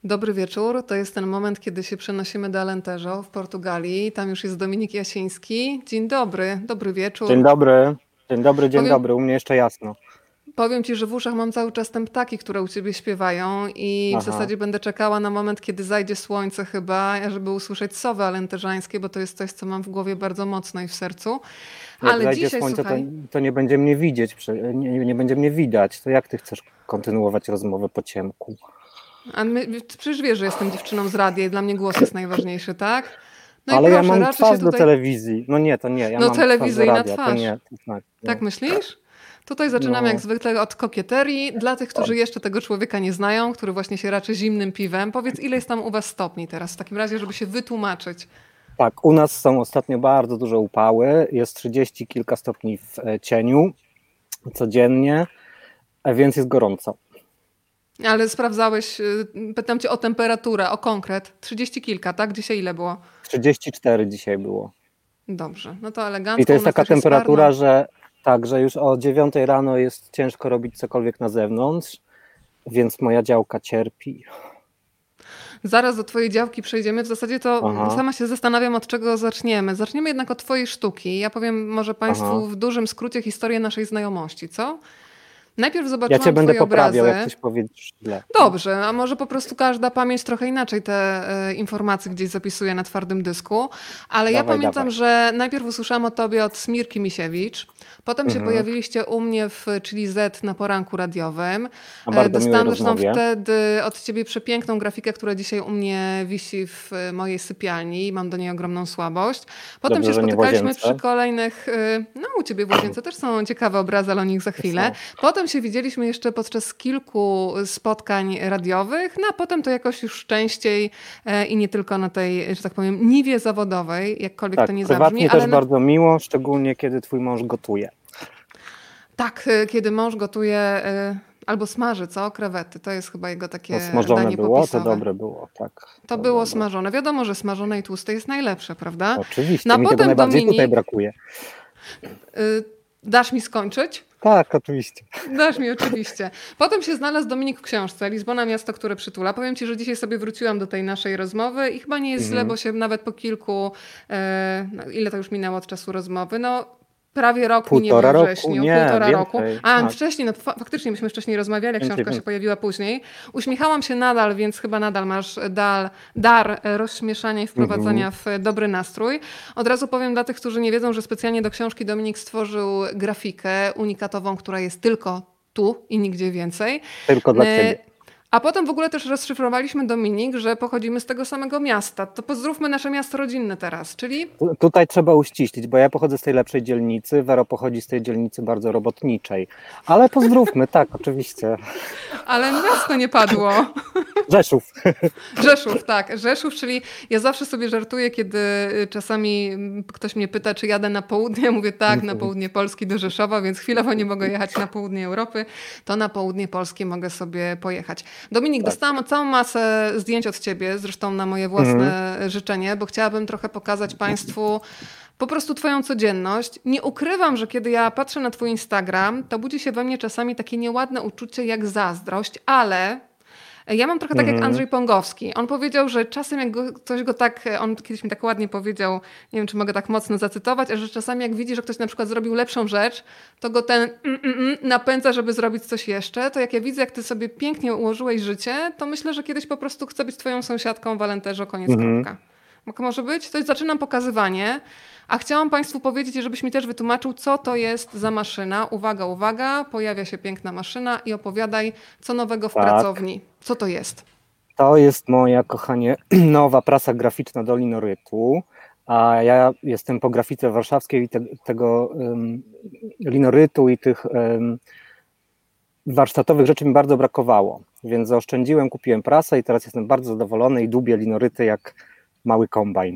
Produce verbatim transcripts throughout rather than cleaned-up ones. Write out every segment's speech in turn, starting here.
Dobry wieczór. To jest ten moment, kiedy się przenosimy do Alentejo w Portugalii. Tam już jest Dominik Jasiński. Dzień dobry, dobry Dzień wieczór. dobry, dzień dobry, dzień Powiem, dobry, u mnie jeszcze jasno. powiem Ci, że w uszach mam cały czas te ptaki, które u Ciebie śpiewają i w Aha, zasadzie będę czekała na moment, kiedy zajdzie słońce chyba, żeby usłyszeć sowy alenteżańskie, bo to jest coś, co mam w głowie bardzo mocno i w sercu. jak Ale zajdzie dzisiaj, słońce, to, słuchaj, to nie będzie mnie widzieć, prze- nie, nie będzie mnie widać, to jak ty chcesz kontynuować rozmowę po ciemku? a my, przecież wiesz, że jestem dziewczyną z radia i dla mnie głos jest najważniejszy, tak? No i Ale ja proszę, mam raczej się twarz do tutaj... telewizji, no nie, to nie, ja No mam twarz do telewizyjna radia, to twarz. nie, to tak, Tak nie. myślisz? Tutaj zaczynamy jak No, zwykle od kokieterii. Dla tych, którzy jeszcze tego człowieka nie znają, który właśnie się raczy zimnym piwem, powiedz, ile jest tam u was stopni teraz w takim razie, żeby się wytłumaczyć. tak, u nas są ostatnio bardzo duże upały, jest trzydzieści kilka stopni w e, cieniu codziennie, a więc jest gorąco. Ale sprawdzałeś, y, pytam cię o temperaturę, o konkret. Trzydzieści kilka, tak? Dzisiaj ile było? trzydzieści cztery dzisiaj było. Dobrze, no to I elegancko. to U jest nas taka też jest parno. temperatura, że tak, że już o dziewiątej rano jest ciężko robić cokolwiek na zewnątrz, więc moja działka cierpi. Zaraz do twojej działki przejdziemy. W zasadzie to Aha, sama się zastanawiam, od czego zaczniemy. Zaczniemy jednak od twojej sztuki. Ja powiem może aha. państwu w dużym skrócie historię naszej znajomości, co? Najpierw Ja cię zobaczyłam będę twoje poprawiał, jak obrazy. coś powiesz źle. Dobrze, a może po prostu każda pamięć trochę inaczej te e, informacje gdzieś zapisuje na twardym dysku, ale ja Dawaj, pamiętam, dawaj. że najpierw usłyszałam o tobie od Smirki Misiewicz, potem się Mhm. pojawiliście u mnie w Chili Z na poranku radiowym. A E, bardzo miłej Dostałam zresztą rozmowie. wtedy od ciebie przepiękną grafikę, która dzisiaj u mnie wisi w e, mojej sypialni i mam do niej ogromną słabość. Potem się Dobrze, że nie w spotykaliśmy przy łazience. kolejnych, e, no u ciebie w łazience też są ciekawe obrazy, ale o nich za chwilę. Są. Potem się widzieliśmy jeszcze podczas kilku spotkań radiowych, no a potem to jakoś już częściej e, i nie tylko na tej, że tak powiem, niwie zawodowej, jakkolwiek to Tak, nie zabrzmi, prywatnie też ale na, bardzo miło, szczególnie kiedy twój mąż gotuje. tak, e, kiedy mąż gotuje e, albo smaży, co? Krewety, to jest chyba jego To takie smażone danie było, to popisowe. dobre było, tak. To To było dobre. smażone. Wiadomo, że smażone i tłuste jest najlepsze, prawda? No Oczywiście, a mi tego potem najbardziej tutaj Dominik, brakuje. y, dasz mi skończyć? Tak, oczywiście. Dasz mi oczywiście. Potem się znalazł Dominik w książce Lizbona, miasto, które przytula. Powiem Ci, że dzisiaj sobie wróciłam do tej naszej rozmowy i chyba nie jest źle, Mhm. bo się nawet po kilku, e, no, ile to już minęło od czasu rozmowy, no prawie rok minie Półtora we roku? wrześniu, Nie, półtora roku. więcej. A Tak, wcześniej, no fa faktycznie myśmy wcześniej rozmawiali, a więcej, książka się więcej. pojawiła później. Uśmiechałam się nadal, więc chyba nadal masz dal, dar rozśmieszania i Mhm. wprowadzania w dobry nastrój. Od razu powiem dla tych, którzy nie wiedzą, że specjalnie do książki Dominik stworzył grafikę unikatową, która jest tylko tu i nigdzie więcej. Tylko dla E, ciebie. A potem w ogóle też rozszyfrowaliśmy, Dominik, że pochodzimy z tego samego miasta. To pozdrówmy nasze miasto rodzinne teraz, czyli... Tu- Tutaj trzeba uściślić, bo ja pochodzę z tej lepszej dzielnicy, Wero pochodzi z tej dzielnicy bardzo robotniczej. Ale pozdrówmy, tak, oczywiście. Ale miasto nie padło. Rzeszów. Rzeszów, tak. Rzeszów, czyli ja zawsze sobie żartuję, kiedy y, czasami mm, ktoś mnie pyta, czy jadę na południe. Mówię tak, na południe Polski do Rzeszowa, więc chwilowo nie mogę jechać na południe Europy, to na południe Polski mogę sobie pojechać. Dominik, Tak. dostałam całą masę zdjęć od ciebie, zresztą na moje własne życzenie, bo chciałabym trochę pokazać Państwu po prostu twoją codzienność. Nie ukrywam, że kiedy ja patrzę na twój Instagram, to budzi się we mnie czasami takie nieładne uczucie jak zazdrość, ale ja mam trochę tak jak Mhm. Andrzej Pągowski. On powiedział, że czasem jak go, ktoś go tak, on kiedyś mi tak ładnie powiedział, nie wiem czy mogę tak mocno zacytować, że czasami jak widzi, że ktoś na przykład zrobił lepszą rzecz, to go ten mm, mm, mm napędza, żeby zrobić coś jeszcze. To jak ja widzę, jak ty sobie pięknie ułożyłeś życie, to myślę, że kiedyś po prostu chcę być twoją sąsiadką w Alentejo, koniec Mhm. kropka. Mo- Może być? To jest, zaczynam pokazywanie, a chciałam Państwu powiedzieć, żebyś mi też wytłumaczył, co to jest za maszyna. Uwaga, uwaga, pojawia się piękna maszyna i opowiadaj, co nowego w Tak. pracowni. Co to jest? To jest moja, kochanie, nowa prasa graficzna do linorytu, a ja jestem po grafice warszawskiej i te, tego um, linorytu i tych um, warsztatowych rzeczy mi bardzo brakowało, więc zaoszczędziłem, kupiłem prasę i teraz jestem bardzo zadowolony i dłubię linoryty jak mały kombajn.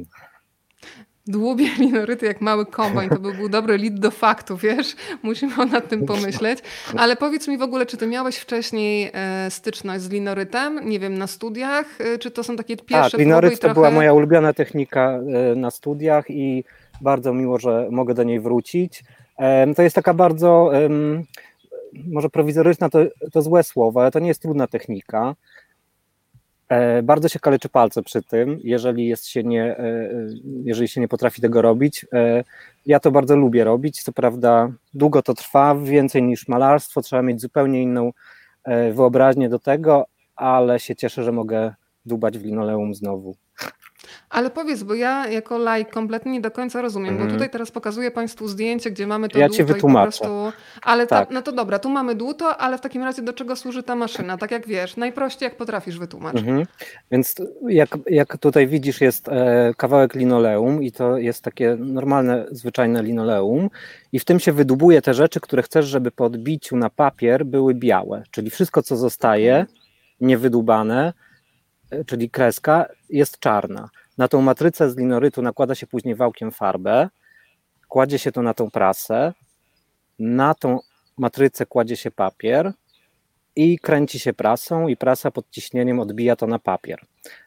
Dłubie linoryty jak mały kombajn. To by był dobry lead do faktu, wiesz? Musimy nad tym pomyśleć. Ale powiedz mi w ogóle, czy ty miałeś wcześniej e, styczność z linorytem? Nie wiem, na studiach? E, czy to są takie pierwsze Tak, próby i linoryt to trochę... była moja ulubiona technika e, na studiach i bardzo miło, że mogę do niej wrócić. Em, To jest taka bardzo, em, może prowizoryczna to, to złe słowo, ale to nie jest trudna technika. E, bardzo się kaleczy palce przy tym, jeżeli, jest się nie, e, jeżeli się nie potrafi tego robić. E, ja to bardzo lubię robić, co prawda długo to trwa, więcej niż malarstwo, trzeba mieć zupełnie inną e, wyobraźnię do tego, ale się cieszę, że mogę dłubać w linoleum znowu. Ale powiedz, bo ja jako laik kompletnie nie do końca rozumiem, bo Mhm. tutaj teraz pokazuję Państwu zdjęcie, gdzie mamy to Ja ci dłuto i po wytłumaczę. prostu... Ale ta, Tak. no to dobra, tu mamy dłuto, ale w takim razie do czego służy ta maszyna? Tak jak wiesz, najprościej jak potrafisz wytłumacz. Mhm. Więc jak, jak tutaj widzisz, jest e, kawałek linoleum i to jest takie normalne, zwyczajne linoleum i w tym się wydłubuje te rzeczy, które chcesz, żeby po odbiciu na papier były białe, czyli wszystko, co zostaje niewydłubane, e, czyli kreska, jest czarna. Na tą matrycę z linorytu nakłada się później wałkiem farbę, kładzie się to na tą prasę, na tą matrycę kładzie się papier i kręci się prasą i prasa pod ciśnieniem odbija to na papier.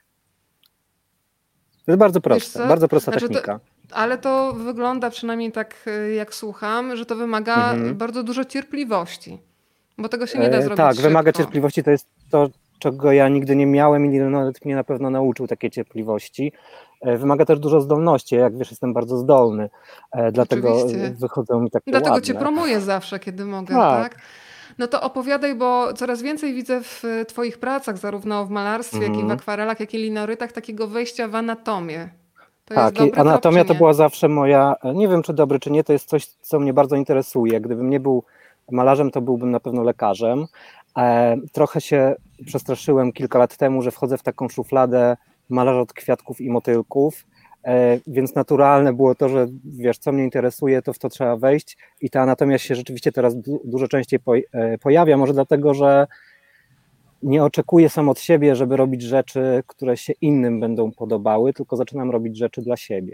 To jest bardzo proste, bardzo prosta Znaczy to, technika. ale to wygląda przynajmniej tak, y, jak słucham, że to wymaga Mhm. bardzo dużo cierpliwości, bo tego się nie da E, zrobić tak, szybko. wymaga cierpliwości, to jest to, czego ja nigdy nie miałem i linoryt mnie na pewno nauczył takiej cierpliwości. E, wymaga też dużo zdolności, jak wiesz, jestem bardzo zdolny, e, dlatego Oczywiście. wychodzą mi takie Dlatego ładne. cię promuję zawsze, kiedy mogę, Tak. tak? No to opowiadaj, bo coraz więcej widzę w twoich pracach, zarówno w malarstwie, jak i w Mhm. akwarelach, jak i linorytach, takiego wejścia w anatomię. To Tak, jest i dobry anatomia trop, czy to nie? była zawsze moja, nie wiem czy dobry, czy nie, to jest coś, co mnie bardzo interesuje. Gdybym nie był malarzem, to byłbym na pewno lekarzem. E, trochę się przestraszyłem kilka lat temu, że wchodzę w taką szufladę malarza od kwiatków i motylków, e, więc naturalne było to, że wiesz, co mnie interesuje, to w to trzeba wejść i ta anatomia się rzeczywiście teraz du- dużo częściej poj- e, pojawia, może dlatego, że nie oczekuję sam od siebie, żeby robić rzeczy, które się innym będą podobały, tylko zaczynam robić rzeczy dla siebie.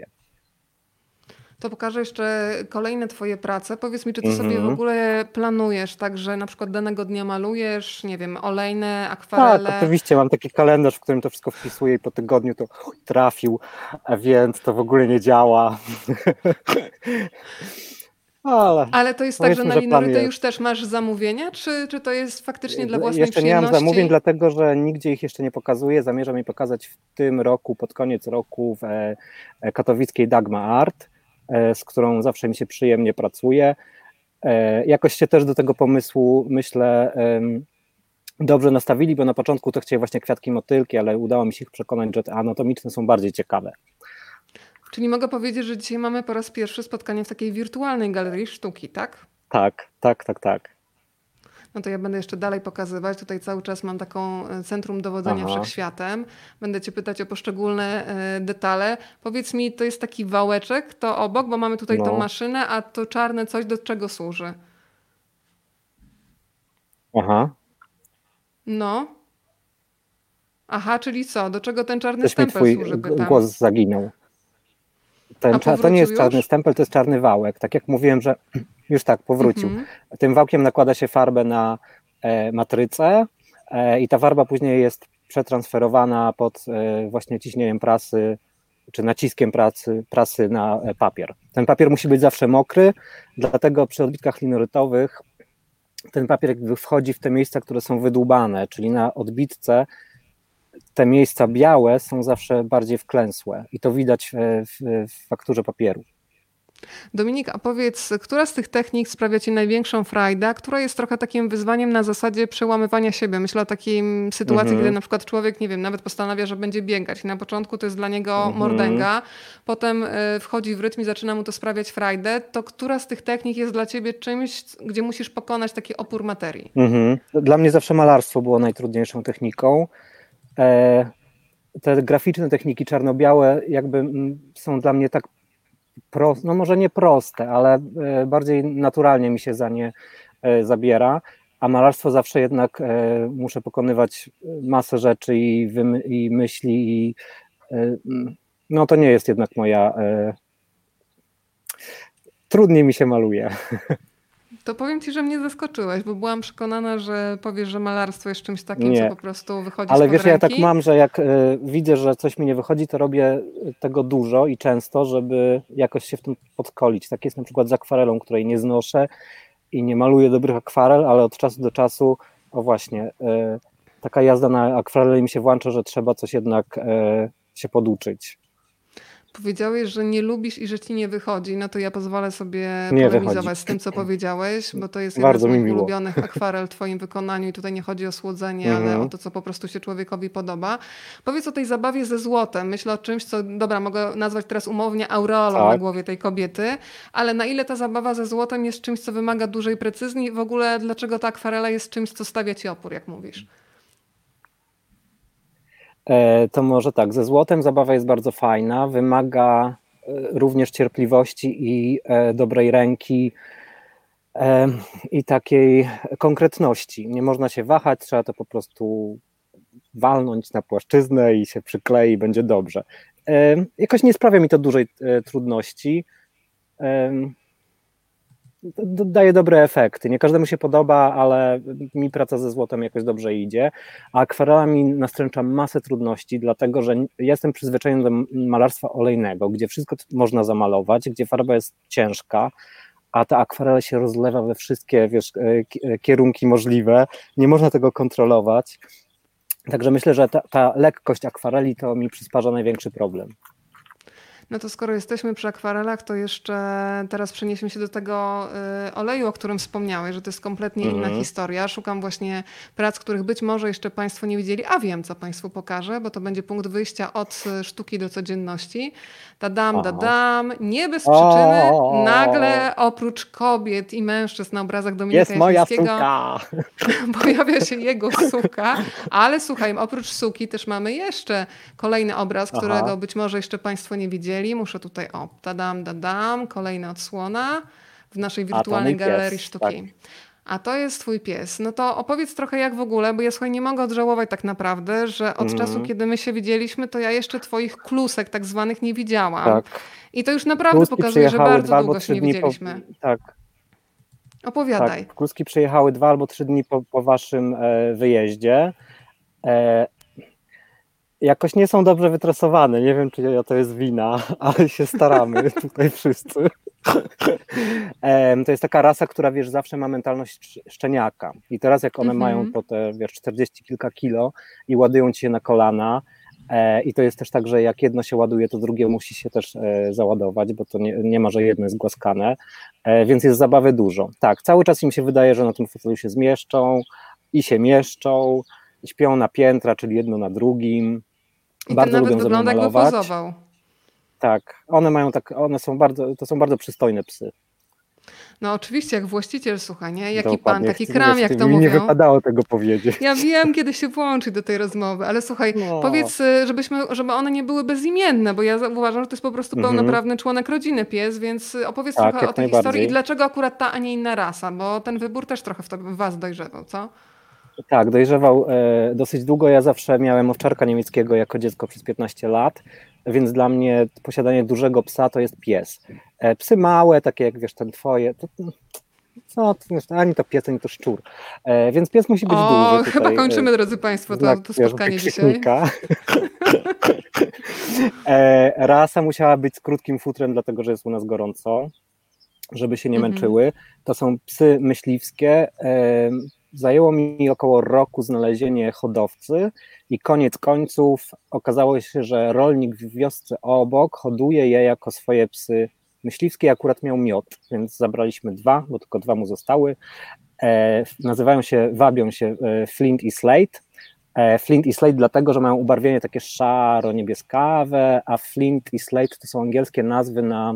To pokażę jeszcze kolejne twoje prace. Powiedz mi, czy ty sobie w Mhm. ogóle planujesz, tak, że na przykład danego dnia malujesz, nie wiem, olejne, Tak, akwarele? oczywiście, mam taki kalendarz, w którym to wszystko wpisuję i po tygodniu to trafił, a więc to w ogóle nie działa. Ale Ale to jest tak, że powiedzmy, na że plan linorytę jest. już też masz zamówienia, czy, czy to jest faktycznie dla własnej Jeszcze nie mam przyjemności? zamówień, dlatego że nigdzie ich jeszcze nie pokazuję. Zamierzam je pokazać w tym roku, pod koniec roku w e, e, katowickiej Dagma Art, e, z którą zawsze mi się przyjemnie pracuje. E, jakoś się też do tego pomysłu, myślę, em, dobrze nastawili, bo na początku to chcieli właśnie kwiatki motylki, ale udało mi się ich przekonać, że te anatomiczne są bardziej ciekawe. Czyli mogę powiedzieć, że dzisiaj mamy po raz pierwszy spotkanie w takiej wirtualnej galerii sztuki, tak? Tak, tak, tak, tak. No to ja będę jeszcze dalej pokazywać. Tutaj cały czas mam taką e, centrum dowodzenia Aha. wszechświatem. Będę cię pytać o poszczególne e, detale. Powiedz mi, to jest taki wałeczek, to obok, bo mamy tutaj tą No. maszynę, a to czarne coś do czego służy? Aha. No. Aha, czyli co? Do czego ten czarny Coś mi stempel twój służy, g- pytam. głos zaginął. Ten, A cza- to nie powrócił jest czarny już? stempel, to jest czarny wałek. Tak jak mówiłem, że już tak, powrócił. Mhm. Tym wałkiem nakłada się farbę na e, matrycę e, i ta farba później jest przetransferowana pod e, właśnie ciśnieniem prasy, czy naciskiem pracy, prasy na e, papier. Ten papier musi być zawsze mokry, dlatego przy odbitkach linorytowych ten papier jakby wchodzi w te miejsca, które są wydłubane, czyli na odbitce te miejsca białe są zawsze bardziej wklęsłe i to widać w, w, w fakturze papieru. Dominik, a powiedz, która z tych technik sprawia ci największą frajdę, a która jest trochę takim wyzwaniem na zasadzie przełamywania siebie? Myślę o takim sytuacji, Mhm. kiedy na przykład człowiek, nie wiem, nawet postanawia, że będzie biegać i na początku to jest dla niego Mhm. mordęga, potem y, wchodzi w rytm i zaczyna mu to sprawiać frajdę, to która z tych technik jest dla ciebie czymś, gdzie musisz pokonać taki opór materii? Mhm. Dla mnie zawsze malarstwo było najtrudniejszą techniką. E, te graficzne techniki czarno-białe jakby mm, są dla mnie tak proste, no może nie proste, ale e, bardziej naturalnie mi się za nie e, zabiera, a malarstwo zawsze jednak e, muszę pokonywać masę rzeczy i, wymy- i myśli i e, mm, no to nie jest jednak moja e, trudniej mi się maluje. To powiem ci, że mnie zaskoczyłeś, bo byłam przekonana, że powiesz, że malarstwo jest czymś takim, Nie. co po prostu wychodzi Ale spod wiesz, ręki. ja tak mam, że jak y, widzę, że coś mi nie wychodzi, to robię tego dużo i często, żeby jakoś się w tym podkolić. Tak jest na przykład z akwarelą, której nie znoszę i nie maluję dobrych akwarel, ale od czasu do czasu, o właśnie, y, taka jazda na akwareli mi się włącza, że trzeba coś jednak e, się poduczyć. Powiedziałeś, że nie lubisz i że ci nie wychodzi, no to ja pozwolę sobie Nie polemizować wychodzi. z tym, co powiedziałeś, bo to jest jedna Bardzo z mi moich miło. ulubionych akwarel w twoim wykonaniu i tutaj nie chodzi o słodzenie, ale o Mhm. to, co po prostu się człowiekowi podoba. Powiedz o tej zabawie ze złotem. Myślę o czymś, co, dobra, mogę nazwać teraz umownie aureolą na Tak. głowie tej kobiety, ale na ile ta zabawa ze złotem jest czymś, co wymaga dużej precyzji? W ogóle dlaczego ta akwarela jest czymś, co stawia ci opór, jak mówisz? E, to może tak, ze złotem zabawa jest bardzo fajna, wymaga e, również cierpliwości i e, dobrej ręki e, i takiej konkretności. Nie można się wahać, trzeba to po prostu walnąć na płaszczyznę i się przyklei i będzie dobrze. E, jakoś nie sprawia mi to dużej e, trudności. E, d- daje dobre efekty. Nie każdemu się podoba, ale mi praca ze złotem jakoś dobrze idzie. A akwarela mi nastręcza masę trudności, dlatego że jestem przyzwyczajony do malarstwa olejnego, gdzie wszystko można zamalować, gdzie farba jest ciężka, a ta akwarela się rozlewa we wszystkie, wiesz, kierunki możliwe. Nie można tego kontrolować. Także myślę, że ta, ta lekkość akwareli to mi przysparza największy problem. No to skoro jesteśmy przy akwarelach, to jeszcze teraz przenieśmy się do tego y, oleju, o którym wspomniałeś, że to jest kompletnie inna Mhm. historia. Szukam właśnie prac, których być może jeszcze Państwo nie widzieli, a wiem, co Państwu pokażę, bo to będzie punkt wyjścia od y, sztuki do codzienności. Dadam, Aha. dadam, nie bez przyczyny, O! nagle oprócz kobiet i mężczyzn na obrazach Dominika Jest moja Jasińskiego suka! pojawia się jego suka, ale słuchaj, oprócz suki też mamy jeszcze kolejny obraz, Aha. którego być może jeszcze Państwo nie widzieli. Muszę tutaj, o, dadam, dadam, kolejna odsłona w naszej wirtualnej mój pies, galerii sztuki. tak. A to jest twój pies. No to opowiedz trochę jak w ogóle, bo ja słuchaj, nie mogę odżałować tak naprawdę, że od Mhm. czasu, kiedy my się widzieliśmy, to ja jeszcze twoich klusek tak zwanych nie widziałam. Tak. I to już naprawdę Kluski pokazuje, że przyjechały bardzo dwa albo długo trzy się nie dni po, widzieliśmy. tak, Opowiadaj. tak. Kluski przyjechały dwa albo trzy dni po, po waszym e, wyjeździe. E, jakoś nie są dobrze wytresowane. Nie wiem, czy to jest wina, ale się staramy tutaj wszyscy. E, to jest taka rasa, która wiesz, zawsze ma mentalność szczeniaka. I teraz jak one Mhm. mają po te wiesz, czterdzieści kilka kilo i ładują ci się na kolana, e, i to jest też tak, że jak jedno się ładuje, to drugie musi się też e, załadować, bo to nie, nie ma, że jedno jest głaskane, e, więc jest zabawy dużo. Tak, cały czas im się wydaje, że na tym fotelu się zmieszczą i się mieszczą, śpią na piętra, czyli jedno na drugim. I Bardzo ten nawet lubią ze mną wygląda jakby malować. pozował. Tak, one mają tak, one są bardzo, to są bardzo przystojne psy. No oczywiście, jak właściciel, słuchaj, nie? Jaki pan, Dokładnie. taki Chcę- kram, wiesz, jak to mi nie mówią. wypadało tego powiedzieć. Ja wiem, kiedy się włączyć do tej rozmowy, ale słuchaj, No. powiedz, y, żebyśmy, żeby one nie były bezimienne, bo ja za- uważam, że to jest po prostu Mhm. pełnoprawny członek rodziny pies, więc y, opowiedz Tak, trochę jak o tej najbardziej. historii i dlaczego akurat ta, a nie inna rasa, bo ten wybór też trochę w, to, w was dojrzewał, co? Tak, dojrzewał e, dosyć długo. Ja zawsze miałem owczarka niemieckiego jako dziecko przez piętnaście lat, więc dla mnie posiadanie dużego psa to jest pies. E, psy małe, takie jak wiesz, ten twoje, to, co, to, wiesz, ani to pies, ani to szczur. E, więc pies musi być O, duży. chyba tutaj, kończymy, e, drodzy Państwo, to, znak, to wiesz, spotkanie dzisiaj. wykrzyknika. e, rasa musiała być z krótkim futrem, dlatego że jest u nas gorąco, żeby się nie Mhm. męczyły. To są psy myśliwskie. E, Zajęło mi około roku znalezienie hodowcy i koniec końców okazało się, że rolnik w wiosce obok hoduje je jako swoje psy myśliwskie. Akurat miał miod, więc zabraliśmy dwa, bo tylko dwa mu zostały. E, nazywają się, wabią się e, Flint i Slate. E, Flint i Slate dlatego, że mają ubarwienie takie szaro-niebieskawe, a Flint i Slate to są angielskie nazwy na...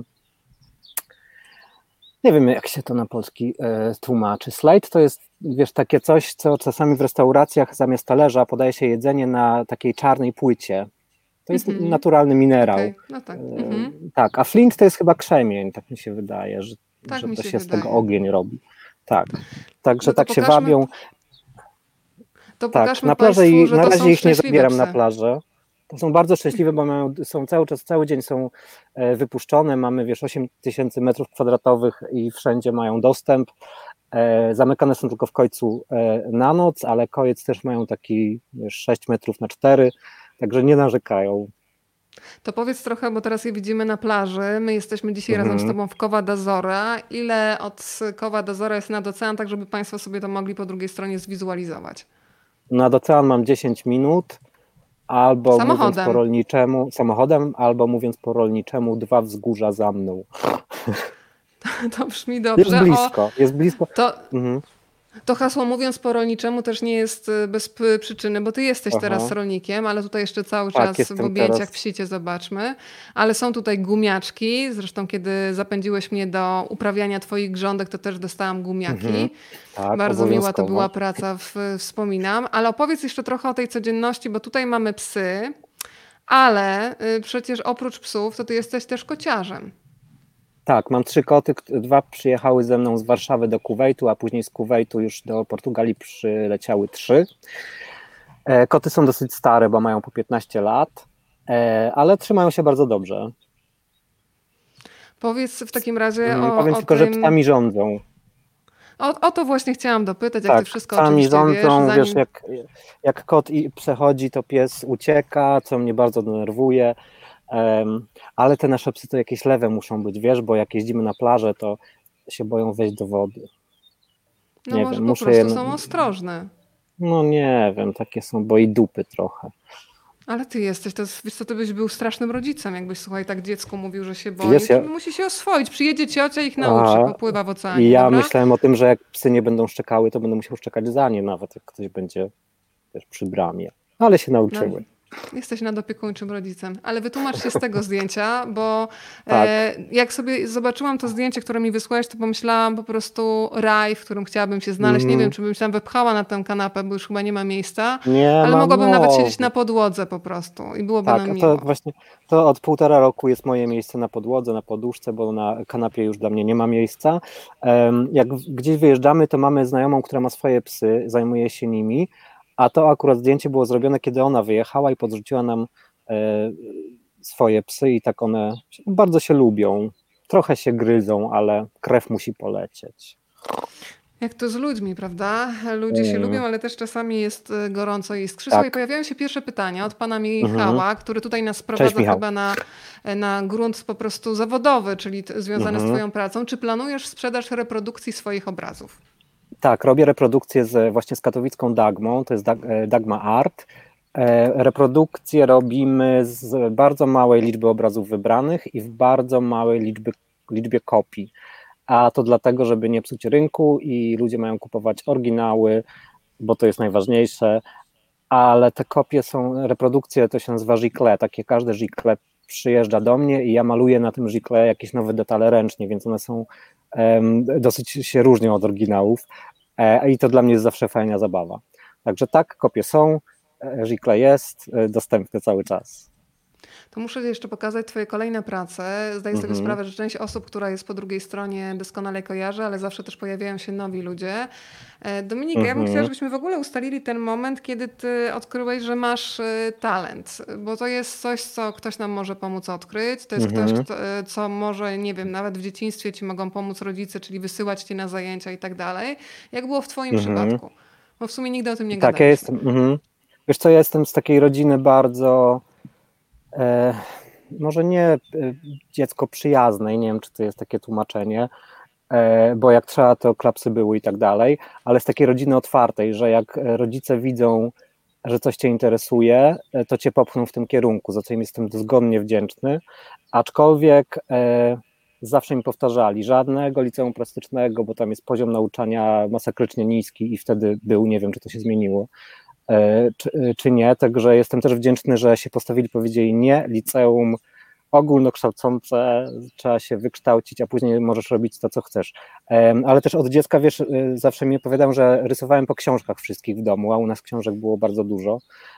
Nie wiem, jak się to na polski e, tłumaczy. Slate to jest, wiesz, takie coś, co czasami w restauracjach zamiast talerza podaje się jedzenie na takiej czarnej płycie. To jest Mhm. naturalny minerał. Okej, no tak. E, Mhm. Tak, a flint to jest chyba krzemień, tak mi się wydaje, że, Tak że mi to się się z wydaje. tego ogień robi. Tak, także No to tak się pokażmy- wabią. To Tak, pokażmy na plażę Państwu, i że na to razie są ich nie szczęśliwe zabieram psy. na plażę. To są bardzo szczęśliwe, bo mają, są cały czas, cały dzień są e, wypuszczone, mamy wiesz osiem tysięcy metrów kwadratowych i wszędzie mają dostęp. E, zamykane są tylko w końcu e, na noc, ale kojec też mają taki wiesz, sześć metrów na cztery, także nie narzekają. To powiedz trochę, bo teraz je widzimy na plaży. My jesteśmy dzisiaj Mhm. razem z Tobą w Cova d'Azora. Ile od Cova d'Azora jest nad ocean, tak żeby Państwo sobie to mogli po drugiej stronie zwizualizować? nad ocean mam dziesięć minut, albo Samochodem. mówiąc po rolniczemu, samochodem, albo mówiąc po rolniczemu, dwa wzgórza za mną. To brzmi dobrze. Jest blisko, o, jest blisko. To, mhm. to hasło mówiąc po rolniczemu też nie jest bez przyczyny, bo ty jesteś Aha. teraz rolnikiem, ale tutaj jeszcze cały tak, czas w objęciach teraz... w sicie zobaczmy. Ale są tutaj gumiaczki, zresztą kiedy zapędziłeś mnie do uprawiania twoich grządek, to też dostałam gumiaki. Mhm. Tak, bardzo miła to była praca, w, wspominam. Ale opowiedz jeszcze trochę o tej codzienności, bo tutaj mamy psy, ale y, przecież oprócz psów to ty jesteś też kociarzem. Tak, mam trzy koty, dwa przyjechały ze mną z Warszawy do Kuwejtu, a później z Kuwejtu już do Portugalii przyleciały trzy. Koty są dosyć stare, bo mają po piętnaście lat, ale trzymają się bardzo dobrze. Powiedz w takim razie o Powiem o tylko, tym... że psami rządzą. O, o to właśnie chciałam dopytać, jak tak, ty wszystko psami oczywiście rządzą, wiesz. Zanim... wiesz jak, jak kot i przechodzi, to pies ucieka, co mnie bardzo denerwuje. Um, ale te nasze psy to jakieś lewe muszą być, wiesz, bo jak jeździmy na plażę, to się boją wejść do wody. No nie może wiem, po muszę prostu je... są ostrożne. No nie wiem, takie są, bo i dupy trochę. Ale ty jesteś, to wiesz co, ty byś był strasznym rodzicem, jakbyś, słuchaj, tak dziecku mówił, że się boi. Ja... Musi się oswoić, przyjedzie ciocia, ich nauczy, Aha. popływa w oceanie. I ja dobra? myślałem o tym, że jak psy nie będą szczekały, to będę musiał szczekać za nie, nawet jak ktoś będzie wiesz, przy bramie. Ale się nauczyły. No. Jesteś nadopiekuńczym rodzicem, ale wytłumacz się z tego zdjęcia, bo tak. e, jak sobie zobaczyłam to zdjęcie, które mi wysłałeś, to pomyślałam po prostu raj, w którym chciałabym się znaleźć. Mm. Nie wiem, czy bym się tam wepchała na tę kanapę, bo już chyba nie ma miejsca, nie ale ma mogłabym mowy. nawet siedzieć na podłodze po prostu i byłoby tak, nam miło. To właśnie to od półtora roku jest moje miejsce na podłodze, na poduszce, bo na kanapie już dla mnie nie ma miejsca. Um, jak gdzieś wyjeżdżamy, to mamy znajomą, która ma swoje psy, zajmuje się nimi. A to akurat zdjęcie było zrobione, kiedy ona wyjechała i podrzuciła nam e, swoje psy i tak one bardzo się lubią. Trochę się gryzą, ale krew musi polecieć. Jak to z ludźmi, prawda? Ludzie się mm. lubią, ale też czasami jest gorąco i skrzysło. Tak. I pojawiają się pierwsze pytania od pana Michała, mm-hmm. który tutaj nas sprowadza Cześć, chyba na, na grunt po prostu zawodowy, czyli związany mm-hmm. z twoją pracą. Czy planujesz sprzedaż reprodukcji swoich obrazów? Tak, robię reprodukcję z, właśnie z katowicką Dagmą, to jest Dagma Art. Reprodukcje robimy z bardzo małej liczby obrazów wybranych i w bardzo małej liczby, liczbie kopii. A to dlatego, żeby nie psuć rynku i ludzie mają kupować oryginały, bo to jest najważniejsze, ale te kopie są, reprodukcje to się nazywa giclée, takie każde giclée przyjeżdża do mnie i ja maluję na tym giclée jakieś nowe detale ręcznie, więc one są um, dosyć się różnią od oryginałów e, i to dla mnie jest zawsze fajna zabawa. Także tak, kopie są, giclée jest e, dostępny cały czas. To muszę jeszcze pokazać twoje kolejne prace. Zdaję sobie mm-hmm. sprawę, że część osób, która jest po drugiej stronie, doskonale kojarzy, ale zawsze też pojawiają się nowi ludzie. Dominika, mm-hmm. ja bym chciała, żebyśmy w ogóle ustalili ten moment, kiedy ty odkryłeś, że masz talent, bo to jest coś, co ktoś nam może pomóc odkryć. To jest mm-hmm. ktoś, kto, co może, nie wiem, nawet w dzieciństwie ci mogą pomóc rodzice, czyli wysyłać cię na zajęcia i tak dalej. Jak było w twoim mm-hmm. przypadku? Bo w sumie nigdy o tym nie gadaliśmy. Tak, ja jestem. Mm-hmm. Wiesz co, ja jestem z takiej rodziny bardzo... E, może nie e, dziecko przyjazne, nie wiem, czy to jest takie tłumaczenie, e, bo jak trzeba, to klapsy były i tak dalej, ale z takiej rodziny otwartej, że jak rodzice widzą, że coś cię interesuje, e, to cię popchną w tym kierunku, za co im jestem dozgonnie wdzięczny, aczkolwiek e, zawsze mi powtarzali, żadnego liceum plastycznego, bo tam jest poziom nauczania masakrycznie niski i wtedy był, nie wiem, czy to się zmieniło, Czy, czy nie, także jestem też wdzięczny, że się postawili, powiedzieli nie, liceum ogólnokształcące, trzeba się wykształcić, a później możesz robić to, co chcesz. Ale też od dziecka, wiesz, zawsze mi opowiadam, że rysowałem po książkach wszystkich w domu, a u nas książek było bardzo dużo.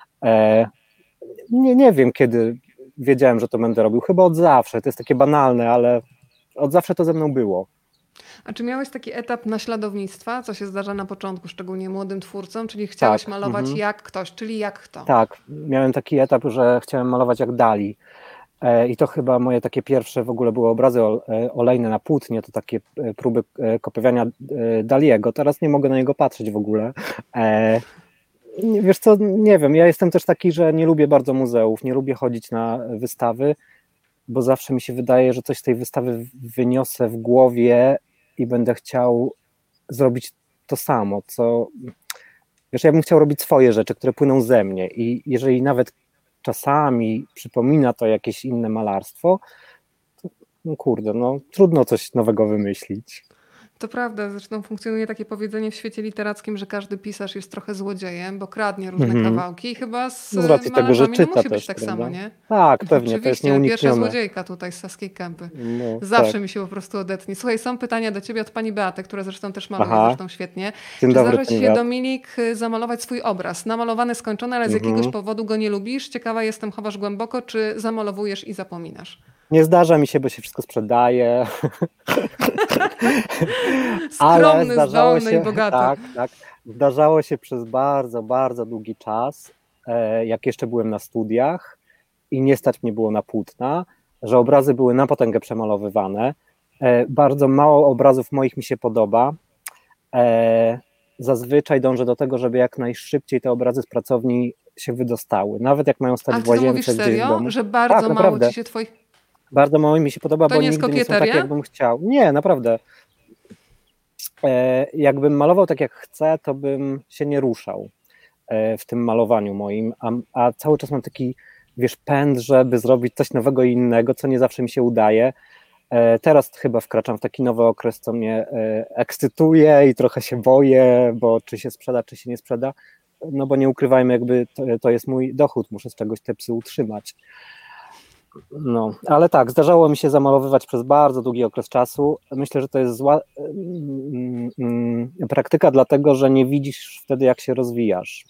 Nie, nie wiem, kiedy wiedziałem, że to będę robił, chyba od zawsze, to jest takie banalne, ale od zawsze to ze mną było. A czy miałeś taki etap naśladownictwa, co się zdarza na początku, szczególnie młodym twórcom, czyli chciałeś tak. malować mhm. jak ktoś, czyli jak kto? Tak, miałem taki etap, że chciałem malować jak Dali i to chyba moje takie pierwsze w ogóle były obrazy olejne na płótnie, to takie próby kopiowania Daliego, teraz nie mogę na niego patrzeć w ogóle. Wiesz co, nie wiem, ja jestem też taki, że nie lubię bardzo muzeów, nie lubię chodzić na wystawy, bo zawsze mi się wydaje, że coś z tej wystawy wyniosę w głowie i będę chciał zrobić to samo, co wiesz, ja bym chciał robić swoje rzeczy, które płyną ze mnie i jeżeli nawet czasami przypomina to jakieś inne malarstwo, to, no kurde, no trudno coś nowego wymyślić. To prawda, zresztą funkcjonuje takie powiedzenie w świecie literackim, że każdy pisarz jest trochę złodziejem, bo kradnie różne Mhm. kawałki i chyba z No z racji tego, że malarzami no czyta musi być też, tak prawda? samo, nie? Tak, pewnie, to jest Oczywiście, pierwsza nieuniknione. złodziejka tutaj z Saskiej Kępy. No, Zawsze tak. mi się po prostu odetnie. Słuchaj, są pytania do ciebie od pani Beaty, która zresztą też maluje, Aha. zresztą świetnie. Dzień Czy dobry, zdarza ci pani się, Beat. Dominik, zamalować swój obraz? Namalowany, skończony, ale z Mhm. jakiegoś powodu go nie lubisz? Ciekawa jestem, chowasz głęboko, czy zamalowujesz i zapominasz? Nie zdarza mi się, bo się wszystko sprzedaje. Ale Skromny, zdarzało zdolny się, i bogaty. tak, tak, zdarzało się przez bardzo, bardzo długi czas, e, jak jeszcze byłem na studiach i nie stać mnie było na płótna, że obrazy były na potęgę przemalowywane. E, bardzo mało obrazów moich mi się podoba. E, zazwyczaj dążę do tego, żeby jak najszybciej te obrazy z pracowni się wydostały. Nawet jak mają stać A w ty to mówisz łazience gdzieś w serio? domu. Że bardzo Tak, mało naprawdę. ci się twoich... Bardzo mało mi się podoba, To bo nie jest nigdy nie są takie, kokieteria? jakbym chciał. Nie, naprawdę. E, jakbym malował tak jak chcę, to bym się nie ruszał e, w tym malowaniu moim, a, a cały czas mam taki, wiesz, pęd, żeby zrobić coś nowego i innego, co nie zawsze mi się udaje. E, teraz chyba wkraczam w taki nowy okres, co mnie e, ekscytuje i trochę się boję, bo czy się sprzeda, czy się nie sprzeda, no bo nie ukrywajmy, jakby to, to jest mój dochód, muszę z czegoś te psy utrzymać. No, ale tak, zdarzało mi się zamalowywać przez bardzo długi okres czasu. Myślę, że to jest zła mm, mm, praktyka, dlatego że nie widzisz wtedy, jak się rozwijasz.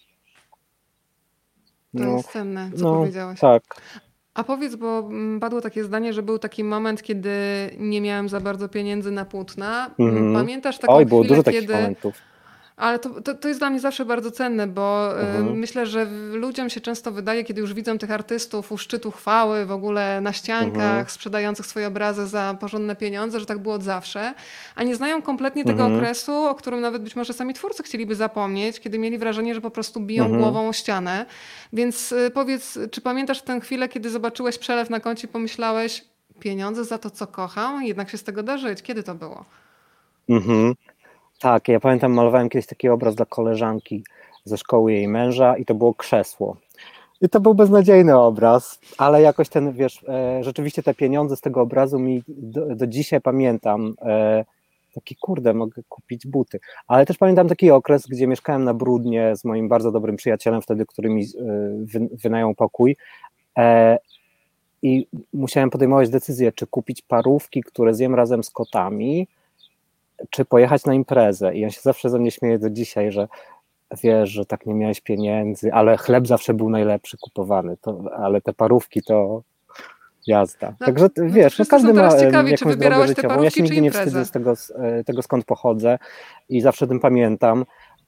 To No, jest cenne, co no powiedziałeś. tak. A powiedz, bo mm, padło takie zdanie, że był taki moment, kiedy nie miałem za bardzo pieniędzy na płótna. Mm, Mhm. Pamiętasz taką Oj, było chwilę, dużo takich kiedy... momentów. Ale to, to, to jest dla mnie zawsze bardzo cenne, bo y, Mhm. myślę, że w- ludziom się często wydaje, kiedy już widzą tych artystów u szczytu chwały, w ogóle na ściankach, Mhm. sprzedających swoje obrazy za porządne pieniądze, że tak było od zawsze, a nie znają kompletnie tego Mhm. okresu, o którym nawet być może sami twórcy chcieliby zapomnieć, kiedy mieli wrażenie, że po prostu biją Mhm. głową o ścianę. Więc y, powiedz, czy pamiętasz tę chwilę, kiedy zobaczyłeś przelew na koncie i pomyślałeś, pieniądze za to, co kocham, jednak się z tego da żyć. Kiedy to było? Mhm. Tak, ja pamiętam, malowałem kiedyś taki obraz dla koleżanki ze szkoły jej męża i to było krzesło. I to był beznadziejny obraz, ale jakoś ten, wiesz, e, rzeczywiście te pieniądze z tego obrazu mi do, do dzisiaj pamiętam. E, taki kurde, mogę kupić buty. Ale też pamiętam taki okres, gdzie mieszkałem na Brudnie z moim bardzo dobrym przyjacielem wtedy, który mi e, wy, wynajął pokój. E, I musiałem podejmować decyzję, czy kupić parówki, które zjem razem z kotami, czy pojechać na imprezę. I on się zawsze ze mnie śmieje do dzisiaj, że wiesz, że tak nie miałeś pieniędzy, ale chleb zawsze był najlepszy kupowany, to, ale te parówki to jazda. No, Także no to wiesz, no wszyscy każdy są teraz ma em, ciekawi, czy jakąś drogę wybierałeś te życiową. Ja się parówki, czy nigdy nie wstydzę imprezę. z tego, z, e, tego, skąd pochodzę i zawsze o tym pamiętam.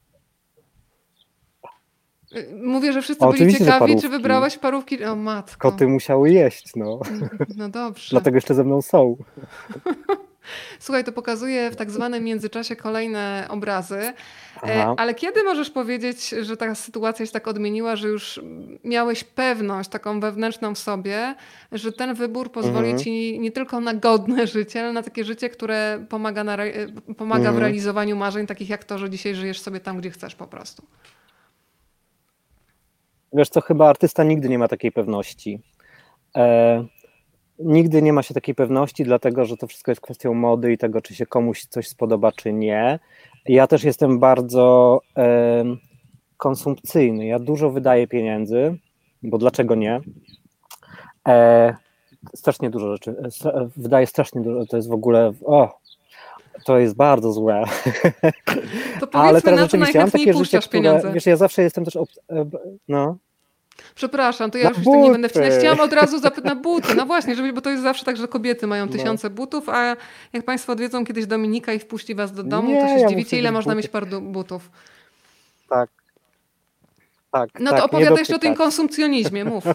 Y, Mówię, że wszyscy A byli oczywiście, że ciekawi, czy parówki. wybrałeś parówki. O matko. Koty musiały jeść, no. No dobrze. Dlatego jeszcze ze mną są. Słuchaj, to pokazuje w tak zwanym międzyczasie kolejne obrazy. E, Aha. Ale kiedy możesz powiedzieć, że ta sytuacja się tak odmieniła, że już miałeś pewność taką wewnętrzną w sobie, że ten wybór pozwoli Mhm. ci nie tylko na godne życie, ale na takie życie, które pomaga, na, re- pomaga w Mhm. realizowaniu marzeń, takich jak to, że dzisiaj żyjesz sobie tam, gdzie chcesz po prostu. Wiesz co, chyba artysta nigdy nie ma takiej pewności. E, nigdy nie ma się takiej pewności, dlatego że to wszystko jest kwestią mody i tego, czy się komuś coś spodoba, czy nie. Ja też jestem bardzo e, konsumpcyjny. Ja dużo wydaję pieniędzy, bo dlaczego nie? E, strasznie dużo rzeczy. e, Wydaję strasznie dużo. To jest w ogóle. O, to jest bardzo złe. To Ale powiedzmy, teraz na co rzeczywiście mam najchętniej takie życie, puszczasz które. pieniądze. Wiesz, ja zawsze jestem też. Ob- e, b- no. Przepraszam, to ja Na już tak nie będę buty. wcinać. Chciałam od razu zapytać na buty. No właśnie, żeby, bo to jest zawsze tak, że kobiety mają No. tysiące butów, a jak Państwo odwiedzą kiedyś Dominika i wpuści Was do domu, Nie, to się ja zdziwicie, muszę ile mieć można buty. mieć par du- butów. Tak, tak, No tak, to nie opowiadaj jeszcze o tym dotykać. konsumpcjonizmie, mów.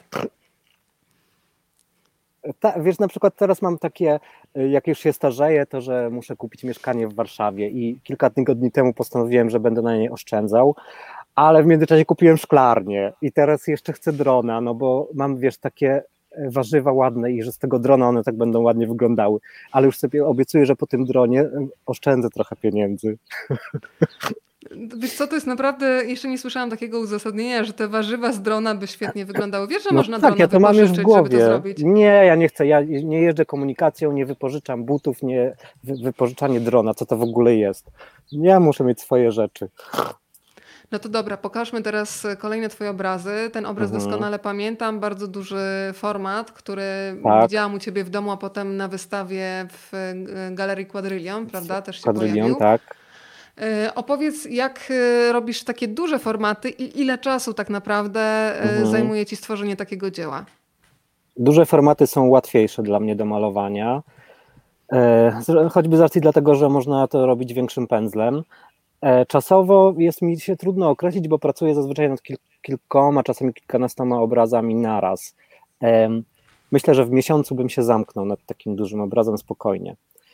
Ta, wiesz, na przykład teraz mam takie, y, jak już się starzeję, to że muszę kupić mieszkanie w Warszawie i kilka tygodni temu postanowiłem, że będę na niej oszczędzał, ale w międzyczasie kupiłem szklarnię i teraz jeszcze chcę drona, no bo mam, wiesz, takie e, warzywa ładne i że z tego drona one tak będą ładnie wyglądały, ale już sobie obiecuję, że po tym dronie e, oszczędzę trochę pieniędzy. Wiesz co, to jest naprawdę, jeszcze nie słyszałam takiego uzasadnienia, że te warzywa z drona by świetnie wyglądały. Wiesz, że No można tak, drona ja to mam już w wypożyczyć, żeby to głowie. zrobić? Nie, ja nie chcę, ja nie jeżdżę komunikacją, nie wypożyczam butów, nie wy, wypożyczanie drona, co to w ogóle jest. Ja muszę mieć swoje rzeczy. No to dobra, pokażmy teraz kolejne twoje obrazy. Ten obraz Mhm. doskonale pamiętam, bardzo duży format, który Tak. widziałam u ciebie w domu, a potem na wystawie w e, Galerii Quadrillion, prawda? Też się Quadrillion, pojawił. tak. E, Opowiedz, jak e, robisz takie duże formaty i ile czasu tak naprawdę e, Mhm. zajmuje ci stworzenie takiego dzieła? Duże formaty są łatwiejsze dla mnie do malowania, e, z- choćby z racji dlatego, że można to robić większym pędzlem. E, Czasowo jest mi się trudno określić, bo pracuję zazwyczaj nad kil- kilkoma, czasami kilkunastoma obrazami naraz. Em, Myślę, że w miesiącu bym się zamknął nad takim dużym obrazem spokojnie.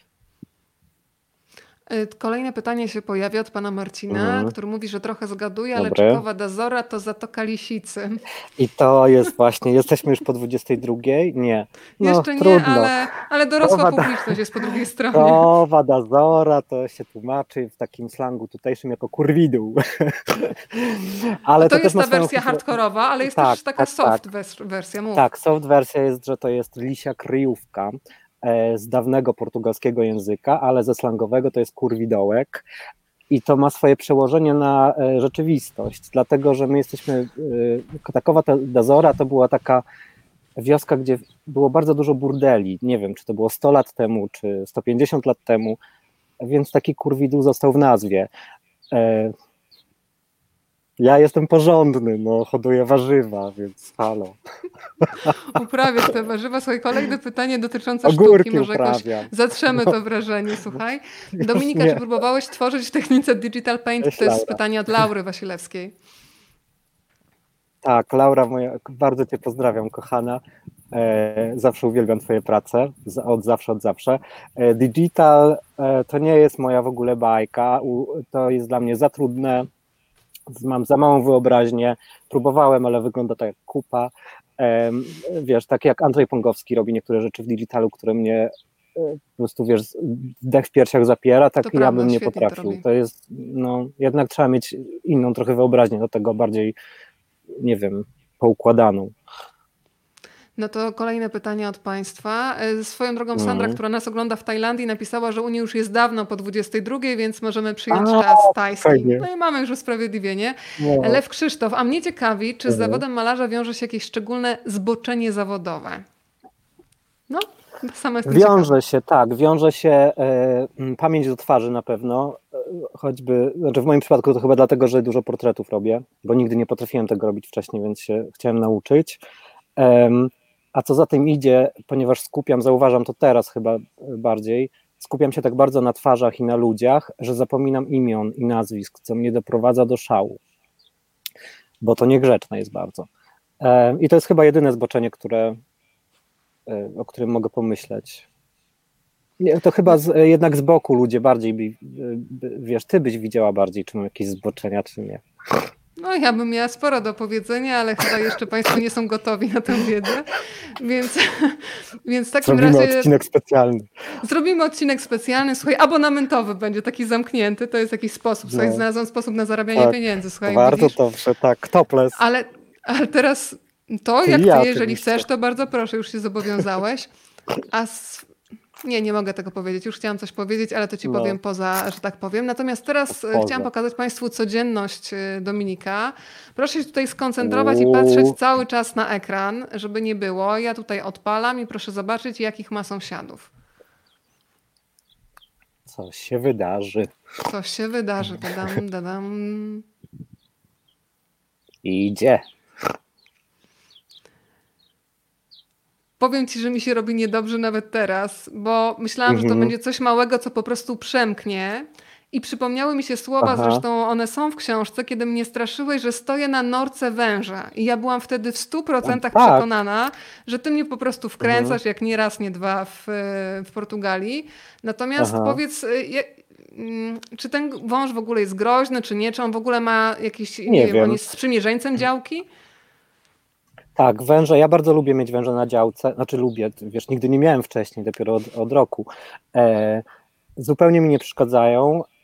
E, Kolejne pytanie się pojawia od pana Marcina, Mhm. który mówi, że trochę zgaduje, ale Dobre. Czekowa Dazora to Zatoka Lisicy. I to jest właśnie, jesteśmy już po dwudziestej drugiej? Nie. No Jeszcze nie, trudno. ale, ale dorosła Chowa da- publiczność jest po drugiej stronie. Chowa Dazora to się tłumaczy w takim slangu tutejszym jako kurwidół. Ale To też jest ma ta swoją wersja historię- hardkorowa, ale jest Tak, też taka tak, soft tak. wers- wersja. Mów. Tak, soft wersja jest, że to jest lisia kryjówka e, z dawnego portugalskiego języka, ale ze slangowego to jest kurwidołek i to ma swoje przełożenie na e, rzeczywistość, dlatego że my jesteśmy, e, Kotakowa Dazora to była taka wioska, gdzie było bardzo dużo burdeli, nie wiem, czy to było sto lat temu, czy sto pięćdziesiąt lat temu, więc taki kurwidół został w nazwie. E, Ja jestem porządny, no hoduję warzywa, więc halo. Uprawiasz te warzywa. Słuchaj, kolejne pytanie dotyczące Ogórki sztuki. Może jakoś uprawiam. zatrzemy to wrażenie, słuchaj. Już Dominika, nie. czy próbowałeś tworzyć w technice Digital Paint? Cześć, To jest Laura. pytanie od Laury Wasilewskiej. Tak, Laura moja, bardzo Cię pozdrawiam, kochana. E, zawsze uwielbiam Twoje prace, z, od zawsze, od zawsze. E, digital e, to nie jest moja w ogóle bajka, u, to jest dla mnie za trudne, mam za małą wyobraźnię, próbowałem, ale wygląda tak jak kupa. E, wiesz, tak jak Andrzej Pongowski robi niektóre rzeczy w digitalu, które mnie e, po prostu, wiesz, dech w piersiach zapiera, tak To ja prawda, bym nie świetnie to potrafił. robi. To jest, no, jednak trzeba mieć inną trochę wyobraźnię do tego, bardziej, nie wiem, poukładaną. No to kolejne pytanie od Państwa. E, Swoją drogą Sandra, Mhm. która nas ogląda w Tajlandii, napisała, że u niej już jest dawno po dwudziestej drugiej, więc możemy przyjąć A, czas tajski. fajnie. No i mamy już usprawiedliwienie. No. Lew Krzysztof, a mnie ciekawi, czy z Mhm. zawodem malarza wiąże się jakieś szczególne zboczenie zawodowe? No, sama jestem ciekawa. Wiąże się, tak, wiąże się e, m, pamięć do twarzy na pewno, e, choćby, znaczy w moim przypadku to chyba dlatego, że dużo portretów robię, bo nigdy nie potrafiłem tego robić wcześniej, więc się chciałem nauczyć. Em, a co za tym idzie, ponieważ skupiam, zauważam to teraz chyba e, bardziej, skupiam się tak bardzo na twarzach i na ludziach, że zapominam imion i nazwisk, co mnie doprowadza do szału, bo to niegrzeczne jest bardzo. E, I to jest chyba jedyne zboczenie, które e, o którym mogę pomyśleć. Nie, to chyba z, jednak z boku ludzie bardziej, by, by, wiesz, ty byś widziała bardziej, czy mam jakieś zboczenia, czy nie. No ja bym miała sporo do powiedzenia, ale chyba jeszcze Państwo nie są gotowi na tę wiedzę, więc, więc w takim Zrobimy razie odcinek specjalny. zrobimy odcinek specjalny, słuchaj, abonamentowy będzie taki zamknięty, to jest jakiś sposób, słuchaj, No. znalazłem sposób na zarabianie Tak, pieniędzy, słuchaj, Bardzo widzisz? dobrze, tak, topless. Ale, ale teraz to, Ty jak i ty, ja jeżeli oczywiście. chcesz, to bardzo proszę, już się zobowiązałeś. A s- nie, nie mogę tego powiedzieć. Już chciałam coś powiedzieć, ale to ci No. powiem poza, że tak powiem. Natomiast teraz e, Poza. chciałam pokazać Państwu codzienność e, Dominika. Proszę się tutaj skoncentrować i Uuu. patrzeć cały czas na ekran, żeby nie było. Ja tutaj odpalam i proszę zobaczyć, jakich ma sąsiadów. Coś się wydarzy. Coś się wydarzy. Dadam, dadam. Idzie. Powiem ci, że mi się robi niedobrze nawet teraz, bo myślałam, że to Mhm. będzie coś małego, co po prostu przemknie. I przypomniały mi się słowa, Aha. zresztą one są w książce, kiedy mnie straszyłeś, że stoję na norce węża. I ja byłam wtedy w stu procentach tak. przekonana, że ty mnie po prostu wkręcasz, jak nie raz, nie dwa w, w Portugalii. Natomiast Aha. powiedz, y, je- mm, czy ten wąż w ogóle jest groźny, czy nie? Czy on w ogóle ma jakiś, nie, Nie wiem, wiem. on jest sprzymierzeńcem działki? Tak, węże, ja bardzo lubię mieć węże na działce, znaczy lubię, wiesz, nigdy nie miałem wcześniej, dopiero od, od roku. E, zupełnie mi nie przeszkadzają,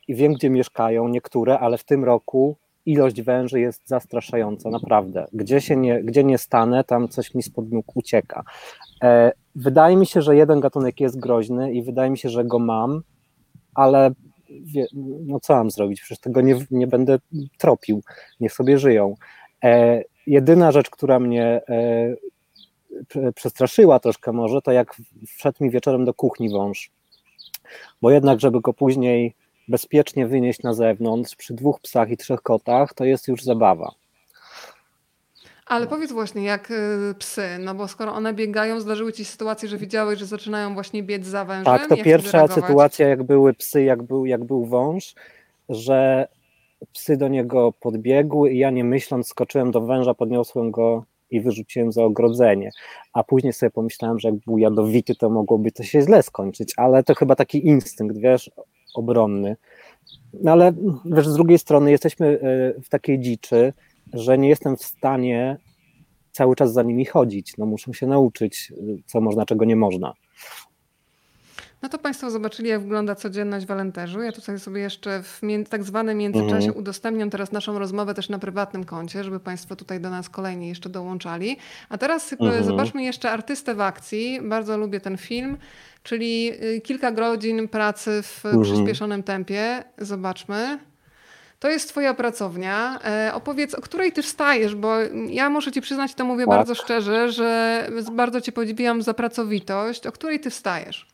i wiem, gdzie mieszkają niektóre, ale w tym roku ilość węży jest zastraszająca, naprawdę. Gdzie się nie, gdzie nie stanę, tam coś mi spod nóg ucieka. E, wydaje mi się, że jeden gatunek jest groźny i wydaje mi się, że go mam, ale wie, no co mam zrobić? Przecież tego nie, nie będę tropił. Niech sobie żyją. E, jedyna rzecz, która mnie e, przestraszyła troszkę może, to jak wszedł mi wieczorem do kuchni wąż. Bo jednak, żeby go później bezpiecznie wynieść na zewnątrz przy dwóch psach i trzech kotach, to jest już zabawa. Ale powiedz właśnie, jak y, psy, no bo skoro one biegają, zdarzyły ci się sytuacje, że widziałeś, że zaczynają właśnie biec za wężem? Tak, to jak pierwsza sytuacja, jak były psy, jak był, jak był wąż, że psy do niego podbiegły i ja nie myśląc skoczyłem do węża, podniosłem go i wyrzuciłem za ogrodzenie. A później sobie pomyślałem, że jak był jadowity, to mogłoby to się źle skończyć, ale to chyba taki instynkt, wiesz, obronny. No ale wiesz, z drugiej strony jesteśmy w takiej dziczy, że nie jestem w stanie cały czas za nimi chodzić. No muszę się nauczyć, co można, czego nie można. No to Państwo zobaczyli, jak wygląda codzienność walenterzu. Ja tutaj sobie jeszcze w między, tak zwanym międzyczasie mhm. udostępniam teraz naszą rozmowę też na prywatnym koncie, żeby Państwo tutaj do nas kolejni jeszcze dołączali. A teraz mhm. zobaczmy jeszcze Artystę w akcji. Bardzo lubię ten film, czyli kilka godzin pracy w mhm. przyspieszonym tempie. Zobaczmy. To jest twoja pracownia. E, opowiedz, o której ty wstajesz, bo ja muszę ci przyznać, to mówię tak. bardzo szczerze, że bardzo cię podziwiam za pracowitość. O której ty wstajesz?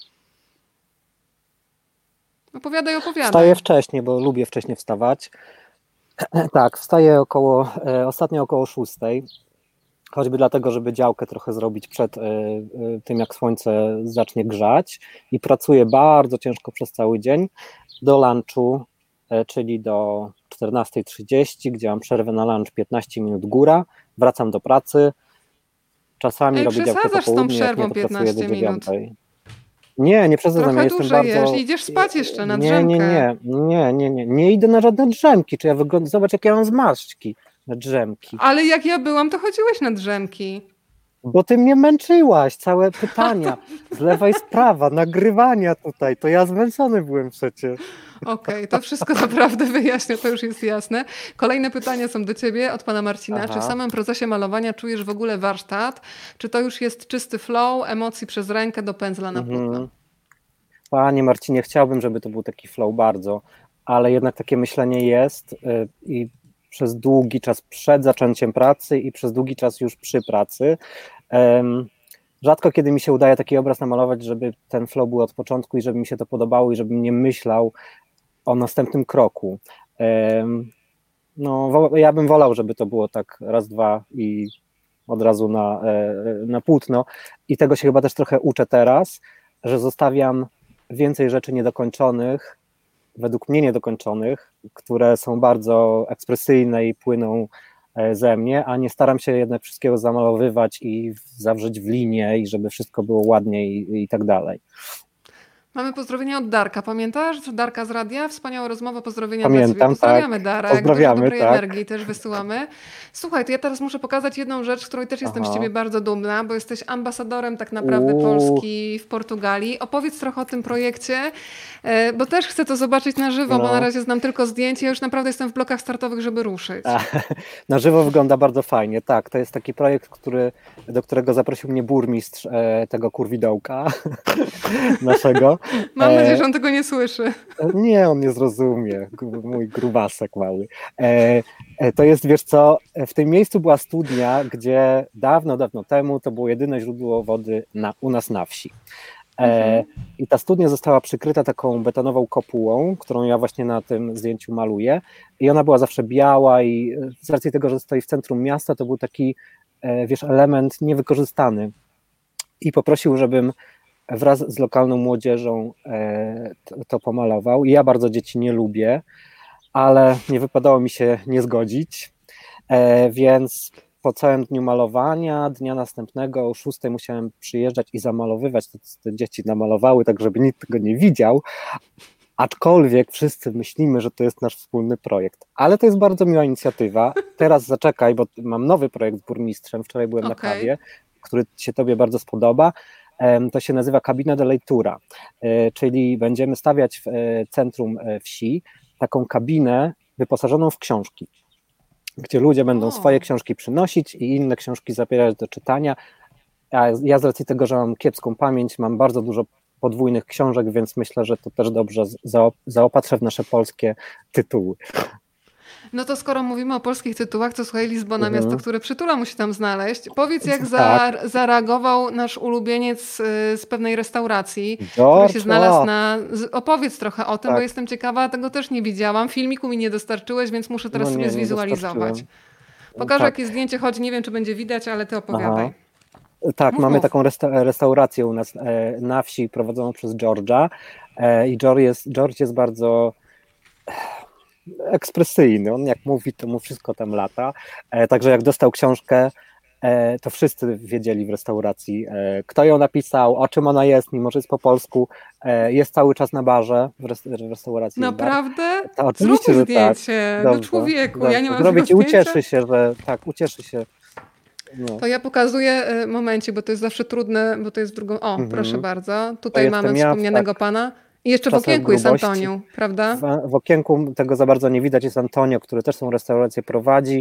Opowiadaj, opowiadaj. Wstaję wcześniej, bo lubię wcześniej wstawać. Tak, wstaję około, e, ostatnio około szóstej, choćby dlatego, żeby działkę trochę zrobić przed e, e, tym, jak słońce zacznie grzać i pracuję bardzo ciężko przez cały dzień do lunchu, e, czyli do czternastej trzydzieści, gdzie mam przerwę na lunch piętnaście minut góra, wracam do pracy, czasami Ej, robię działkę po południu, jak nie, to pracuję do dziewiątej. Nie, nie przesadzam, ja jestem bardzo... Trochę dłużej idziesz spać jeszcze na nie, drzemkę. Nie, nie, nie, nie, nie, nie idę na żadne drzemki, czy ja wyglądam, zobacz jak ja mam zmarszczki na drzemki. Ale jak ja byłam, to chodziłeś na drzemki. Bo ty mnie męczyłaś, całe pytania, z lewa i z prawa, nagrywania tutaj, to ja zmęczony byłem przecież. Okej, okay, to wszystko naprawdę wyjaśnia, to już jest jasne. Kolejne pytania są do ciebie od pana Marcina. Aha. Czy w samym procesie malowania czujesz w ogóle warsztat? Czy to już jest czysty flow, emocji przez rękę do pędzla na płótno? Mhm. Panie Marcinie, chciałbym, żeby to był taki flow bardzo, ale jednak takie myślenie jest yy, i przez długi czas przed zaczęciem pracy i przez długi czas już przy pracy. Um, rzadko kiedy mi się udaje taki obraz namalować, żeby ten flow był od początku i żeby mi się to podobało i żebym nie myślał o następnym kroku. Um, no, ja bym wolał, żeby to było tak raz, dwa i od razu na, na płótno i tego się chyba też trochę uczę teraz, że zostawiam więcej rzeczy niedokończonych, według mnie niedokończonych, które są bardzo ekspresyjne i płyną ze mnie, a nie staram się jednak wszystkiego zamalowywać i zawrzeć w linię i żeby wszystko było ładnie i, i tak dalej. Mamy pozdrowienia od Darka. Pamiętasz? Darka z radia? Wspaniała rozmowa, pozdrowienia Pamiętam, dla ciebie. Pozdrawiamy, tak. Darek. Pozdrawiamy, dobrej tak. energii też wysyłamy. Słuchaj, to ja teraz muszę pokazać jedną rzecz, z której też jestem Aha. z ciebie bardzo dumna, bo jesteś ambasadorem tak naprawdę Uuu. Polski w Portugalii. Opowiedz trochę o tym projekcie, bo też chcę to zobaczyć na żywo, no. bo na razie znam tylko zdjęcie. Ja już naprawdę jestem w blokach startowych, żeby ruszyć. A, na żywo wygląda bardzo fajnie, tak. To jest taki projekt, który, do którego zaprosił mnie burmistrz e, tego kurwidołka naszego. Mam nadzieję, że on tego nie słyszy. Nie, on nie zrozumie, mój grubasek mały. E, to jest, wiesz co, w tym miejscu była studnia, gdzie dawno, dawno temu to było jedyne źródło wody na, u nas na wsi. E, mhm. I ta studnia została przykryta taką betonową kopułą, którą ja właśnie na tym zdjęciu maluję. I ona była zawsze biała i z racji tego, że stoi w centrum miasta, to był taki, e, wiesz, element niewykorzystany. I poprosił, żebym wraz z lokalną młodzieżą to, to pomalował. I ja bardzo dzieci nie lubię, ale nie wypadało mi się nie zgodzić, więc po całym dniu malowania, dnia następnego o szóstej musiałem przyjeżdżać i zamalowywać, to te dzieci namalowały tak, żeby nikt tego nie widział, aczkolwiek wszyscy myślimy, że to jest nasz wspólny projekt, ale to jest bardzo miła inicjatywa. Teraz zaczekaj, bo mam nowy projekt z burmistrzem, wczoraj byłem okay. na kawie, który się tobie bardzo spodoba. To się nazywa Cabina de Leitura, czyli będziemy stawiać w centrum wsi taką kabinę wyposażoną w książki, gdzie ludzie będą O. swoje książki przynosić i inne książki zabierać do czytania. A ja z racji tego, że mam kiepską pamięć, mam bardzo dużo podwójnych książek, więc myślę, że to też dobrze zaopatrzę w nasze polskie tytuły. No to skoro mówimy o polskich tytułach, to słuchaj, Lizbona, Mhm. miasto, które przytula, musi tam znaleźć. Powiedz, jak za, Tak. zareagował nasz ulubieniec y, z pewnej restauracji, który George, się znalazł o. na... z- Opowiedz trochę o tym, Tak. bo jestem ciekawa, tego też nie widziałam. Filmiku mi nie dostarczyłeś, więc muszę teraz No sobie nie, nie zwizualizować. dostarczyłem. Pokażę Tak. jakie zdjęcie, choć nie wiem, czy będzie widać, ale ty opowiadaj. Aha. Tak, Mów, mamy mów. taką resta- restaurację u nas e, na wsi prowadzoną przez George'a e, i George jest, George jest bardzo ekspresyjny. On jak mówi, to mu wszystko tam lata. E, także jak dostał książkę, e, to wszyscy wiedzieli w restauracji, e, kto ją napisał, o czym ona jest, mimo że jest po polsku. E, jest cały czas na barze w, res- w restauracji. Naprawdę? To oczywiście, Zrób że tak. zdjęcie. No Dobrze, człowieku, dobrze. ja nie mam Zrobię tego ci, zdjęcia. ucieszy się, że tak, ucieszy się. No. To ja pokazuję, y, momencie, bo to jest zawsze trudne, bo to jest w drugą... O, Mhm. proszę bardzo. Tutaj jestem mamy ja, wspomnianego tak, pana. I jeszcze w czasem okienku jest grubości. Antoniu, prawda? W, w okienku tego za bardzo nie widać, jest Antonio, który też tą restaurację prowadzi.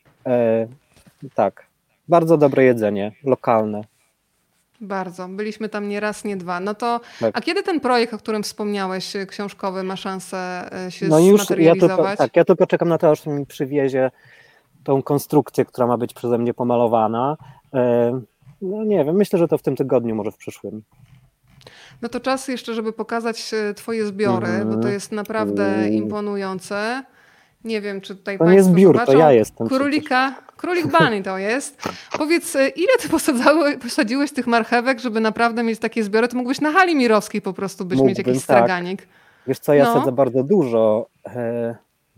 E, tak, bardzo dobre jedzenie, lokalne. Bardzo. Byliśmy tam nie raz, nie dwa. No to, Tak. a kiedy ten projekt, o którym wspomniałeś, y, książkowy, ma szansę y, się No już ja tylko, zmaterializować? tak, ja tylko czekam na to, aż mi przywiezie tą konstrukcję, która ma być przeze mnie pomalowana. E, no nie wiem, myślę, że to w tym tygodniu, może w przyszłym. No to czas jeszcze, żeby pokazać y, twoje zbiory, Mhm. bo to jest naprawdę Mm. imponujące. Nie wiem, czy tutaj To nie państwo jest biur, to zobaczą. ja jestem Królika, królik Bunny to jest. Powiedz, y, ile ty posadzały, posadziłeś tych marchewek, żeby naprawdę mieć takie zbiory? To mógłbyś na hali mirowskiej po prostu byś mieć Mógłbym, jakiś tak. straganik. Wiesz co, ja No. sadzę bardzo dużo. E,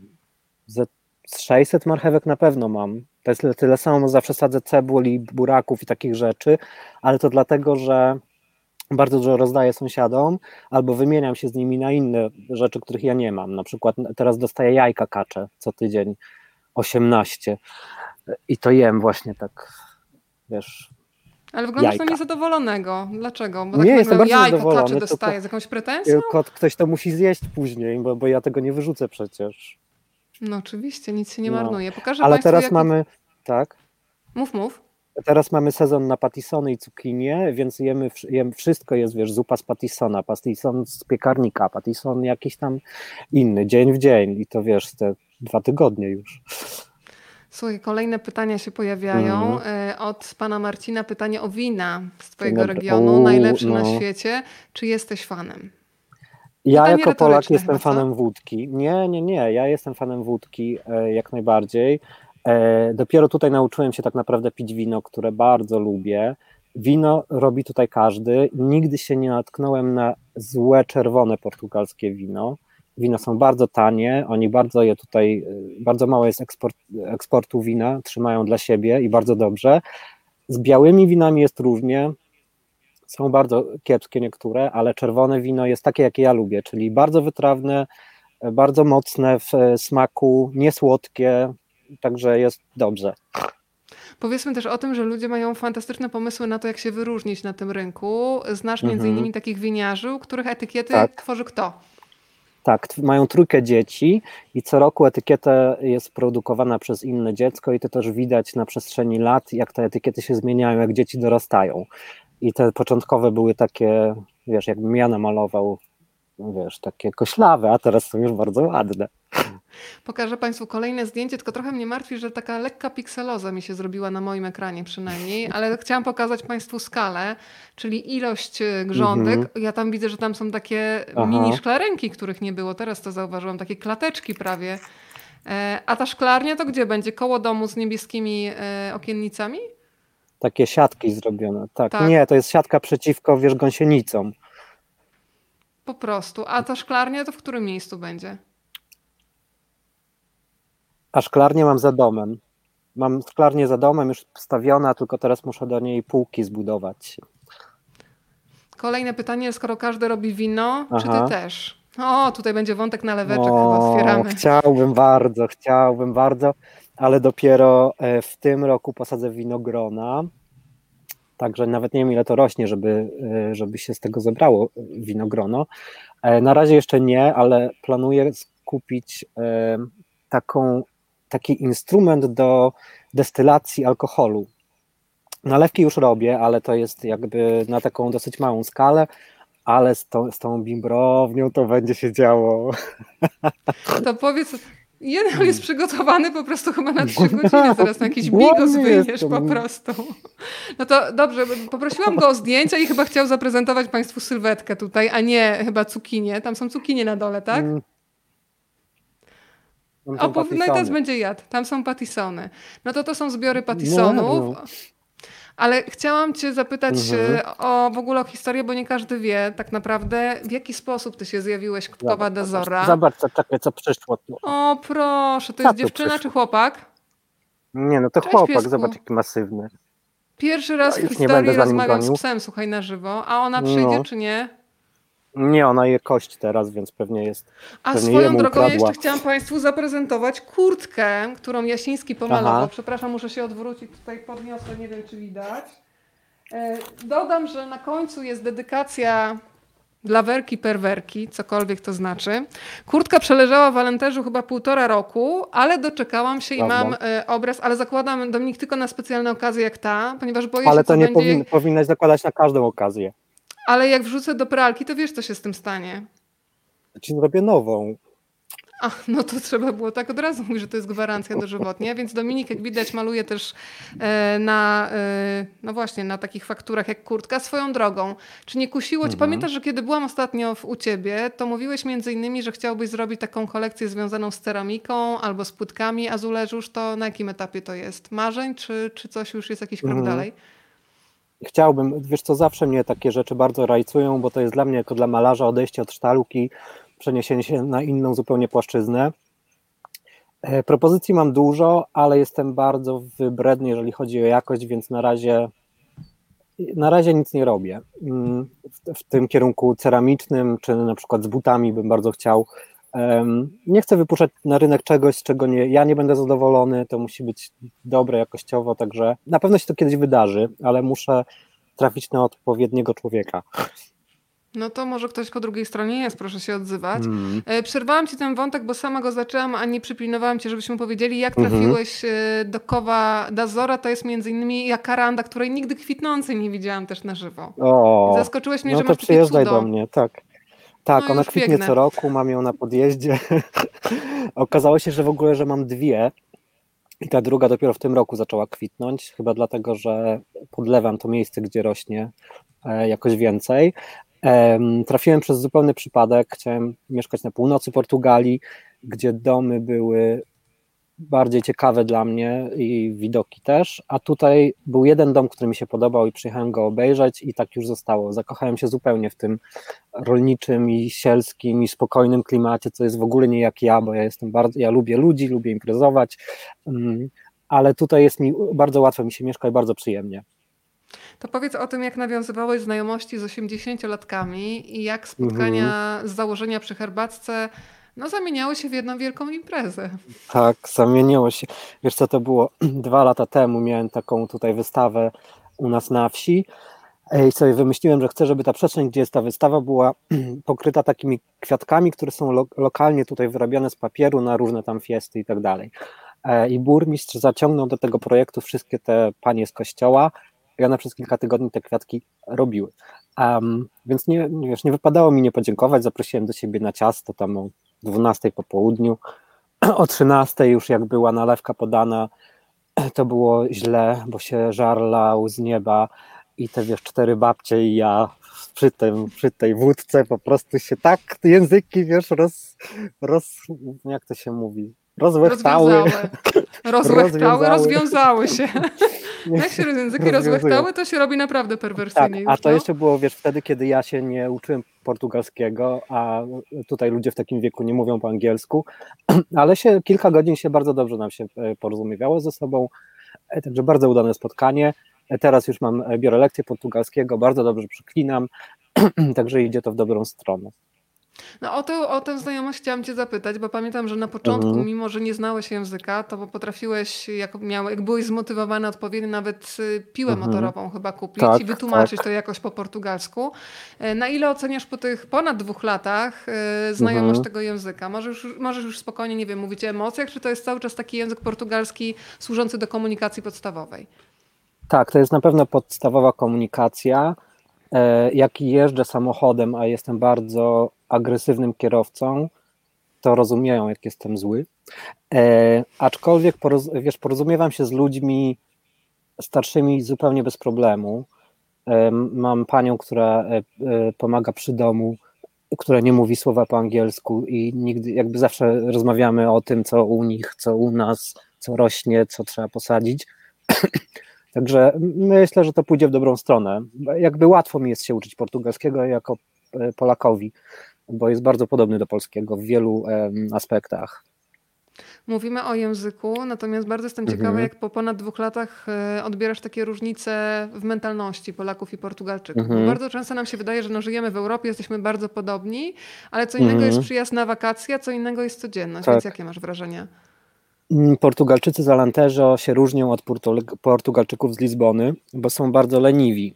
ze z sześćset marchewek na pewno mam. To jest tyle, tyle samo, zawsze sadzę cebuli, buraków i takich rzeczy, ale to dlatego, że bardzo dużo rozdaję sąsiadom, albo wymieniam się z nimi na inne rzeczy, których ja nie mam. Na przykład teraz dostaję jajka kacze co tydzień, osiemnaście i to jem właśnie tak, wiesz. Ale wyglądasz na Jajka. niezadowolonego. Dlaczego? Bo Nie, tak jestem nagle bardzo jajka zadowolony, kaczy tylko- dostaje z jakąś pretensją? Kot, ktoś to musi zjeść później, bo, bo ja tego nie wyrzucę przecież. No oczywiście, nic się nie No. marnuje. Pokażę Ale państwu, teraz jak... mamy, tak, Mów, mów. teraz mamy sezon na patisony i cukinie, więc jemy, jemy wszystko jest, wiesz, zupa z patisona, patison z piekarnika, patison jakiś tam inny, dzień w dzień i to wiesz, te dwa tygodnie już. Słuchaj, kolejne pytania się pojawiają. Mhm. Y, Od pana Marcina pytanie o wina z twojego dobry. regionu, Uuu, najlepszy na no. świecie. Czy jesteś fanem? Ja Pytanie jako Polak retoryczne jestem chyba, co? fanem wódki. Nie, nie, nie, ja jestem fanem wódki e, jak najbardziej. E, dopiero tutaj nauczyłem się tak naprawdę pić wino, które bardzo lubię. Wino robi tutaj każdy. Nigdy się nie natknąłem na złe, czerwone portugalskie wino. Wina są bardzo tanie, oni bardzo je tutaj, e, bardzo mało jest eksport, eksportu wina, trzymają dla siebie i bardzo dobrze. Z białymi winami jest różnie. Są bardzo kiepskie niektóre, ale czerwone wino jest takie, jakie ja lubię, czyli bardzo wytrawne, bardzo mocne w smaku, niesłodkie, także jest dobrze. Powiedzmy też o tym, że ludzie mają fantastyczne pomysły na to, jak się wyróżnić na tym rynku. Znasz między Mhm. innymi takich winiarzy, u których etykiety Tak. tworzy kto? Tak, t- mają trójkę dzieci i co roku etykieta jest produkowana przez inne dziecko i to też widać na przestrzeni lat, jak te etykiety się zmieniają, jak dzieci dorastają. I te początkowe były takie, wiesz, jakbym ja namalował, wiesz, takie koślawe, a teraz są już bardzo ładne. Pokażę państwu kolejne zdjęcie, tylko trochę mnie martwi, że taka lekka pikseloza mi się zrobiła na moim ekranie przynajmniej, ale chciałam pokazać państwu skalę, czyli ilość y, grządek. Mhm. Ja tam widzę, że tam są takie Aha. mini szklarenki, których nie było. Teraz to zauważyłam, takie klateczki prawie. E, A ta szklarnia to gdzie będzie? Koło domu z niebieskimi e, okiennicami? Takie siatki zrobione, tak. Tak. Nie, to jest siatka przeciwko, wiesz, gąsienicom. Po prostu. A ta szklarnia to w którym miejscu będzie? A szklarnię mam za domem. Mam szklarnię za domem już wstawiona, tylko teraz muszę do niej półki zbudować. Kolejne pytanie, skoro każdy robi wino, czy Aha. ty też? O, tutaj będzie wątek naleweczek, chyba otwieramy. Chciałbym bardzo, chciałbym bardzo, ale dopiero e, w tym roku posadzę winogrona. Także nawet nie wiem, ile to rośnie, żeby, żeby się z tego zebrało winogrono. Na razie jeszcze nie, ale planuję skupić taką, taki instrument do destylacji alkoholu. Nalewki już robię, ale to jest jakby na taką dosyć małą skalę, ale z tą, z tą bimbrownią to będzie się działo. To powiedz, jeden jest przygotowany po prostu chyba na trzy godziny, zaraz na jakiś bigos wyjdziesz po prostu. No to dobrze, poprosiłam go o zdjęcia i chyba chciał zaprezentować Państwu sylwetkę tutaj, a nie chyba cukinię. Tam są cukinie na dole, tak? Mm. O, no i teraz będzie jadł. Tam są patisony. No to to są zbiory patisonów. No, no. Ale chciałam Cię zapytać mhm. o w ogóle o historię, bo nie każdy wie tak naprawdę, w jaki sposób Ty się zjawiłeś Kubkowa Dazora. Zobacz, co, czekaj, co przyszło tu. O proszę, to co jest dziewczyna przyszło? Czy chłopak? Nie, no to Cześć, chłopak, piesku. Zobacz jaki masywny. Pierwszy raz w historii rozmawiam z psem, słuchaj, na żywo. A ona przyjdzie no. czy nie? Nie, ona je kość teraz, więc pewnie jest. A pewnie swoją drogą ukradła. Ja jeszcze chciałam Państwu zaprezentować kurtkę, którą Jasiński pomalował. Aha. Przepraszam, muszę się odwrócić, tutaj podniosę, nie wiem czy widać. Dodam, że na końcu jest dedykacja dla Werki Perwerki, cokolwiek to znaczy. Kurtka przeleżała w Alenteżu chyba półtora roku, ale doczekałam się Prawda. i mam obraz, ale zakładam, Dominik, tylko na specjalne okazje jak ta, ponieważ boję ale się, to nie będzie... powin, powinnaś zakładać na każdą okazję. Ale jak wrzucę do pralki, to wiesz, co się z tym stanie. Ja ci zrobię nową. A, no to trzeba było tak od razu mówić, że to jest gwarancja dożywotnia, więc Dominik, jak widać, maluje też e, na, e, no właśnie, na takich fakturach jak kurtka. Swoją drogą, czy nie kusiło cię? Mhm. Pamiętasz, że kiedy byłam ostatnio w, u ciebie, to mówiłeś między innymi, że chciałbyś zrobić taką kolekcję związaną z ceramiką albo z płytkami azuleżusz. To na jakim etapie to jest? Marzeń, czy, czy coś już jest jakiś krok mhm. dalej? Chciałbym, wiesz co, zawsze mnie takie rzeczy bardzo rajcują, bo to jest dla mnie jako dla malarza odejście od sztalugi, przeniesienie się na inną zupełnie płaszczyznę. E, propozycji mam dużo, ale jestem bardzo wybredny, jeżeli chodzi o jakość, więc na razie na razie nic nie robię. W, w tym kierunku ceramicznym, czy na przykład z butami bym bardzo chciał. Um, nie chcę wypuszczać na rynek czegoś, z czego nie, ja nie będę zadowolony, to musi być dobre jakościowo, także na pewno się to kiedyś wydarzy, ale muszę trafić na odpowiedniego człowieka. No to może ktoś po drugiej stronie jest, proszę się odzywać. Mm. Przerwałam Ci ten wątek, bo sama go zaczęłam, a nie przypilnowałam Cię, żebyśmy powiedzieli, jak trafiłeś mm-hmm. do Kowa Dazora. To jest między innymi jakaranda, której nigdy kwitnącej nie widziałam też na żywo. O, zaskoczyłeś mnie, no że to masz przyjeżdżaj cudo. do mnie, tak. Tak, no ona kwitnie biegnę. co roku, mam ją na podjeździe. Okazało się, że w ogóle, że mam dwie i ta druga dopiero w tym roku zaczęła kwitnąć, chyba dlatego, że podlewam to miejsce, gdzie rośnie jakoś więcej. Trafiłem przez zupełny przypadek, chciałem mieszkać na północy Portugalii, gdzie domy były bardziej ciekawe dla mnie i widoki też, a tutaj był jeden dom, który mi się podobał i przyjechałem go obejrzeć i tak już zostało. Zakochałem się zupełnie w tym rolniczym i sielskim i spokojnym klimacie, co jest w ogóle nie jak ja, bo ja jestem bardzo, ja lubię ludzi, lubię imprezować, ale tutaj jest mi bardzo łatwo, mi się mieszka i bardzo przyjemnie. To powiedz o tym, jak nawiązywałeś znajomości z osiemdziesięciolatkami i jak spotkania mm. z założenia przy herbatce no, zamieniały się w jedną wielką imprezę. Tak, zamieniło się. Wiesz co, to było dwa lata temu, miałem taką tutaj wystawę u nas na wsi i sobie wymyśliłem, że chcę, żeby ta przestrzeń, gdzie jest ta wystawa, była pokryta takimi kwiatkami, które są lo- lokalnie tutaj wyrabiane z papieru na różne tam fiesty i tak dalej. I burmistrz zaciągnął do tego projektu wszystkie te panie z kościoła i one przez kilka tygodni te kwiatki robiły. Um, więc nie, wiesz, nie wypadało mi nie podziękować, zaprosiłem do siebie na ciasto tam o dwunastej po południu, o trzynastej już jak była nalewka podana, to było źle, bo się żar lał z nieba i te wiesz, cztery babcie i ja przy, tym, przy tej wódce po prostu się tak języki wiesz, roz, roz jak to się mówi, rozłechtały. Rozłechtały, rozwiązały się. Jak się języki rozłechtały, to się robi naprawdę perwersyjnie. Tak, a to no? jeszcze było, wiesz, wtedy, kiedy ja się nie uczyłem portugalskiego, a tutaj ludzie w takim wieku nie mówią po angielsku, ale się kilka godzin się bardzo dobrze nam się porozumiewało ze sobą, także bardzo udane spotkanie. Teraz już mam, biorę lekcję portugalskiego, bardzo dobrze przeklinam, także idzie to w dobrą stronę. No o tę, o tę znajomość chciałam cię zapytać, bo pamiętam, że na początku, Mhm, mimo że nie znałeś języka, to potrafiłeś, jak, miał, jak byłeś zmotywowany odpowiednio, nawet y, piłę mhm. motorową chyba kupić i Tak, wytłumaczyć to tak. jakoś po portugalsku. E, Na ile oceniasz po tych ponad dwóch latach y, znajomość Mhm. tego języka? Możesz, już- możesz już spokojnie, nie wiem, mówić o emocjach, czy to jest cały czas taki język portugalski służący do komunikacji podstawowej? Tak, to jest na pewno podstawowa komunikacja. E, Jak jeżdżę samochodem, a jestem bardzo agresywnym kierowcą, to rozumieją, jak jestem zły. E, aczkolwiek poroz, wiesz, porozumiewam się z ludźmi starszymi zupełnie bez problemu. E, mam panią, która e, e, pomaga przy domu, która nie mówi słowa po angielsku i nigdy, jakby zawsze rozmawiamy o tym, co u nich, co u nas, co rośnie, co trzeba posadzić. Także myślę, że to pójdzie w dobrą stronę. Jakby łatwo mi jest się uczyć portugalskiego jako e, Polakowi, bo jest bardzo podobny do polskiego w wielu em, aspektach. Mówimy o języku, natomiast bardzo jestem ciekawa, Mhm, jak po ponad dwóch latach e, odbierasz takie różnice w mentalności Polaków i Portugalczyków. Bo mhm, bardzo często nam się wydaje, że no, żyjemy w Europie, jesteśmy bardzo podobni, ale co innego jest mhm, przyjazd na wakacje, a co innego jest codzienność. Więc tak. jakie masz wrażenie? Mm, Portugalczycy z Alentejo się różnią od Portu- Portugalczyków z Lizbony, bo są bardzo leniwi.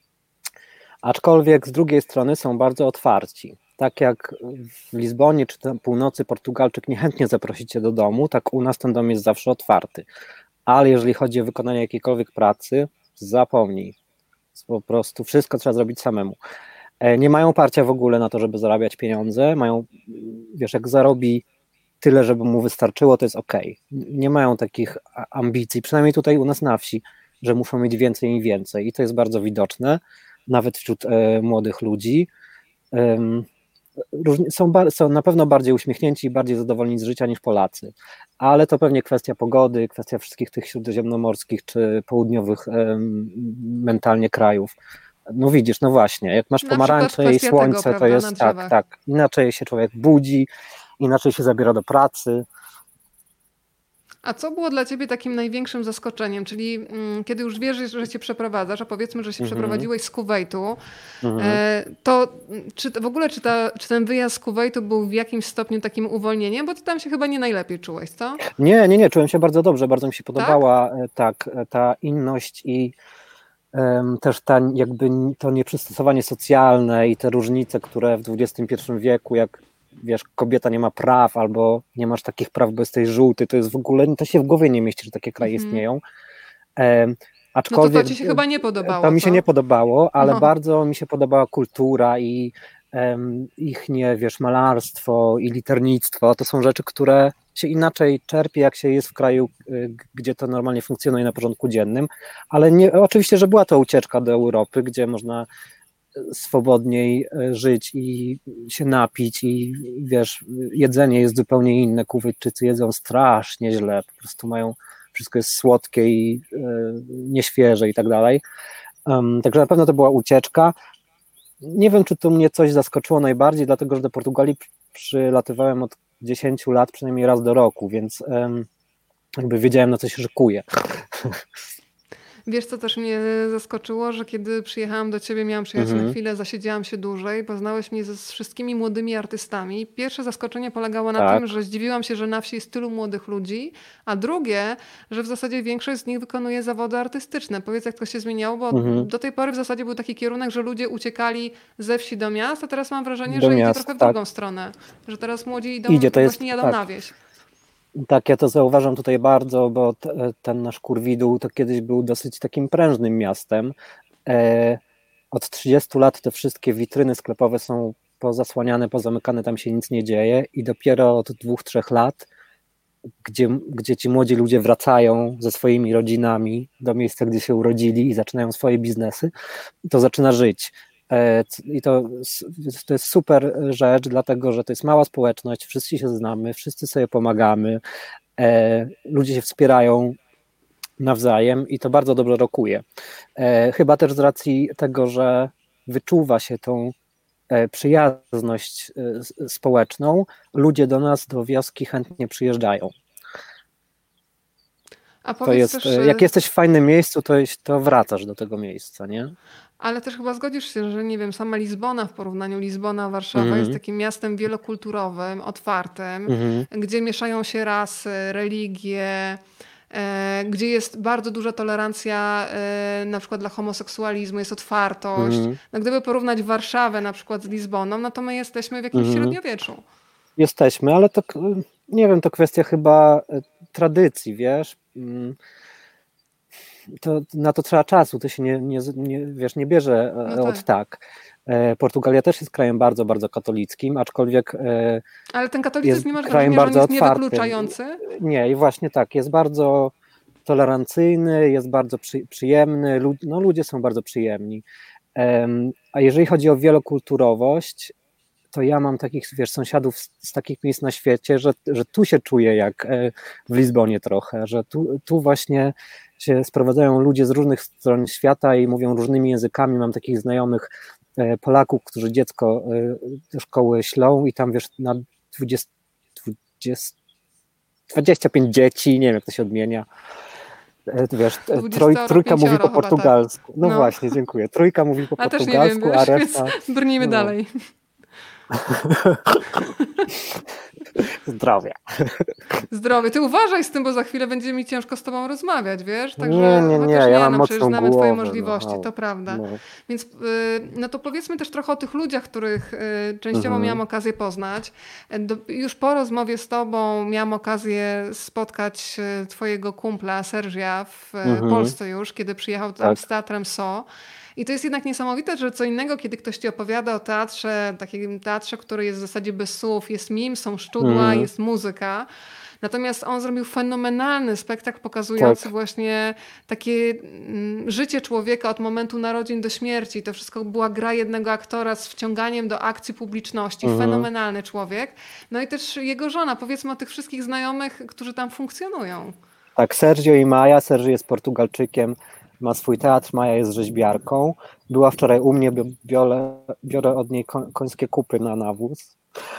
Aczkolwiek z drugiej strony są bardzo otwarci. Tak jak w Lizbonie czy na północy Portugalczyk niechętnie zaprosi cię do domu, tak u nas ten dom jest zawsze otwarty. Ale jeżeli chodzi o wykonanie jakiejkolwiek pracy, zapomnij. Po prostu wszystko trzeba zrobić samemu. E, Nie mają parcia w ogóle na to, żeby zarabiać pieniądze. Mają, wiesz, jak zarobi tyle, żeby mu wystarczyło, to jest ok. Nie mają takich a- ambicji, przynajmniej tutaj u nas na wsi, że muszą mieć więcej i więcej. I to jest bardzo widoczne, nawet wśród e, młodych ludzi. Em, różni- są, bar- są na pewno bardziej uśmiechnięci i bardziej zadowoleni z życia niż Polacy, ale to pewnie kwestia pogody, kwestia wszystkich tych śródziemnomorskich czy południowych em, mentalnie krajów. No widzisz, no właśnie, jak masz Na przykład pomarańcze i kwestia tego, słońce, to prawda, na jest tak, drzewach. tak, inaczej się człowiek budzi, inaczej się zabiera do pracy. A co było dla ciebie takim największym zaskoczeniem? Czyli mm, kiedy już wiesz, że cię przeprowadzasz, a powiedzmy, że się Mhm, przeprowadziłeś z Kuwejtu, mhm. e, to mm, czy to w ogóle czy, ta, czy ten wyjazd z Kuwejtu był w jakimś stopniu takim uwolnieniem? Bo ty tam się chyba nie najlepiej czułeś, co? Nie, nie, nie, czułem się bardzo dobrze, bardzo mi się Tak? podobała e, tak, e, ta inność i em, też ta jakby n- to nieprzystosowanie socjalne i te różnice, które w dwudziestym pierwszym wieku, jak wiesz, kobieta nie ma praw albo nie masz takich praw, bo jesteś żółty, to jest w ogóle, to się w głowie nie mieści, że takie kraje Mhm. istnieją. Em, No to to Aczkolwiek ci się chyba nie e, to podobało, mi się nie co? podobało, ale No. bardzo mi się podobała kultura i em, ich, nie wiesz, malarstwo i liternictwo. To są rzeczy, które się inaczej czerpie, jak się jest w kraju, y, gdzie to normalnie funkcjonuje na porządku dziennym, ale nie, oczywiście, że była to ucieczka do Europy, gdzie można swobodniej e, żyć i się napić i wiesz, jedzenie jest zupełnie inne. Kuwejczycy jedzą strasznie źle, po prostu mają, wszystko jest słodkie i e, nieświeże i tak dalej. Um, także na pewno to była ucieczka. Nie wiem, czy to mnie coś zaskoczyło najbardziej, dlatego że do Portugalii przylatywałem od dziesięciu lat, przynajmniej raz do roku, więc um, jakby wiedziałem, na co się szykuję. Wiesz, co też mnie zaskoczyło, że kiedy przyjechałam do ciebie, miałam przyjechać na Mhm, chwilę, zasiedziałam się dłużej, poznałeś mnie ze z wszystkimi młodymi artystami. Pierwsze zaskoczenie polegało na tym, tak. że zdziwiłam się, że na wsi jest tylu młodych ludzi, a drugie, że w zasadzie większość z nich wykonuje zawody artystyczne. Powiedz, jak to się zmieniało, bo Mhm. do tej pory w zasadzie był taki kierunek, że ludzie uciekali ze wsi do miast, a teraz mam wrażenie, Do że idzie trochę miast, w tak. drugą stronę, że teraz młodzi idą, Idzie, to jest, właśnie jadą na tak. wieś. Tak, ja to zauważam tutaj bardzo, bo t, ten nasz Kurwidu to kiedyś był dosyć takim prężnym miastem. E, od trzydziestu lat te wszystkie witryny sklepowe są pozasłaniane, pozamykane, tam się nic nie dzieje i dopiero od dwóch, trzech lat, gdzie, gdzie ci młodzi ludzie wracają ze swoimi rodzinami do miejsca, gdzie się urodzili i zaczynają swoje biznesy, to zaczyna żyć. E, I to, to jest super rzecz, dlatego że to jest mała społeczność, wszyscy się znamy, wszyscy sobie pomagamy, e, ludzie się wspierają nawzajem i to bardzo dobrze rokuje. E, chyba też z racji tego, że wyczuwa się tą e, przyjazność e, społeczną, ludzie do nas, do wioski chętnie przyjeżdżają. A To powiedz jest, też, e, jak jesteś w fajnym miejscu, to, jest- to wracasz do tego miejsca, nie? ale też chyba zgodzisz się, że nie wiem, sama Lizbona w porównaniu Lizbona-Warszawa jest Mhm, takim miastem wielokulturowym, otwartym, mhm, gdzie mieszają się rasy, religie, e, gdzie jest bardzo duża tolerancja e, na przykład dla homoseksualizmu, jest otwartość. mhm, No, gdyby porównać Warszawę na przykład z Lizboną, no to my jesteśmy w jakimś mhm. średniowieczu. Jesteśmy, ale to, k- nie wiem, to kwestia chyba e, tradycji, wiesz? Mm, To, na to trzeba czasu, to się nie, nie, nie, wiesz, nie bierze No e, od tak. tak. E, Portugalia też jest krajem bardzo, bardzo katolickim, aczkolwiek e, Ale ten katolicyzm jest nie masz krajem wrażenia, że on bardzo jest otwartym. niewykluczający? Nie, i właśnie tak, jest bardzo tolerancyjny, jest bardzo przy, przyjemny, lud, no, ludzie są bardzo przyjemni. Em, A jeżeli chodzi o wielokulturowość, to ja mam takich, wiesz, sąsiadów z, z takich miejsc na świecie, że, że tu się czuję jak e, w Lizbonie trochę, że tu, tu właśnie się sprowadzają ludzie z różnych stron świata i mówią różnymi językami. Mam takich znajomych e, Polaków, którzy dziecko e, do szkoły ślą i tam, wiesz, na dwadzieścia, dwadzieścia, dwadzieścia pięć dzieci, nie wiem jak to się odmienia. E, Wiesz, e, troj, Dwudziestoro, trójka mówi po pięcioro chyba, tak. portugalsku. No No, właśnie, dziękuję. Trójka mówi po a też nie wiem, portugalsku, a wiesz, więc reszta. brnijmy No, dalej. zdrowie. Zdrowie. Ty uważaj z tym, bo za chwilę będzie mi ciężko z tobą rozmawiać, wiesz? Nie, Także, nie, nie, chociaż ja nie, mam no przecież mocną znamy twoje głowę, no, możliwości, halo, to prawda. no. Więc, y, no to powiedzmy też trochę o tych ludziach, których y, częściowo Mhm, miałam okazję poznać. Do, już po rozmowie z tobą miałam okazję spotkać y, twojego kumpla Sergia w y, mhm, Polsce już, kiedy przyjechał tam z tak, Teatrem So. I to jest jednak niesamowite, że co innego, kiedy ktoś ci opowiada o teatrze, takim teatrze, który jest w zasadzie bez słów, jest mim, są szczudła, mhm, jest muzyka. Natomiast on zrobił fenomenalny spektakl pokazujący tak, właśnie takie mm, życie człowieka od momentu narodzin do śmierci. To wszystko była gra jednego aktora z wciąganiem do akcji publiczności. mhm, Fenomenalny człowiek. No i też jego żona. Powiedzmy o tych wszystkich znajomych, którzy tam funkcjonują. tak, Sergio i Maja. Sergio jest Portugalczykiem, ma swój teatr, Maja jest rzeźbiarką. Była wczoraj u mnie, bi- biorę, biorę od niej koń- końskie kupy na nawóz,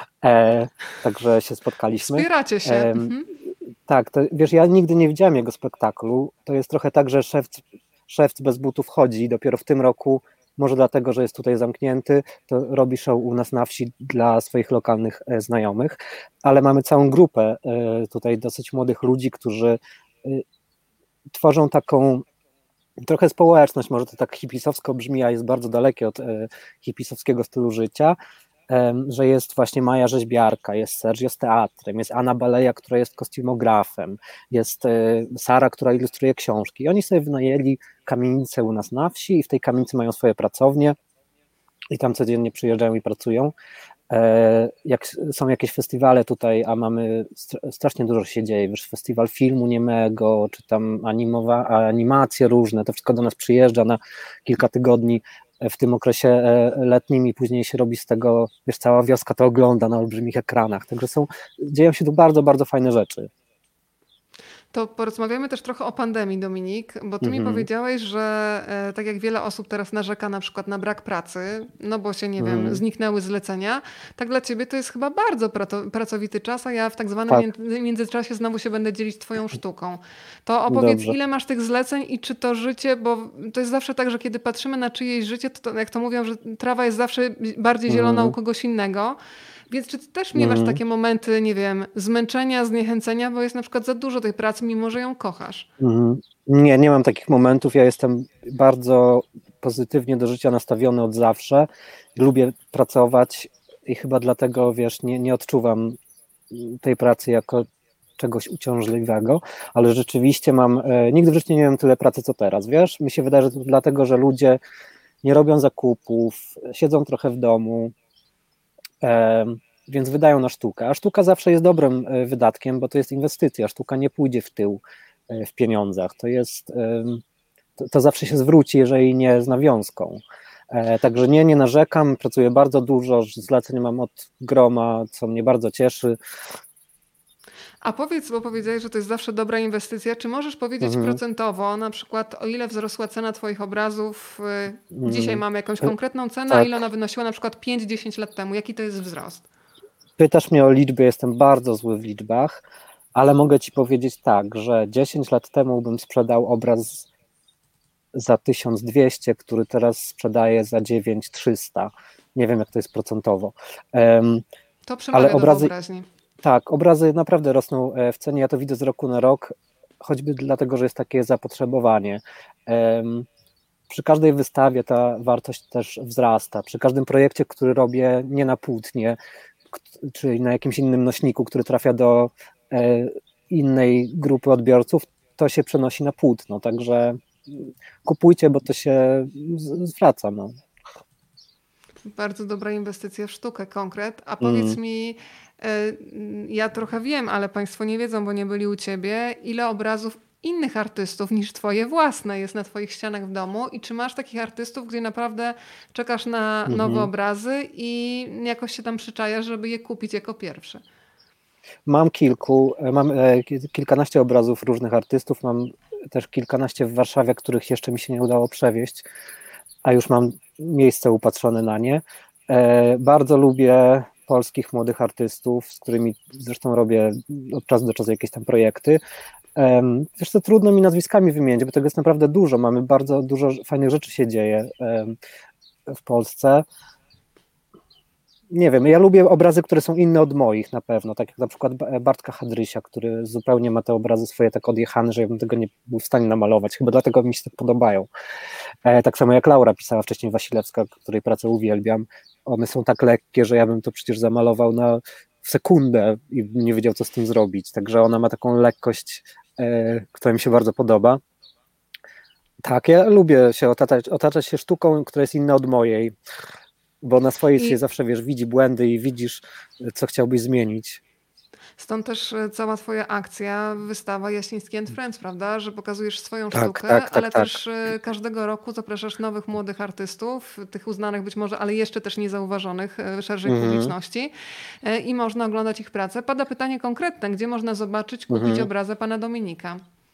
e, także się spotkaliśmy. Wspieracie się. E, Mhm. tak, to, wiesz, ja nigdy nie widziałem jego spektaklu. To jest trochę tak, że szewc, szewc bez butów chodzi. Dopiero w tym roku, może dlatego, że jest tutaj zamknięty, to robi show u nas na wsi dla swoich lokalnych e, znajomych, ale mamy całą grupę e, tutaj dosyć młodych ludzi, którzy e, tworzą taką trochę społeczność, może to tak hipisowsko brzmi, a jest bardzo dalekie od e, hipisowskiego stylu życia, em, że jest właśnie Maja rzeźbiarka, jest Sergio z teatrem, jest Anna Baleja, która jest kostiumografem, jest e, Sara, która ilustruje książki. I oni sobie wynajęli kamienicę u nas na wsi i w tej kamienicy mają swoje pracownie i tam codziennie przyjeżdżają i pracują. E, Jak są jakieś festiwale tutaj, a mamy str- strasznie dużo się dzieje, wiesz, festiwal filmu niemego, czy tam animowa, animacje różne, to wszystko do nas przyjeżdża na kilka tygodni w tym okresie e, letnim i później się robi z tego, wiesz, cała wioska to ogląda na olbrzymich ekranach, także są, dzieją się tu bardzo, bardzo fajne rzeczy. To porozmawiamy też trochę o pandemii, Dominik, bo ty mi Mhm, powiedziałeś, że e, tak jak wiele osób teraz narzeka na przykład na brak pracy, no bo się, nie wiem, mhm, zniknęły zlecenia, tak dla ciebie to jest chyba bardzo prato- pracowity czas, a ja w tak zwanym tak, między- międzyczasie znowu się będę dzielić twoją sztuką. To opowiedz, dobrze. ile masz tych zleceń i czy to życie, bo to jest zawsze tak, że kiedy patrzymy na czyjeś życie, to, to jak to mówią, że trawa jest zawsze bardziej zielona u Mhm, kogoś innego. Więc czy ty też miewasz mhm. takie momenty, nie wiem, zmęczenia, zniechęcenia, bo jest na przykład za dużo tej pracy, mimo że ją kochasz? Mhm. Nie, nie mam takich momentów. Ja jestem bardzo pozytywnie do życia nastawiony od zawsze. Lubię pracować i chyba dlatego, wiesz, nie, nie odczuwam tej pracy jako czegoś uciążliwego, ale rzeczywiście mam, e, nigdy w życiu nie miałem tyle pracy, co teraz, wiesz? Mi się wydaje, że to dlatego, że ludzie nie robią zakupów, siedzą trochę w domu, e, więc wydają na sztukę, a sztuka zawsze jest dobrym e, wydatkiem, bo to jest inwestycja, sztuka nie pójdzie w tył e, w pieniądzach, to jest, e, to, to zawsze się zwróci, jeżeli nie z nawiązką. E, Także nie, nie narzekam, pracuję bardzo dużo, zleceń mam od groma, co mnie bardzo cieszy. A powiedz, bo powiedziałeś, że to jest zawsze dobra inwestycja. Czy możesz powiedzieć Mhm. procentowo, na przykład o ile wzrosła cena twoich obrazów? y, Dzisiaj Mm, mamy jakąś Py- konkretną cenę, a ile Tak, ona wynosiła na przykład pięć dziesięć lat temu? Jaki to jest wzrost? pytasz mnie o liczby, jestem bardzo zły w liczbach, ale mogę ci powiedzieć tak, że dziesięć lat temu bym sprzedał obraz za tysiąc dwieście, który teraz sprzedaję za dziewięć tysięcy trzysta. Nie wiem, jak to jest procentowo. Um, to przemawia ale obrazy, do wyobraźni. Tak, obrazy naprawdę rosną w cenie. Ja to widzę z roku na rok, choćby dlatego, że jest takie zapotrzebowanie. Um, przy każdej wystawie ta wartość też wzrasta. Przy każdym projekcie, który robię nie na płótnie, czy na jakimś innym nośniku, który trafia do e, innej grupy odbiorców, to się przenosi na płótno. Także kupujcie, bo to się zwraca. No. Bardzo dobra inwestycja w sztukę, konkret. A Mm. powiedz mi, ja trochę wiem, ale Państwo nie wiedzą, bo nie byli u Ciebie, ile obrazów innych artystów niż Twoje własne jest na Twoich ścianach w domu i czy masz takich artystów, gdzie naprawdę czekasz na Mhm. nowe obrazy i jakoś się tam przyczajasz, żeby je kupić jako pierwsze? Mam kilku, mam kilkanaście obrazów różnych artystów, mam też kilkanaście w Warszawie, których jeszcze mi się nie udało przewieźć, a już mam miejsce upatrzone na nie. Bardzo lubię polskich młodych artystów, z którymi zresztą robię od czasu do czasu jakieś tam projekty. Wiesz co, trudno mi nazwiskami wymienić, bo tego jest naprawdę dużo. Mamy bardzo dużo fajnych rzeczy się dzieje w Polsce. Nie wiem, ja lubię obrazy, które są inne od moich na pewno, tak jak na przykład Bartka Hadrysia, który zupełnie ma te obrazy swoje tak odjechane, że ja bym tego nie był w stanie namalować, chyba dlatego mi się tak podobają. Tak samo jak Laura pisała wcześniej Wasilewska, której pracę uwielbiam, one są tak lekkie, że ja bym to przecież zamalował na w sekundę i nie wiedział, co z tym zrobić, także ona ma taką lekkość, która mi się bardzo podoba. Tak, ja lubię się otaczać, otaczać się sztuką, która jest inna od mojej, bo na swojej I... się zawsze, wiesz, widzi błędy i widzisz, co chciałbyś zmienić. Stąd też cała twoja akcja, wystawa Jasiński and Friends, prawda? Że pokazujesz swoją tak, sztukę, tak, tak, ale tak. też każdego roku zapraszasz nowych młodych artystów, tych uznanych być może, ale jeszcze też niezauważonych szerszej mm-hmm. publiczności i można oglądać ich pracę. Pada pytanie konkretne, gdzie można zobaczyć, kupić mm-hmm. obrazę pana Dominika?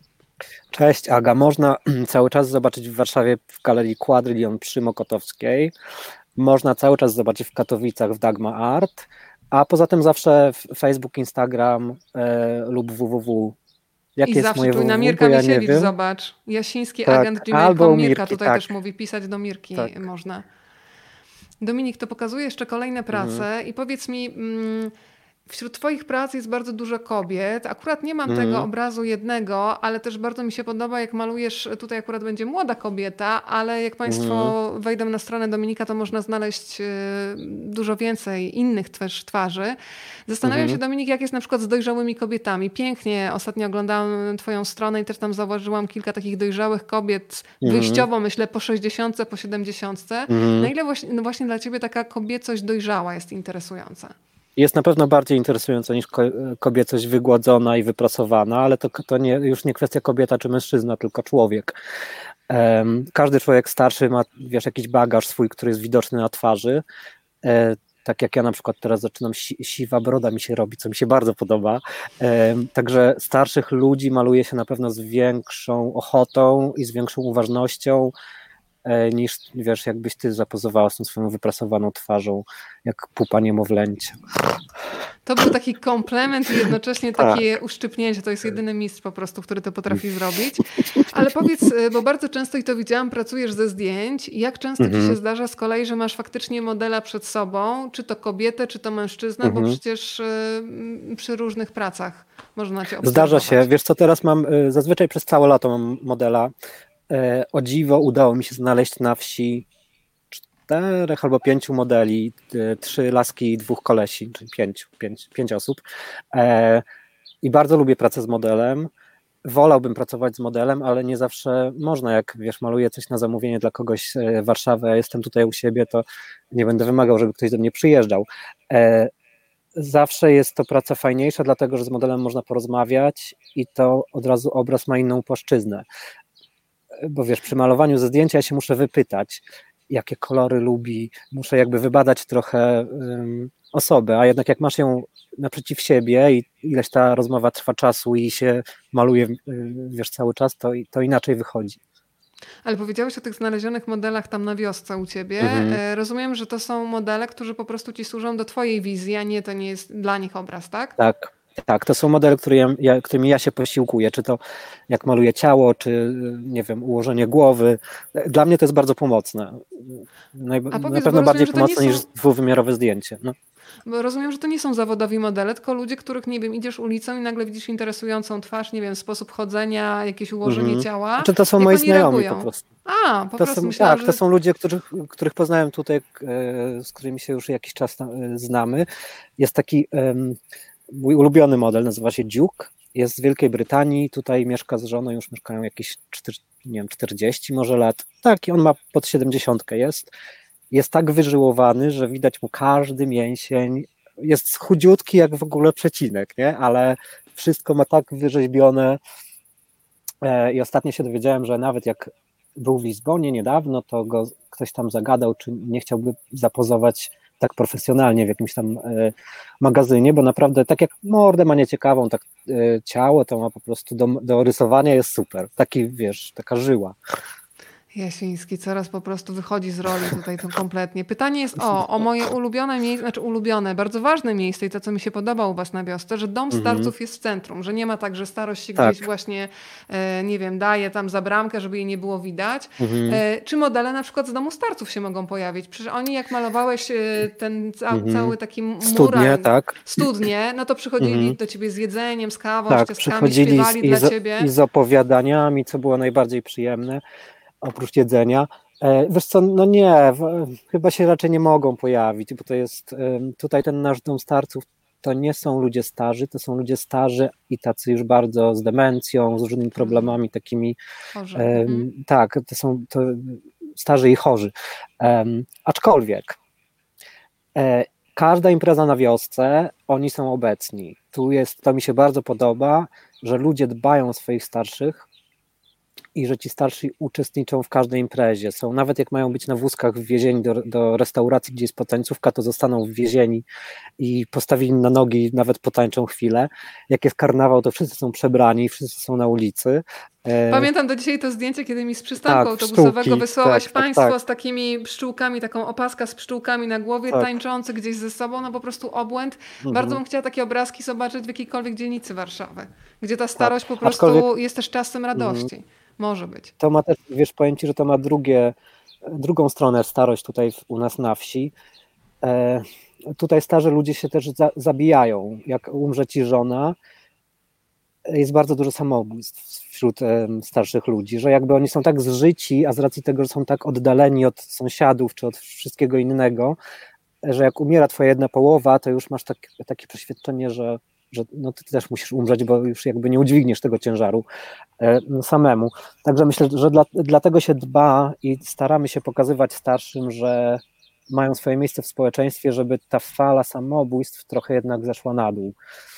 Cześć Aga, można cały czas zobaczyć w Warszawie w Galerii Quadrillion przy Mokotowskiej. Można cały czas zobaczyć w Katowicach w Dagma Art, a poza tym zawsze Facebook, Instagram e, lub www. Jakie I jest zawsze moje na Mirka ja Misiewicz, zobacz. Jasiński tak, agent gmail kropka com. Mirka tutaj tak. też mówi, pisać do Mirki tak. można. Dominik, to pokazuje jeszcze kolejne prace mhm. i powiedz mi... Mm, wśród twoich prac jest bardzo dużo kobiet. Akurat nie mam mm. tego obrazu jednego, ale też bardzo mi się podoba, jak malujesz, tutaj akurat będzie młoda kobieta, ale jak Państwo mm. wejdą na stronę Dominika, to można znaleźć dużo więcej innych też twarzy. Zastanawiam mm. się, Dominik, jak jest na przykład z dojrzałymi kobietami. Pięknie ostatnio oglądałam twoją stronę i też tam zauważyłam kilka takich dojrzałych kobiet, mm. wyjściowo myślę po sześćdziesiątce, po siedemdziesiątce. Mm. Na ile właśnie, no właśnie dla ciebie taka kobiecość dojrzała jest interesująca? Jest na pewno bardziej interesująca niż kobiecość wygładzona i wypracowana, ale to, to nie, już nie kwestia kobieta czy mężczyzna, tylko człowiek. Um, każdy człowiek starszy ma, wiesz, jakiś bagaż swój, który jest widoczny na twarzy. E, tak jak ja na przykład teraz zaczynam, si, siwa broda mi się robi, co mi się bardzo podoba. E, także starszych ludzi maluje się na pewno z większą ochotą i z większą uważnością, niż, wiesz, jakbyś ty zapozowała z tą swoją wyprasowaną twarzą, jak pupa niemowlęcia. To był taki komplement i jednocześnie takie uszczypnięcie. To jest jedyny mistrz po prostu, który to potrafi zrobić. Ale powiedz, bo bardzo często i to widziałam, pracujesz ze zdjęć. Jak często mhm. ci się zdarza z kolei, że masz faktycznie modela przed sobą, czy to kobietę, czy to mężczyznę, mhm. bo przecież y, przy różnych pracach można cię obserwować. Zdarza się. Wiesz co, teraz mam, zazwyczaj przez całe lato mam modela. O dziwo udało mi się znaleźć na wsi czterech albo pięciu modeli, trzy laski i dwóch kolesi, czyli pięć, pięć, pięć osób. I bardzo lubię pracę z modelem. Wolałbym pracować z modelem, ale nie zawsze można. Jak wiesz, maluję coś na zamówienie dla kogoś w Warszawie, a jestem tutaj u siebie, to nie będę wymagał, żeby ktoś do mnie przyjeżdżał. Zawsze jest to praca fajniejsza, dlatego że z modelem można porozmawiać i to od razu obraz ma inną płaszczyznę. Bo wiesz, przy malowaniu ze zdjęcia ja się muszę wypytać, jakie kolory lubi, muszę jakby wybadać trochę um, osobę, a jednak jak masz ją naprzeciw siebie i ileś ta rozmowa trwa czasu i się maluje, wiesz, cały czas, to, to inaczej wychodzi. Ale powiedziałeś o tych znalezionych modelach tam na wiosce u ciebie. Mhm. Rozumiem, że to są modele, którzy po prostu ci służą do twojej wizji, a nie to nie jest dla nich obraz, tak? Tak, Tak, to są modele, które ja, ja, którymi ja się posiłkuję, czy to jak maluję ciało, czy nie wiem, ułożenie głowy. Dla mnie to jest bardzo pomocne. Naj- A Na powiedz, bo pewno rozumiem, bardziej że to nie pomocne niż są, dwuwymiarowe zdjęcie. No. bo rozumiem, że to nie są zawodowi modele, tylko ludzie, których, nie wiem, idziesz ulicą i nagle widzisz interesującą twarz, nie wiem, sposób chodzenia, jakieś ułożenie Mhm. ciała. Znaczy to są Jak moi oni znajomi po reagują? prostu. A, po To prostu są, myślałam, tak, to że... są ludzie, których, których poznałem tutaj, e, z którymi się już jakiś czas e, znamy. Jest taki em, mój ulubiony model, nazywa się Duke. Jest z Wielkiej Brytanii, tutaj mieszka z żoną, już mieszkają jakieś cztery, nie wiem, czterdzieści może lat. Tak, i on ma pod siedemdziesiątkę jest. Jest tak wyżyłowany, że widać mu każdy mięsień. Jest chudziutki jak w ogóle przecinek, nie? Ale wszystko ma tak wyrzeźbione. E, I ostatnio się dowiedziałem, że nawet jak był w Lizbonie niedawno, to go ktoś tam zagadał, czy nie chciałby zapozować tak profesjonalnie w jakimś tam e, magazynie, bo naprawdę tak jak mordę ma nieciekawą, tak e, ciało to ma po prostu do, do rysowania jest super. Taki, wiesz, taka żyła. Jasiński coraz po prostu wychodzi z roli tutaj to kompletnie. Pytanie jest o, o moje ulubione miejsce, znaczy ulubione, bardzo ważne miejsce i to, co mi się podoba u was na wiosce, że dom starców Mhm. jest w centrum, że nie ma tak, że starość się Tak. gdzieś właśnie, e, nie wiem, daje tam za bramkę, żeby jej nie było widać. Mhm. E, czy modele na przykład z domu starców się mogą pojawić? Przecież oni, jak malowałeś e, ten ca Mhm. cały taki mural, Studnie, tak. studnie, no to przychodzili Mhm. do ciebie z jedzeniem, z kawą, z Tak, ciastkami, przychodzili z, śpiewali i, dla z, ciebie. i z opowiadaniami, co było najbardziej przyjemne, oprócz jedzenia. E, Wiesz co, no nie, w, chyba się raczej nie mogą pojawić, bo to jest, em, tutaj ten nasz dom starców, to nie są ludzie starzy, to są ludzie starzy i tacy już bardzo z demencją, z różnymi problemami takimi, Chorzy. em, Mhm. tak, to są to starzy i chorzy. Em, aczkolwiek e, każda impreza na wiosce, oni są obecni. Tu jest, to mi się bardzo podoba, że ludzie dbają o swoich starszych i że ci starsi uczestniczą w każdej imprezie. Są, nawet jak mają być na wózkach wwiezieni do, do restauracji, gdzie jest potańcówka, to zostaną wwiezieni i postawili na nogi, nawet potańczą chwilę. Jak jest karnawał, to wszyscy są przebrani, wszyscy są na ulicy. E, Pamiętam do dzisiaj to zdjęcie, kiedy mi z przystanku Tak, autobusowego pszczółki, wysłałaś tak, tak, państwo tak. z takimi pszczółkami, taką opaska z pszczółkami na głowie, Tak. tańczący gdzieś ze sobą, no po prostu obłęd. Mhm. Bardzo bym chciała takie obrazki zobaczyć w jakiejkolwiek dzielnicy Warszawy, gdzie ta starość po prostu Aczkolwiek- jest też czasem radości. Może być. To ma też, wiesz, powiem ci, że to ma drugie, drugą stronę starość tutaj w, u nas na wsi. E, tutaj starzy ludzie się też za, zabijają. Jak umrze ci żona, jest bardzo dużo samobójstw wśród e, starszych ludzi, że jakby oni są tak zżyci, a z racji tego, że są tak oddaleni od sąsiadów czy od wszystkiego innego, że jak umiera twoja jedna połowa, to już masz tak, takie przeświadczenie, że, że no ty też musisz umrzeć, bo już jakby nie udźwigniesz tego ciężaru e, samemu. Także myślę, że dla, dlatego się dba i staramy się pokazywać starszym, że mają swoje miejsce w społeczeństwie, żeby ta fala samobójstw trochę jednak zeszła na dół.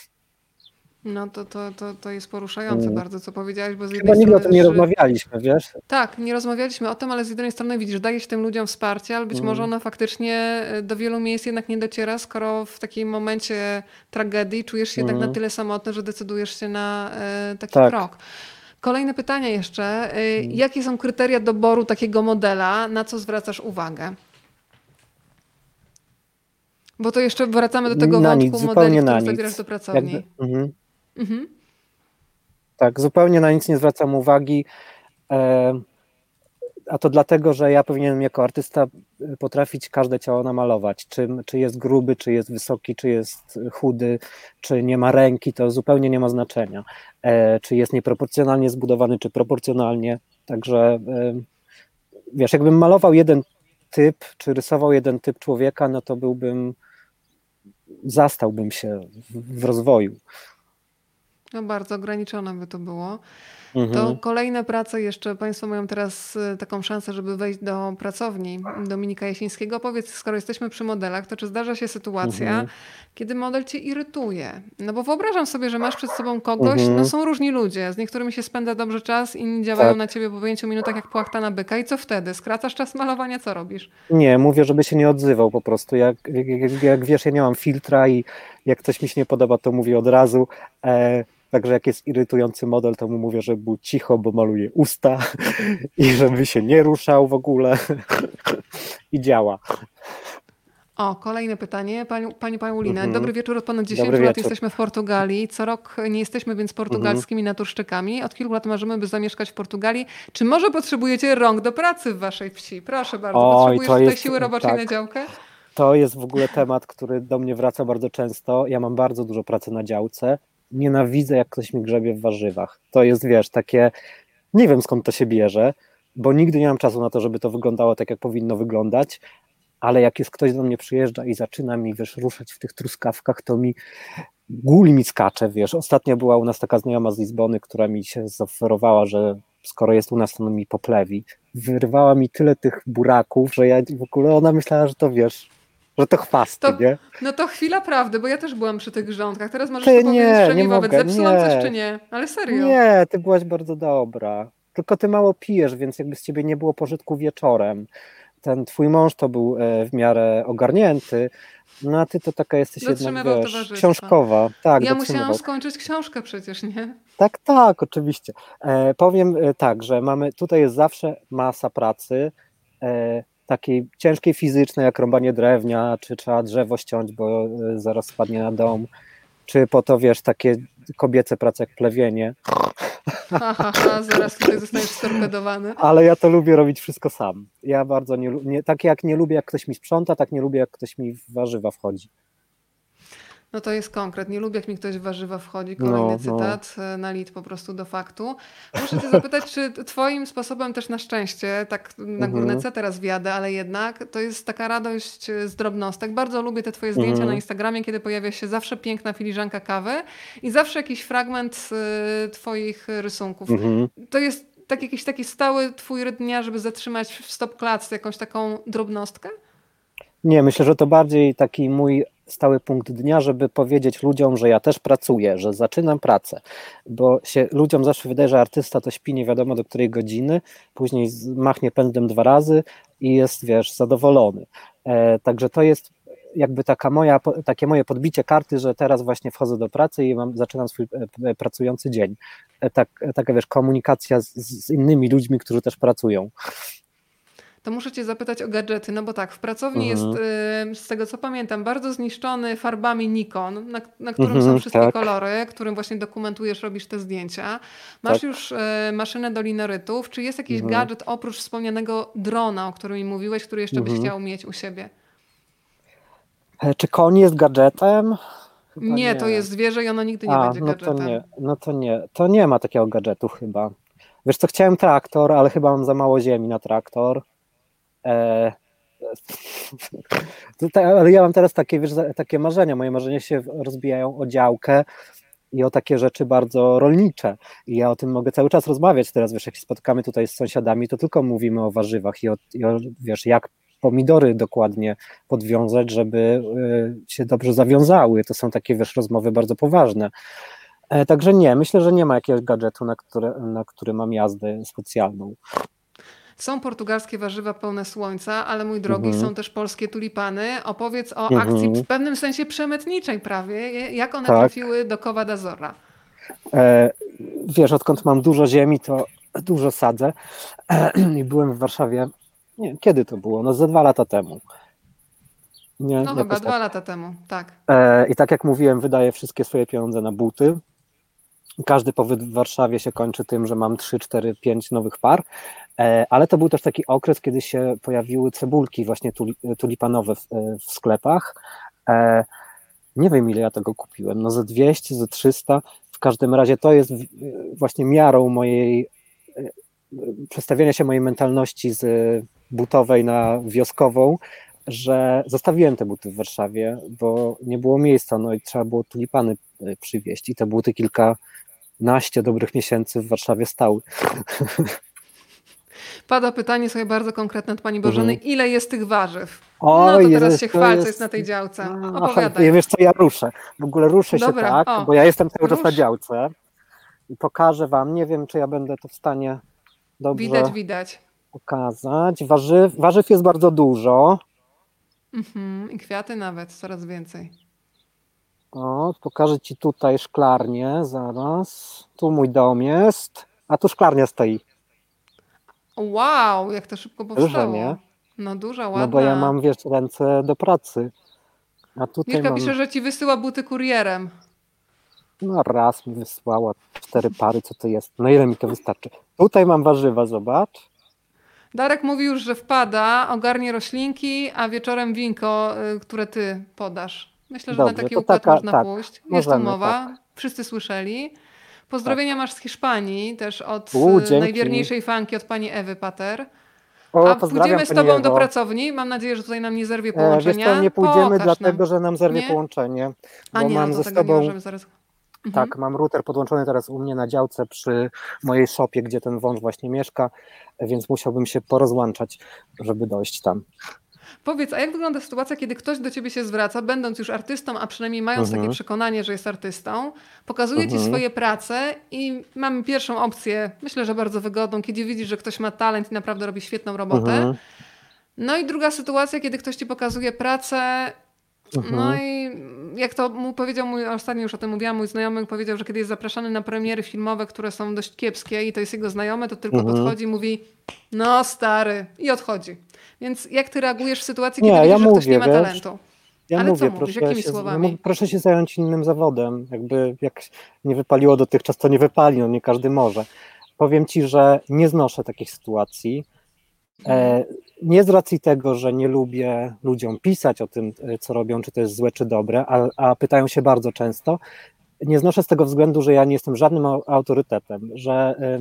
No to, to, to, to jest poruszające Mm. bardzo, co powiedziałeś, bo z Chyba jednej nigdy o strony, tym nie że... rozmawialiśmy, wiesz? Tak, nie rozmawialiśmy o tym, ale z jednej strony widzisz, daje się tym ludziom wsparcie, ale być Mm. może ono faktycznie do wielu miejsc jednak nie dociera, skoro w takim momencie tragedii czujesz się Mm. jednak na tyle samotny, że decydujesz się na e, taki Tak. krok. Kolejne pytanie jeszcze. E, jakie są kryteria doboru takiego modela? Na co zwracasz uwagę? Bo to jeszcze wracamy do tego Na wątku nic, modeli, zupełnie na które nic. zabierasz do pracowni. Jakby, mhm. Mhm. Tak, zupełnie na nic nie zwracam uwagi. E, a to dlatego, że ja powinienem jako artysta potrafić każde ciało namalować. Czy, czy jest gruby, czy jest wysoki, czy jest chudy, czy nie ma ręki, to zupełnie nie ma znaczenia. E, czy jest nieproporcjonalnie zbudowany, czy proporcjonalnie. Także e, wiesz, jakbym malował jeden typ, czy rysował jeden typ człowieka, no to byłbym, zastałbym się w, w rozwoju. No bardzo ograniczone by to było. Mhm. To kolejne prace jeszcze, Państwo mają teraz y, taką szansę, żeby wejść do pracowni Dominika Jasińskiego. Powiedz, skoro jesteśmy przy modelach, to czy zdarza się sytuacja, Mhm. kiedy model cię irytuje? No bo wyobrażam sobie, że masz przed sobą kogoś, Mhm. no są różni ludzie, z niektórymi się spędza dobrze czas, inni działają Tak. na ciebie po pięciu minutach jak płachta na byka. I co wtedy? Skracasz czas malowania? Co robisz? Nie, mówię, żeby się nie odzywał po prostu. Jak, jak, jak wiesz, ja nie mam filtra i jak coś mi się nie podoba, to mówię od razu. E, także jak jest irytujący model, to mu mówię, żeby był cicho, bo maluje usta i żeby się nie ruszał w ogóle. I działa. O, kolejne pytanie. Pani, pani Paulina. Mhm. Dobry wieczór. Od ponad Dobry dziesięciu lat wieczór. jesteśmy w Portugalii. Co rok nie jesteśmy więc Mhm. portugalskimi naturszczykami. Od kilku lat marzymy, by zamieszkać w Portugalii. Czy może potrzebujecie rąk do pracy w waszej wsi? Proszę bardzo. Oj, Potrzebujesz to tutaj jest siły roboczej na tak. działkę? To jest w ogóle temat, który do mnie wraca bardzo często. Ja mam bardzo dużo pracy na działce. Nienawidzę, jak ktoś mi grzebie w warzywach. To jest, wiesz, takie, nie wiem skąd to się bierze, bo nigdy nie mam czasu na to, żeby to wyglądało tak, jak powinno wyglądać, ale jak już ktoś do mnie przyjeżdża i zaczyna mi, wiesz, ruszać w tych truskawkach, to mi gul mi skacze, wiesz. Ostatnio była u nas taka znajoma z Lizbony, która mi się zaoferowała, że skoro jest u nas, to mi poplewi. Wyrwała mi tyle tych buraków, że ja w ogóle, ona myślała, że to, wiesz, że to chwasty, To, nie? no to chwila prawdy, bo ja też byłam przy tych grządkach. Teraz możesz Ty to powiedzieć nie, nie wszemi wobec. mogę, Zepsułam coś czy nie, nie? Ale serio. nie, ty byłaś bardzo dobra. Tylko ty mało pijesz, więc jakby z ciebie nie było pożytku wieczorem. Ten twój mąż to był e, w miarę ogarnięty, no a ty to taka jesteś jednak, Dotrzymywał wiesz, towarzystwa. książkowa. Tak, Ja musiałam dotrzymywał. skończyć książkę przecież, nie? Tak, tak, oczywiście. E, powiem e, tak, że mamy, tutaj jest zawsze masa pracy, e, takiej ciężkiej fizycznej, jak rąbanie drewnia, czy trzeba drzewo ściąć, bo e, zaraz spadnie na dom, czy po to, wiesz, takie kobiece prace jak plewienie, Ha, ha, ha, zaraz tutaj zostaniesz storpedowany. ale ja to lubię robić wszystko sam. Ja bardzo nie, lu- nie tak jak nie lubię, jak ktoś mi sprząta, tak nie lubię, jak ktoś mi w warzywa wchodzi. No to jest konkret. Nie lubię, jak mi ktoś w warzywa wchodzi. Kolejny No, no. cytat e, na lit po prostu do faktu. Muszę cię zapytać, czy twoim sposobem też na szczęście, tak na górne Mhm, C teraz wjadę, ale jednak to jest taka radość e, z drobnostek. Bardzo lubię te twoje zdjęcia na mhm, Instagramie, kiedy pojawia się zawsze piękna filiżanka kawy i zawsze jakiś fragment e, twoich rysunków. mhm. To jest tak, jakiś taki stały twój rytm dnia, żeby zatrzymać w stop-klatce jakąś taką drobnostkę? Nie, myślę, że to bardziej taki mój stały punkt dnia, żeby powiedzieć ludziom, że ja też pracuję, że zaczynam pracę, bo się ludziom zawsze wydaje, że artysta to śpi nie wiadomo do której godziny, później z- machnie pędem dwa razy i jest, wiesz, zadowolony. E, także to jest jakby taka moja, po- takie moje podbicie karty, że teraz właśnie wchodzę do pracy i mam, zaczynam swój e, e, pracujący dzień. E, tak, e, taka, wiesz, komunikacja z, z innymi ludźmi, którzy też pracują. To muszę cię zapytać o gadżety, no bo tak, w pracowni jest, Mhm, y, z tego co pamiętam, bardzo zniszczony farbami Nikon, na, na którym są mhm, wszystkie tak, kolory, którym właśnie dokumentujesz, robisz te zdjęcia. Masz tak. już y, maszynę do linorytów. Czy jest jakiś Mhm, gadżet oprócz wspomnianego drona, o którym mi mówiłeś, który jeszcze byś mhm. chciał mieć u siebie? E, Czy koń jest gadżetem? Chyba Nie, to nie. jest zwierzę i ono nigdy nie A, będzie no to gadżetem. nie, no to nie. To nie ma takiego gadżetu chyba. Wiesz co, chciałem traktor, ale chyba mam za mało ziemi na traktor. E, tutaj, ale ja mam teraz takie, wiesz, za- takie marzenia. Moje marzenia się rozbijają o działkę i o takie rzeczy bardzo rolnicze. I ja o tym mogę cały czas rozmawiać teraz, wiesz, jak się spotkamy tutaj z sąsiadami, to tylko mówimy o warzywach i o, i o wiesz, jak pomidory dokładnie podwiązać, żeby y, się dobrze zawiązały. To są takie, wiesz, rozmowy bardzo poważne. E, Także nie, myślę, że nie ma jakiegoś gadżetu, na, które, na który mam jazdę specjalną. Są portugalskie warzywa pełne słońca, ale mój drogi, Mhm, są też polskie tulipany. Opowiedz o akcji w mhm, pewnym sensie przemytniczej prawie, jak one tak. trafiły do Cova d'Azorra. E, Wiesz, odkąd mam dużo ziemi, to dużo sadzę. I byłem w Warszawie, nie wiem, kiedy to było? No ze dwa lata temu. Nie, No chyba jakoś tak. dwa lata temu, tak. E, I tak jak mówiłem, wydaję wszystkie swoje pieniądze na buty. Każdy pobyt w Warszawie się kończy tym, że mam trzy, cztery, pięć nowych par, e, ale to był też taki okres, kiedy się pojawiły cebulki właśnie tuli, tulipanowe w, w sklepach. E, Nie wiem, ile ja tego kupiłem, no ze dwieście, ze trzysta. W każdym razie to jest właśnie miarą mojej e, przestawienia się mojej mentalności z butowej na wioskową, że zostawiłem te buty w Warszawie, bo nie było miejsca, no i trzeba było tulipany e, przywieźć i te buty kilkanaście dobrych miesięcy w Warszawie stały. Pada pytanie sobie bardzo konkretne od pani Bożeny. Mhm. Ile jest tych warzyw? No to Oj, teraz jest, się to chwal, co jest jest. na tej działce. Aha, Opowiadaj. wiesz co, ja ruszę. W ogóle ruszę się Dobra, tak, o, bo ja jestem cały czas na rusz. działce i pokażę wam, nie wiem, czy ja będę to w stanie Widać, dobrze widać. pokazać. Warzyw, warzyw jest bardzo dużo. Mhm. I kwiaty nawet, coraz więcej. O, pokażę ci tutaj szklarnię, zaraz. Tu mój dom jest, a tu szklarnia stoi. Wow, jak to szybko Że nie? powstało. No duża, ładna. No bo ja mam, wiesz, ręce do pracy. A tutaj Mirka mam... pisze, że ci wysyła buty kurierem. No raz mi wysłała cztery pary, co to jest? No ile mi to wystarczy? Tutaj mam warzywa, zobacz. Darek mówi już, że wpada, ogarnie roślinki, a wieczorem winko, y, które ty podasz. Myślę, że Dobrze, na taki to układ taka- można tak, pójść. Jest możemy, umowa, tak. wszyscy słyszeli. Pozdrowienia masz z Hiszpanii, też od U, y, dzięki. najwierniejszej fanki, od pani Ewy Pater. O, A pozdrawiam pójdziemy z pani tobą do Ewo. pracowni. Mam nadzieję, że tutaj nam nie zerwie E, połączenia. Wiesz co, nie pójdziemy Pokaż dlatego, nam. że nam zerwie Nie? połączenie. A Bo nie, mam no to ze tego nie sobą... możemy zaraz. Mhm. Tak, mam router podłączony teraz u mnie na działce przy mojej szopie, gdzie ten wąż właśnie mieszka, więc musiałbym się porozłączać, żeby dojść tam. Powiedz, a jak wygląda sytuacja, kiedy ktoś do ciebie się zwraca, będąc już artystą, a przynajmniej mając Mhm. takie przekonanie, że jest artystą, pokazuje ci Mhm. swoje prace i mamy pierwszą opcję, myślę, że bardzo wygodną, kiedy widzisz, że ktoś ma talent i naprawdę robi świetną robotę. Mhm. No i druga sytuacja, kiedy ktoś ci pokazuje pracę, Mhm. no i jak to mu powiedział mój, ostatnio już o tym mówiłam, mój znajomy powiedział, że kiedy jest zapraszany na premiery filmowe, które są dość kiepskie i to jest jego znajomy, to tylko Mhm. podchodzi i mówi, no stary, i odchodzi. Więc jak ty reagujesz w sytuacji, Nie, kiedy ja widzisz, że ktoś mówię, nie ma wiesz, talentu? Ja Ale mówię, co mówisz? proszę Jakimi się, słowami? no, proszę się zająć innym zawodem. Jakby jak nie wypaliło dotychczas, to nie wypali, no nie każdy może. Powiem ci, że nie znoszę takich sytuacji. E, nie z racji tego, że nie lubię ludziom pisać o tym, e, co robią, czy to jest złe, czy dobre, a, a pytają się bardzo często. Nie znoszę z tego względu, że ja nie jestem żadnym au- autorytetem, że e,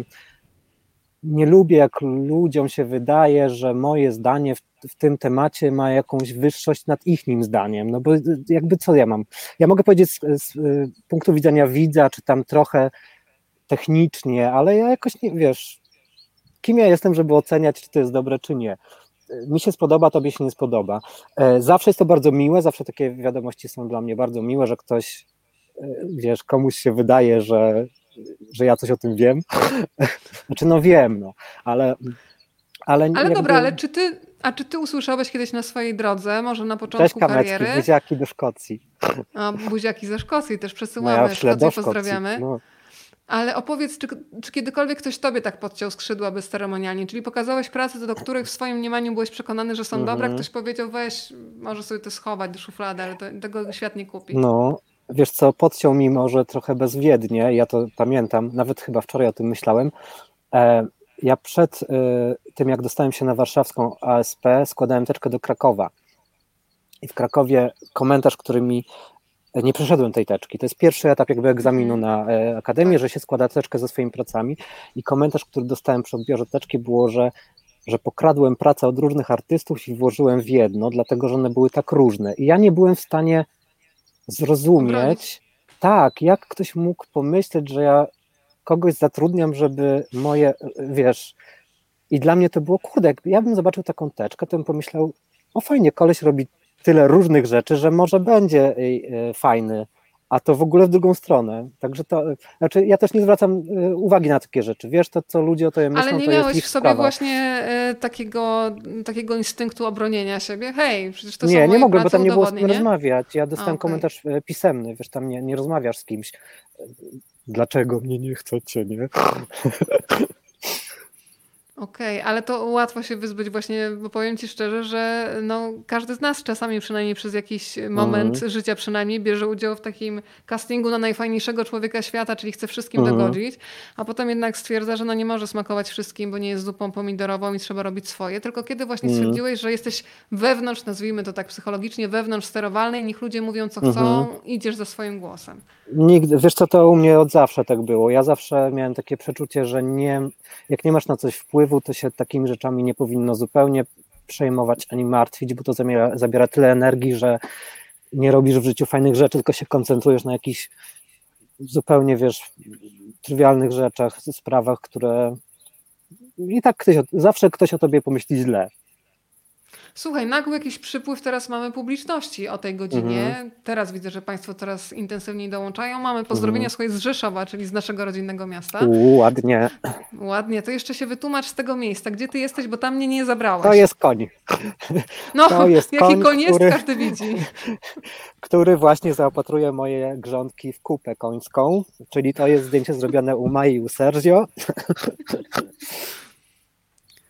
nie lubię, jak ludziom się wydaje, że moje zdanie w, w tym temacie ma jakąś wyższość nad ichnim zdaniem, no bo jakby co ja mam? Ja mogę powiedzieć z, z y, punktu widzenia widza, czy tam trochę technicznie, ale ja jakoś nie, wiesz, kim ja jestem, żeby oceniać, czy to jest dobre, czy nie. Mi się spodoba, tobie się nie spodoba. E, Zawsze jest to bardzo miłe, zawsze takie wiadomości są dla mnie bardzo miłe, że ktoś, e, wiesz, komuś się wydaje, że, że ja coś o tym wiem. Znaczy, no wiem, no, ale... Ale, Ale jakby... dobra, ale czy ty, a czy ty usłyszałeś kiedyś na swojej drodze, może na Cześć początku kameczki, kariery, buziaki do Szkocji. a buziaki ze Szkocji też No ja przesyłamy, wśle do Szkocję Szkocji. pozdrawiamy, No. ale opowiedz, czy, czy kiedykolwiek ktoś tobie tak podciął skrzydła bezceremonialnie, czyli pokazałeś prace, do których w swoim mniemaniu byłeś przekonany, że są Mhm. dobre, ktoś powiedział, weź, może sobie to schować do szuflady, ale to, tego świat nie kupi. no, wiesz co, podciął mi może trochę bezwiednie, ja to pamiętam, nawet chyba wczoraj o tym myślałem. E, ja przed e, tym, jak dostałem się na warszawską A S P, składałem teczkę do Krakowa. I w Krakowie komentarz, który mi... Nie przeszedłem tej teczki. To jest pierwszy etap jakby egzaminu Mhm. na e, akademię, Tak. że się składa teczkę ze swoimi pracami. I komentarz, który dostałem przy odbiorze teczki, było, że, że pokradłem pracę od różnych artystów i włożyłem w jedno, dlatego że one były tak różne. I ja nie byłem w stanie zrozumieć, Obronić. tak, jak ktoś mógł pomyśleć, że ja kogoś zatrudniam, żeby moje, wiesz, i dla mnie to było, kurde, jak ja bym zobaczył taką teczkę, to bym pomyślał, o fajnie, koleś robi tyle różnych rzeczy, że może będzie y, fajny, a to w ogóle w drugą stronę. Także to, znaczy ja też nie zwracam y, uwagi na takie rzeczy, wiesz, to co ludzie o tobie myślą, Ale nie to jest miałeś ich w sobie sprawa. właśnie e, takiego, takiego instynktu obronienia siebie? Hej, przecież to są Nie, moje nie mogłem, bo prace, tam nie było z udowodnię, kim nie? rozmawiać. Ja dostałem A, okej. komentarz e, pisemny, wiesz, tam nie, nie rozmawiasz z kimś. Dlaczego mnie nie chcecie, nie? Okej, ale to łatwo się wyzbyć właśnie, bo powiem ci szczerze, że no, każdy z nas czasami przynajmniej przez jakiś moment Mhm. życia przynajmniej bierze udział w takim castingu na najfajniejszego człowieka świata, czyli chce wszystkim Mhm. dogodzić, a potem jednak stwierdza, że no nie może smakować wszystkim, bo nie jest zupą pomidorową i trzeba robić swoje. Tylko kiedy właśnie Mhm. stwierdziłeś, że jesteś wewnątrz, nazwijmy to tak psychologicznie, wewnątrz sterowalnej, niech ludzie mówią co Mhm. chcą, idziesz za swoim głosem. Nigdy, wiesz co, to u mnie od zawsze tak było. Ja zawsze miałem takie przeczucie, że nie, jak nie masz na coś wpływu, to się takimi rzeczami nie powinno zupełnie przejmować ani martwić, bo to zabiera, zabiera tyle energii, że nie robisz w życiu fajnych rzeczy, tylko się koncentrujesz na jakichś zupełnie, wiesz, trywialnych rzeczach, sprawach, które i tak ktoś, zawsze ktoś o tobie pomyśli źle. Słuchaj, nagły jakiś przypływ teraz mamy publiczności o tej godzinie. Mhm. Teraz widzę, że Państwo coraz intensywniej dołączają. Mamy pozdrowienia, Mhm. słuchaj, z Rzeszowa, czyli z naszego rodzinnego miasta. U, ładnie. Ładnie, to jeszcze się wytłumacz z tego miejsca. Gdzie ty jesteś, bo tam mnie nie zabrałeś. To jest koń. No, to jest jaki koń, koń jest, który- każdy widzi. który właśnie zaopatruje moje grządki w kupę końską, czyli to jest zdjęcie zrobione u Mai i u Sergio.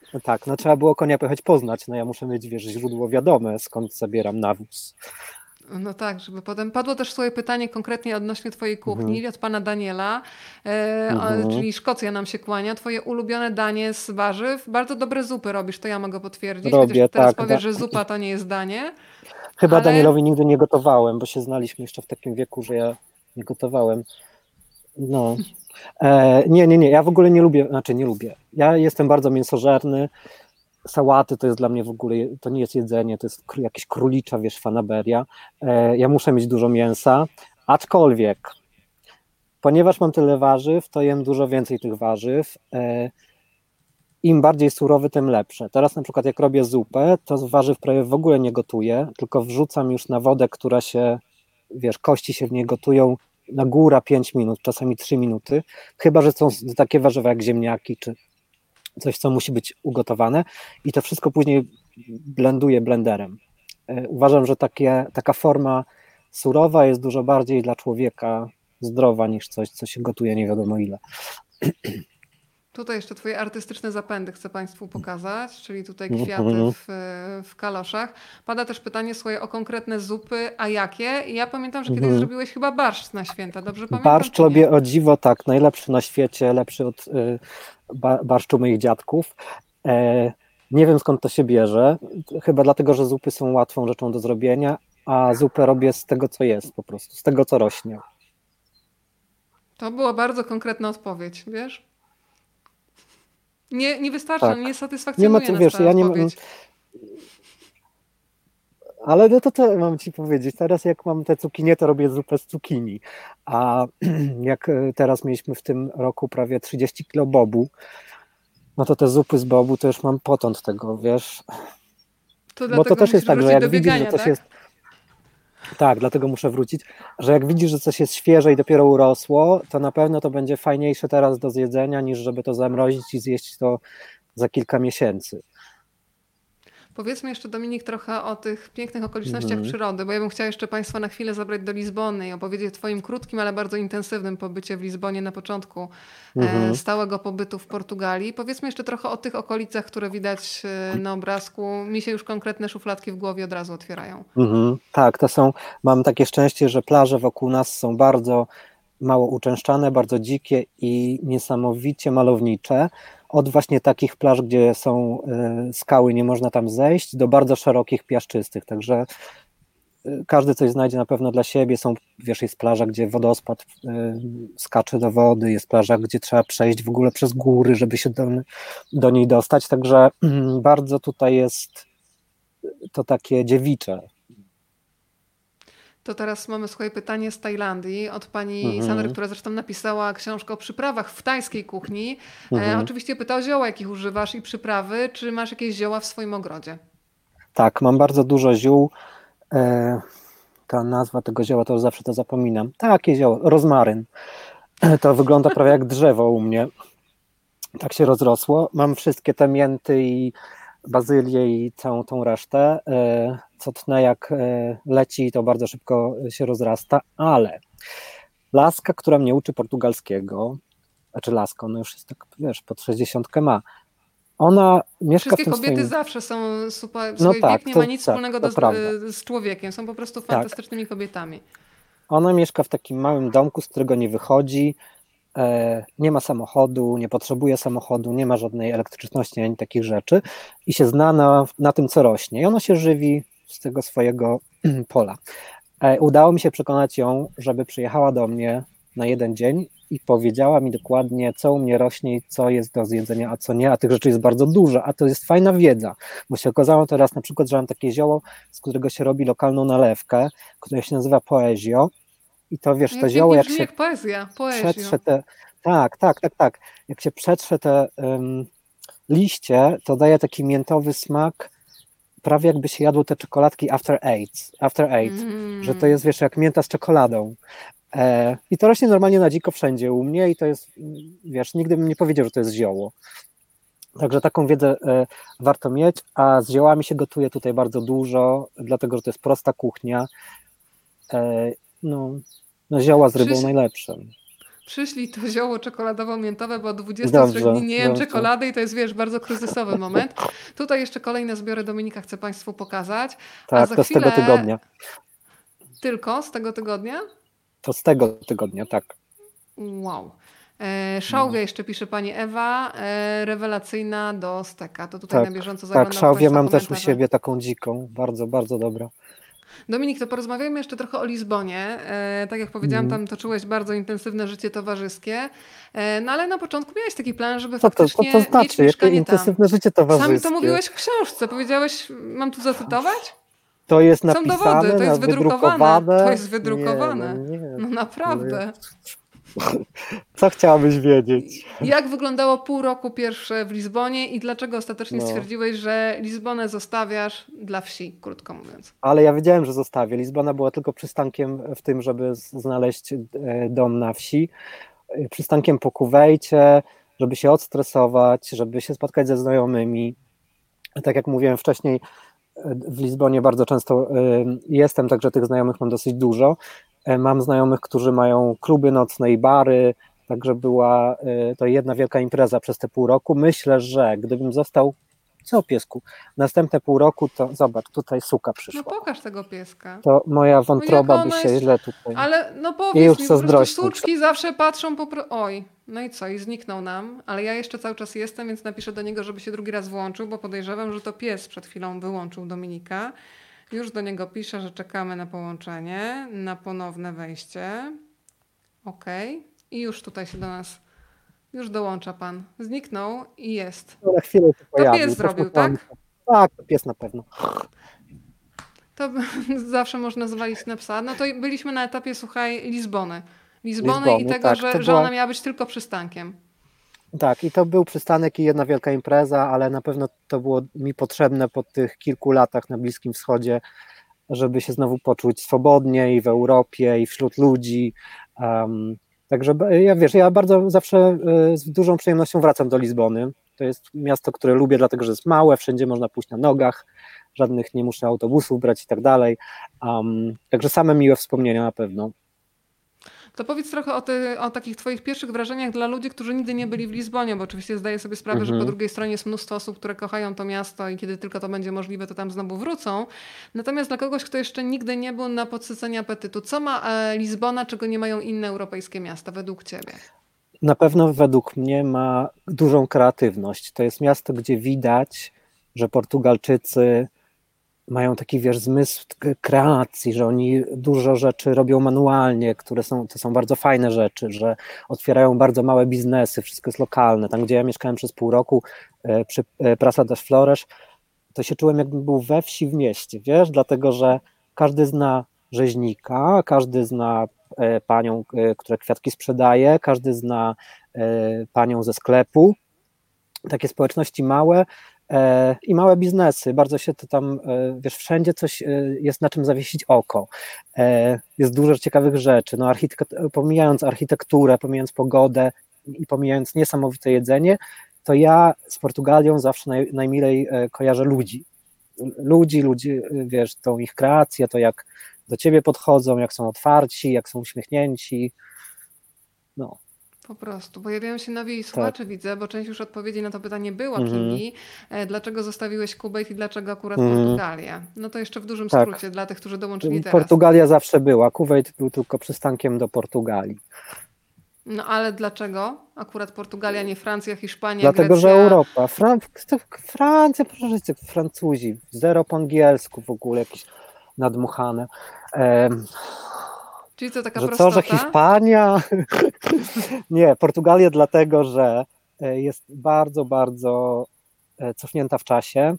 Tak, no trzeba było konia pojechać poznać, no ja muszę mieć, wiesz, źródło wiadome, skąd zabieram nawóz. No tak, żeby potem padło też swoje pytanie konkretnie odnośnie twojej kuchni Mhm. od pana Daniela, e, a, Mhm. czyli Szkocja nam się kłania. Twoje ulubione danie z warzyw. Bardzo dobre zupy robisz, to ja mogę potwierdzić. Chociaż Robię, ty teraz tak. powiesz, Da, że zupa to nie jest danie, chyba ale Danielowi nigdy nie gotowałem, bo się znaliśmy jeszcze w takim wieku, że ja nie gotowałem. No. E, nie, nie, nie, ja w ogóle nie lubię, znaczy nie lubię. Ja jestem bardzo mięsożerny. Sałaty to jest dla mnie w ogóle, to nie jest jedzenie, to jest kr- jakieś królicza, wiesz, fanaberia. E, ja muszę mieć dużo mięsa, aczkolwiek, ponieważ mam tyle warzyw, to jem dużo więcej tych warzyw. E, im bardziej surowy, tym lepsze. Teraz na przykład jak robię zupę, to z warzyw prawie w ogóle nie gotuję, tylko wrzucam już na wodę, która się, wiesz, kości się w niej gotują na góra pięć minut, czasami trzy minuty, chyba że są takie warzywa jak ziemniaki, czy coś, co musi być ugotowane i to wszystko później blenduję blenderem. E, Uważam, że takie, taka forma surowa jest dużo bardziej dla człowieka zdrowa niż coś, co się gotuje nie wiadomo ile. tutaj jeszcze twoje artystyczne zapędy chcę państwu pokazać, czyli tutaj kwiaty Mhm. w, w kaloszach. Pada też pytanie swoje o konkretne zupy, a jakie? I ja pamiętam, że kiedyś Mhm. zrobiłeś chyba barszcz na święta, dobrze pamiętam, Barszcz czy nie? robię o dziwo tak, najlepszy na świecie, lepszy od y, ba, barszczu moich dziadków. E, nie wiem skąd to się bierze, chyba dlatego, że zupy są łatwą rzeczą do zrobienia, a zupę robię z tego, co jest po prostu, z tego, co rośnie. To była bardzo konkretna odpowiedź, wiesz? Nie, nie wystarcza, nie Tak. Nie ma satysfakcjonuje co, nas wiesz, ta ja nie mam, odpowiedź. ale no to co mam ci powiedzieć, teraz jak mam te cukinie, to robię zupę z cukinii, a jak y, teraz mieliśmy w tym roku prawie trzydzieści kilo bobu, no to te zupy z bobu to już mam potąd tego, wiesz, To bo to dlatego też jest musisz tak, że wrócić jak do widzisz, że biegania, coś tak? jest, tak, dlatego muszę wrócić, że jak widzisz, że coś jest świeże i dopiero urosło, to na pewno to będzie fajniejsze teraz do zjedzenia, niż żeby to zamrozić i zjeść to za kilka miesięcy. Powiedzmy jeszcze, Dominik, trochę o tych pięknych okolicznościach Mhm. przyrody, bo ja bym chciała jeszcze Państwa na chwilę zabrać do Lizbony i opowiedzieć o Twoim krótkim, ale bardzo intensywnym pobycie w Lizbonie na początku e, Mhm. stałego pobytu w Portugalii. Powiedzmy jeszcze trochę o tych okolicach, które widać e, na obrazku. Mi się już konkretne szufladki w głowie od razu otwierają. Mhm. Tak, to są, mam takie szczęście, że plaże wokół nas są bardzo mało uczęszczane, bardzo dzikie i niesamowicie malownicze. Od właśnie takich plaż, gdzie są y, skały, nie można tam zejść, do bardzo szerokich, piaszczystych. Także y, każdy coś znajdzie na pewno dla siebie. Są, wiesz, jest plaża, gdzie wodospad y, skacze do wody, jest plaża, gdzie trzeba przejść w ogóle przez góry, żeby się do, do niej dostać. Także y, bardzo tutaj jest to takie dziewicze. To teraz mamy swoje pytanie z Tajlandii od pani Sandry, Mhm. która zresztą napisała książkę o przyprawach w tajskiej kuchni. E, Mhm. oczywiście pyta o zioła, jakich używasz i przyprawy. Czy masz jakieś zioła w swoim ogrodzie? Tak, mam bardzo dużo ziół. E, ta nazwa tego zioła, to zawsze to zapominam. Takie zioło, rozmaryn. To wygląda prawie jak drzewo u mnie. Tak się rozrosło. Mam wszystkie te mięty i bazylię i całą tą resztę. E, co tnę jak e, leci, to bardzo szybko się rozrasta, ale laska, która mnie uczy portugalskiego, znaczy laska, ona już jest tak, wiesz, pod sześćdziesiątkę ma, ona mieszka w Wszystkie tym kobiety swoim... zawsze są super. No Słuchaj, wiek tak, nie to ma nic tak, wspólnego to do, prawda. z człowiekiem. Są po prostu Tak, fantastycznymi kobietami. ona mieszka w takim małym domku, z którego nie wychodzi, e, nie ma samochodu, nie potrzebuje samochodu, nie ma żadnej elektryczności ani takich rzeczy i się zna na, na tym, co rośnie. I ona się żywi z tego swojego pola. E, udało mi się przekonać ją, żeby przyjechała do mnie na jeden dzień i powiedziała mi dokładnie, co u mnie rośnie i co jest do zjedzenia, a co nie, a tych rzeczy jest bardzo dużo, a to jest fajna wiedza, bo się okazało teraz na przykład, że mam takie zioło, z którego się robi lokalną nalewkę, które się nazywa poezio i to wiesz, No to jak zioło pięknie jak brzmi, się jak poezja. Poezjo. przetrze te, tak, tak, tak, tak, jak się przetrze te um, liście, to daje taki miętowy smak, prawie jakby się jadło te czekoladki after eight, after eight, że to Mm. jest, wiesz, jak mięta z czekoladą. E, I to rośnie normalnie na dziko wszędzie u mnie i to jest, wiesz, nigdy bym nie powiedział, że to jest zioło. Także taką wiedzę e, warto mieć, a z ziołami się gotuje tutaj bardzo dużo, dlatego, że to jest prosta kuchnia. E, no, no zioła z rybą Krzyś, najlepsze. Przyślij to zioło czekoladowo-miętowe, bo od dwudziestu trzech dni nie jem czekolady i to jest, wiesz, bardzo kryzysowy moment. Tutaj jeszcze kolejne zbiory Dominika chcę Państwu pokazać. Tak, a za to chwilę... z tego tygodnia. Tylko z tego tygodnia? To z tego tygodnia, tak. Wow. E, szałwia jeszcze pisze pani Ewa, e, rewelacyjna do steka. To tutaj tak, na bieżąco zaglądam. Tak, szałwię mam też u siebie taką dziką, bardzo, bardzo dobra. Dominik, to porozmawiajmy jeszcze trochę o Lizbonie. E, tak jak powiedziałam, mm. tam toczyłeś bardzo intensywne życie towarzyskie, e, no ale na początku miałeś taki plan, żeby Co to, faktycznie to, to znaczy, mieć mieszkanie jakie intensywne tam. życie towarzyskie? Sam to mówiłeś w książce, powiedziałeś, mam tu zacytować? To jest Są napisane, dowody, to jest wydrukowane. To jest wydrukowane. Nie, no, nie. No naprawdę. Co chciałabyś wiedzieć? Jak wyglądało pół roku pierwsze w Lizbonie i dlaczego ostatecznie no. stwierdziłeś, że Lizbonę zostawiasz dla wsi, krótko mówiąc? Ale ja wiedziałem, że zostawię. Lizbona była tylko przystankiem w tym, żeby znaleźć dom na wsi. Przystankiem po Kuwejcie, żeby się odstresować, żeby się spotkać ze znajomymi. Tak jak mówiłem wcześniej, w Lizbonie bardzo często jestem, także tych znajomych mam dosyć dużo. Mam znajomych, którzy mają kluby nocne i bary, także była to jedna wielka impreza przez te pół roku. Myślę, że gdybym został, co piesku, następne pół roku, to zobacz, tutaj suka przyszła. No pokaż tego pieska. To moja wątroba by się jest... źle tutaj... Ale no powiedz mi, po prostu suczki zawsze patrzą po... Pro... Oj, no i co, i zniknął nam, ale ja jeszcze cały czas jestem, więc napiszę do niego, żeby się drugi raz włączył, bo podejrzewam, że to pies przed chwilą wyłączył Dominika. Już do niego piszę, że czekamy na połączenie, na ponowne wejście. Ok. I już tutaj się do nas, już dołącza pan. Zniknął i jest. Na chwilę się pojawił. To pies zrobił, tak? Tak, to pies na pewno. To zawsze można zwalić na psa. No to byliśmy na etapie, słuchaj, Lizbony. Lizbony, Lizbony i tego, tak, że, była... że ona miała być tylko przystankiem. Tak, i to był przystanek i jedna wielka impreza, ale na pewno to było mi potrzebne po tych kilku latach na Bliskim Wschodzie, żeby się znowu poczuć swobodnie i w Europie, i wśród ludzi. Um, także ja wiesz, ja bardzo zawsze z dużą przyjemnością wracam do Lizbony. To jest miasto, które lubię, dlatego że jest małe, wszędzie można pójść na nogach, żadnych nie muszę autobusów brać i tak dalej. Um, także same miłe wspomnienia na pewno. To powiedz trochę o, ty, o takich twoich pierwszych wrażeniach dla ludzi, którzy nigdy nie byli w Lizbonie, bo oczywiście zdaję sobie sprawę, mhm. że po drugiej stronie jest mnóstwo osób, które kochają to miasto i kiedy tylko to będzie możliwe, to tam znowu wrócą. Natomiast dla kogoś, kto jeszcze nigdy nie był, na podsycenie apetytu, co ma e, Lizbona, czego nie mają inne europejskie miasta według ciebie? Na pewno według mnie ma dużą kreatywność. To jest miasto, gdzie widać, że Portugalczycy mają taki, wiesz, zmysł kreacji, że oni dużo rzeczy robią manualnie, które są, to są bardzo fajne rzeczy, że otwierają bardzo małe biznesy, wszystko jest lokalne. Tam, gdzie ja mieszkałem przez pół roku przy Praça das Flores, to się czułem, jakbym był we wsi w mieście, wiesz, dlatego, że każdy zna rzeźnika, każdy zna panią, która kwiatki sprzedaje, każdy zna panią ze sklepu. Takie społeczności małe, i małe biznesy, bardzo się to tam, wiesz, wszędzie coś jest na czym zawiesić oko, jest dużo ciekawych rzeczy, no architek- pomijając architekturę, pomijając pogodę i pomijając niesamowite jedzenie, to ja z Portugalią zawsze naj, najmilej kojarzę ludzi, ludzi, ludzi, wiesz, tą ich kreację, to jak do ciebie podchodzą, jak są otwarci, jak są uśmiechnięci, no. Po prostu. Pojawiają się nowi słuchacze, tak. Widzę, bo część już odpowiedzi na to pytanie była, mm. Kingi. Dlaczego zostawiłeś Kuwejt i dlaczego akurat mm. Portugalia? No to jeszcze w dużym tak. skrócie dla tych, którzy dołączyli teraz. Portugalia zawsze była, Kuwejt był tylko przystankiem do Portugalii. No ale dlaczego akurat Portugalia, nie Francja, Hiszpania, Dlatego, Grecja? że Europa. Fran... Francja, proszę życie, Francuzi. Zero po angielsku w ogóle, jakieś nadmuchane. Um... Czyli to taka że prostota? co, że Hiszpania? Nie, Portugalia dlatego, że jest bardzo, bardzo cofnięta w czasie.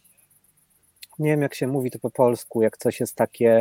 Nie wiem, jak się mówi to po polsku, jak coś jest takie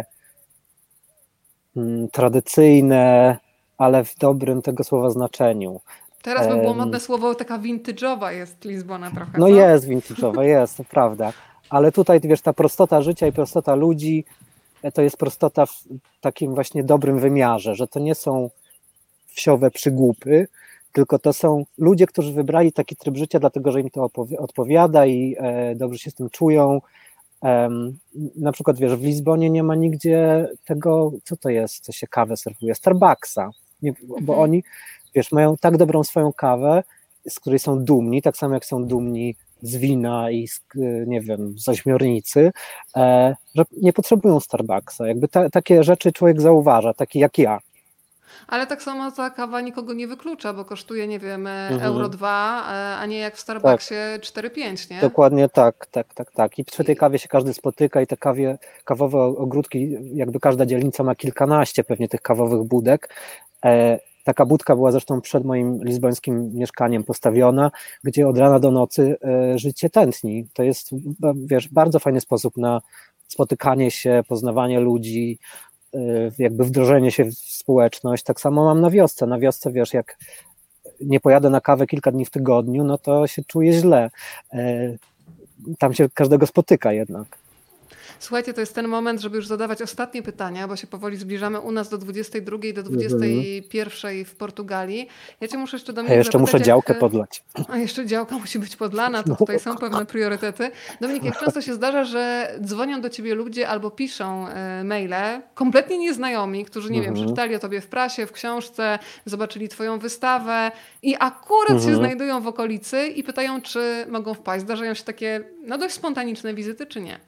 mm, tradycyjne, ale w dobrym tego słowa znaczeniu. Teraz by było modne słowo, taka vintage'owa jest Lizbona trochę. No co? jest vintage'owa, jest, to prawda. Ale tutaj, wiesz, ta prostota życia i prostota ludzi, to jest prostota w takim właśnie dobrym wymiarze, że to nie są wsiowe przygłupy, tylko to są ludzie, którzy wybrali taki tryb życia, dlatego że im to odpowiada i e, dobrze się z tym czują. E, na przykład, wiesz, w Lizbonie nie ma nigdzie tego, co to jest, co się kawę serwuje, Starbucksa, nie, bo mhm. oni, wiesz, mają tak dobrą swoją kawę, z której są dumni, tak samo jak są dumni z wina i z, nie wiem, z ośmiornicy, e, że nie potrzebują Starbucksa. Jakby ta, takie rzeczy człowiek zauważa, taki jak ja. Ale tak samo ta kawa nikogo nie wyklucza, bo kosztuje, nie wiem, Mhm. euro dwa, a nie jak w Starbucksie cztery pięć, nie? Dokładnie tak, tak, tak, tak. I przy tej kawie się każdy spotyka i te kawie, kawowe ogródki, jakby każda dzielnica ma kilkanaście pewnie tych kawowych budek. E, taka budka była zresztą przed moim lizbońskim mieszkaniem postawiona, gdzie od rana do nocy e, życie tętni. To jest, wiesz, bardzo fajny sposób na spotykanie się, poznawanie ludzi, e, jakby wdrożenie się w społeczność. Tak samo mam na wiosce. Na wiosce, wiesz, jak nie pojadę na kawę kilka dni w tygodniu, no to się czuję źle. Tam się każdego spotyka jednak. Słuchajcie, to jest ten moment, żeby już zadawać ostatnie pytania, bo się powoli zbliżamy u nas do dwudziestej drugiej, do dwudziestej pierwszej w Portugalii. Ja cię muszę jeszcze do mnie A jeszcze zapytać, muszę działkę jak... podlać. A jeszcze działka musi być podlana, to tutaj są pewne priorytety. Dominik, jak często się zdarza, że dzwonią do ciebie ludzie albo piszą e, maile, kompletnie nieznajomi, którzy, nie mhm. wiem, przeczytali o tobie w prasie, w książce, zobaczyli twoją wystawę i akurat mhm. się znajdują w okolicy i pytają, czy mogą wpaść. Zdarzają się takie no dość spontaniczne wizyty, czy nie?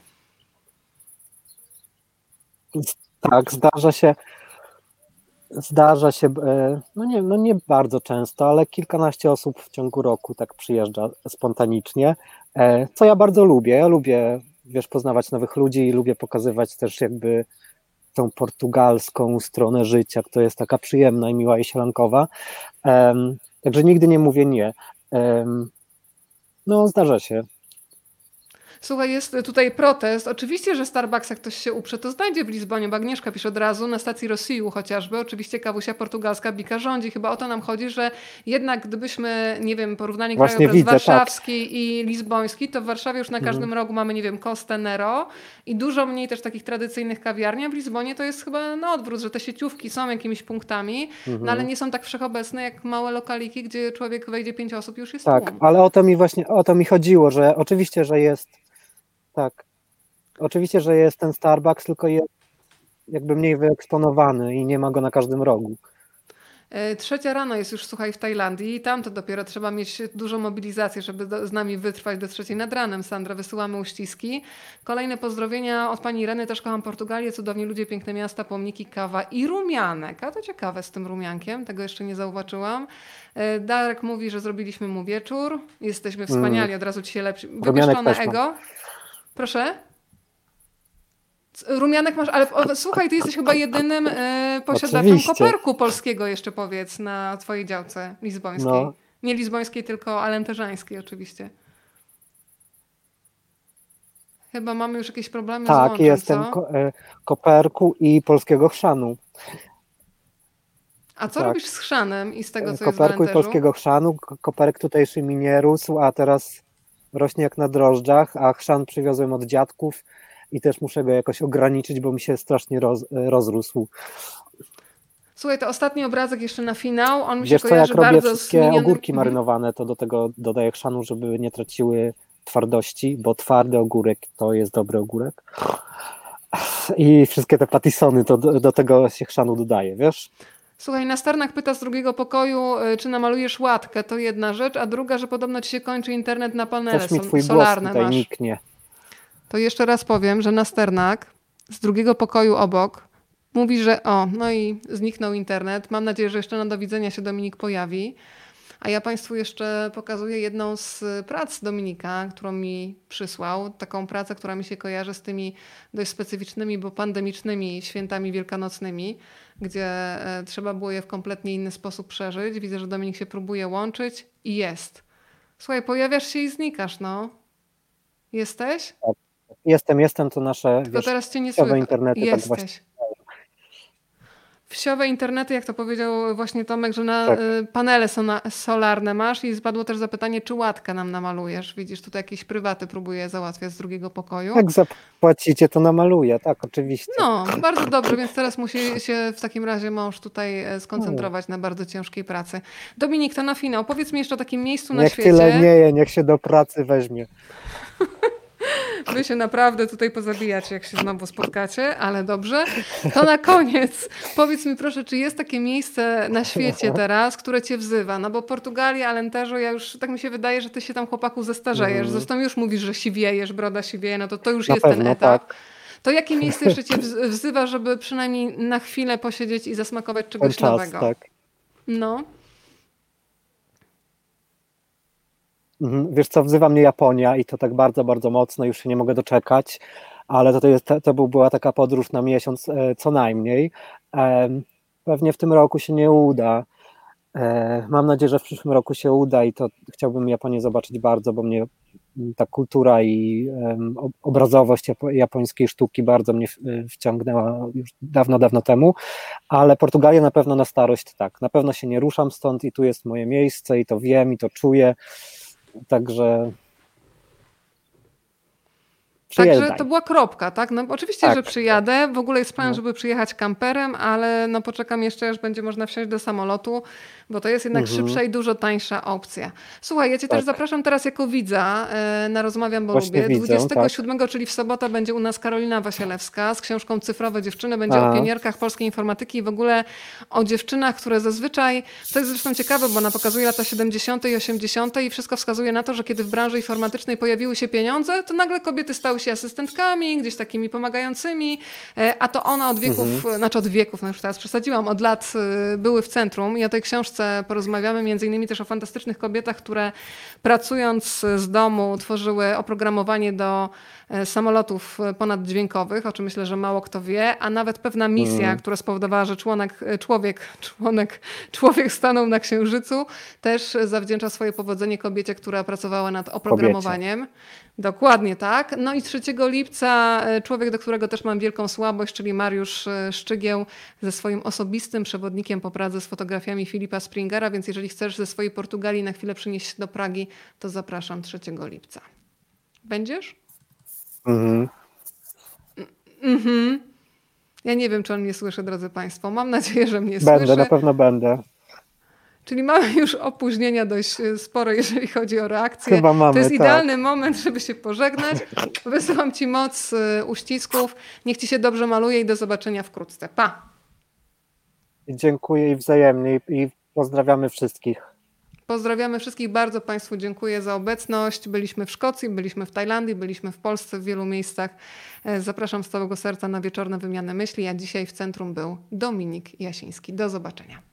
Tak, zdarza się, zdarza się, no nie, no nie bardzo często, ale kilkanaście osób w ciągu roku tak przyjeżdża spontanicznie, co ja bardzo lubię. Ja lubię, wiesz, poznawać nowych ludzi i lubię pokazywać też jakby tą portugalską stronę życia, która jest taka przyjemna i miła i sielankowa. Także nigdy nie mówię nie. No, zdarza się. Słuchaj, jest tutaj protest. Oczywiście, że Starbucks, jak ktoś się uprze, to znajdzie w Lizbonie, bo Agnieszka pisze od razu, na stacji Rossiu chociażby. Oczywiście kawusia portugalska bika rządzi. Chyba o to nam chodzi, że jednak gdybyśmy, nie wiem, porównali Właśnie krajobraz widzę, warszawski tak. i lizboński, to w Warszawie już na każdym mhm. rogu mamy, nie wiem, Costa Nero i dużo mniej też takich tradycyjnych kawiarni, a w Lizbonie to jest chyba na odwrót, że te sieciówki są jakimiś punktami, mhm. no ale nie są tak wszechobecne jak małe lokaliki, gdzie człowiek wejdzie pięć osób i już jest tak, tłum. Ale o to mi właśnie, o to mi chodziło, że oczywiście, że jest Tak. Oczywiście, że jest ten Starbucks, tylko jest jakby mniej wyeksponowany i nie ma go na każdym rogu. Trzecia rano jest już, słuchaj, w Tajlandii i tam to dopiero trzeba mieć dużą mobilizację, żeby do, z nami wytrwać do trzeciej nad ranem. Sandra, wysyłamy uściski. Kolejne pozdrowienia od pani Ireny, też kocham Portugalię, cudowni ludzie, piękne miasta, pomniki, kawa i rumianek. A to ciekawe z tym rumiankiem, tego jeszcze nie zauważyłam. Darek mówi, że zrobiliśmy mu wieczór. Jesteśmy wspaniali, mm. od razu ci się lepsi. Wypieszczone ego. Proszę? Rumianek masz, ale o, słuchaj, ty jesteś chyba jedynym y, posiadaczem Oczywiście. koperku polskiego, jeszcze powiedz, na twojej działce lizbońskiej. No. Nie lizbońskiej, tylko alenteżańskiej oczywiście. Chyba mamy już jakieś problemy tak, z łączem, Tak, jestem ko- koperku i polskiego chrzanu. A co tak. robisz z chrzanem i z tego, co koperku jest w Alenteżu? i polskiego chrzanu. Koperek tutejszy mi nie rósł, a teraz rośnie jak na drożdżach, a chrzan przywiozłem od dziadków i też muszę go jakoś ograniczyć, bo mi się strasznie roz, rozrósł. Słuchaj, to ostatni obrazek jeszcze na finał. On mi Wiesz się co, kojarzy jak robię bardzo wszystkie z minionym... ogórki marynowane, to do tego dodaję chrzanu, żeby nie traciły twardości, bo twardy ogórek to jest dobry ogórek. I wszystkie te patisony, to do, do tego się chrzanu dodaje, wiesz? Słuchaj, Nasternak pyta z drugiego pokoju, czy namalujesz łatkę, to jedna rzecz, a druga, że podobno ci się kończy internet na panele Też mi twój solarne. Głos tutaj masz. niknie. To jeszcze raz powiem, że Nasternak z drugiego pokoju obok mówi, że o, no i zniknął internet. Mam nadzieję, że jeszcze na do widzenia się Dominik pojawi. A ja Państwu jeszcze pokazuję jedną z prac Dominika, którą mi przysłał. Taką pracę, która mi się kojarzy z tymi dość specyficznymi, bo pandemicznymi świętami wielkanocnymi, gdzie e, trzeba było je w kompletnie inny sposób przeżyć. Widzę, że Dominik się próbuje łączyć i jest. Słuchaj, pojawiasz się i znikasz, no. Jesteś? Tak. Jestem, jestem, to nasze Tylko wiesz, teraz cię nie słychać. internety. Jesteś. Tak właśnie. Wsiowe internety, jak to powiedział właśnie Tomek, że na tak. panele solarne masz i spadło też zapytanie, czy łatkę nam namalujesz. Widzisz, tutaj jakieś prywaty próbuję załatwiać z drugiego pokoju. Jak zapłacicie, to namaluję, tak, oczywiście. No, bardzo dobrze, więc teraz musi się w takim razie mąż tutaj skoncentrować na bardzo ciężkiej pracy. Dominik, to na finał. Powiedz mi jeszcze o takim miejscu na niech świecie. Niech tyle nieje, niech się do pracy weźmie. Wy się naprawdę tutaj pozabijacie, jak się znowu spotkacie, ale dobrze. To na koniec powiedz mi proszę, czy jest takie miejsce na świecie teraz, które cię wzywa? No bo Portugalia, Alentejo, ja już tak mi się wydaje, że ty się tam chłopaku zestarzejesz. Mm. Zresztą już mówisz, że siwiejesz, broda siwieje, no to to już Na jest ten pewno, etap. tak. To jakie miejsce jeszcze cię wz- wzywa, żeby przynajmniej na chwilę posiedzieć i zasmakować Ten czegoś czas, nowego? tak. No. Mhm. Wiesz co, wzywa mnie Japonia i to tak bardzo, bardzo mocno, już się nie mogę doczekać, ale to, to, jest, to był- była taka podróż na miesiąc e, co najmniej. Em, Pewnie w tym roku się nie uda. E, Mam nadzieję, że w przyszłym roku się uda i to chciałbym Japonię zobaczyć bardzo, bo mnie m, ta kultura i em, ob- obrazowość japo- japońskiej sztuki bardzo mnie w- wciągnęła już dawno, dawno temu, ale Portugalia na pewno na starość tak. Na pewno się nie ruszam stąd i tu jest moje miejsce i to wiem i to czuję. Także Także przyjeżdżaj. to była kropka, tak? No oczywiście, Tak, że przyjadę. W ogóle jest plan, No. żeby przyjechać kamperem, ale no poczekam jeszcze, aż będzie można wsiąść do samolotu, bo to jest jednak Mhm. szybsza i dużo tańsza opcja. Słuchaj, ja cię Tak. też zapraszam teraz jako widza e, na Rozmawiam, bo Właśnie lubię. widzę, dwudziestego siódmego, czyli w sobotę, będzie u nas Karolina Wasielewska z książką Cyfrowe dziewczyny. Będzie A. o pionierkach polskiej informatyki i w ogóle o dziewczynach, które zazwyczaj, to jest zresztą ciekawe, bo ona pokazuje lata siedemdziesiąte i osiemdziesiąte i wszystko wskazuje na to, że kiedy w branży informatycznej pojawiły się pieniądze, to nagle kobiety stały się asystentkami, gdzieś takimi pomagającymi, e, a to one od wieków, Mhm. znaczy od wieków, no już teraz przesadziłam, od lat e, były w centrum i o tej książce porozmawiamy między innymi też o fantastycznych kobietach, które pracując z domu tworzyły oprogramowanie do e, samolotów ponaddźwiękowych, o czym myślę, że mało kto wie, a nawet pewna misja, Mhm. która spowodowała, że członek, e, człowiek, członek, człowiek stanął na Księżycu, też zawdzięcza swoje powodzenie kobiecie, która pracowała nad oprogramowaniem. Dokładnie tak. No i trzeciego lipca e, człowiek, do którego też mam wielką słabość, czyli Mariusz e, Szczygieł ze swoim osobistym przewodnikiem po Pradze z fotografiami Filipa Springera, więc jeżeli chcesz ze swojej Portugalii na chwilę przynieść się do Pragi, to zapraszam trzeciego lipca. Będziesz? Mhm. Mhm. Ja nie wiem, czy on mnie słyszy, drodzy Państwo. Mam nadzieję, że mnie Będę, słyszy. na pewno będę. Czyli mamy już opóźnienia dość e, spore, jeżeli chodzi o reakcję. Chyba mamy, to jest tak. idealny moment, żeby się pożegnać. Wysyłam Ci moc e, uścisków. Niech Ci się dobrze maluje i do zobaczenia wkrótce. Pa! Dziękuję i wzajemnie i i pozdrawiamy wszystkich. Pozdrawiamy wszystkich. Bardzo Państwu dziękuję za obecność. Byliśmy w Szkocji, byliśmy w Tajlandii, byliśmy w Polsce w wielu miejscach. E, Zapraszam z całego serca na wieczorne wymiany myśli, a dzisiaj w centrum był Dominik Jasiński. Do zobaczenia.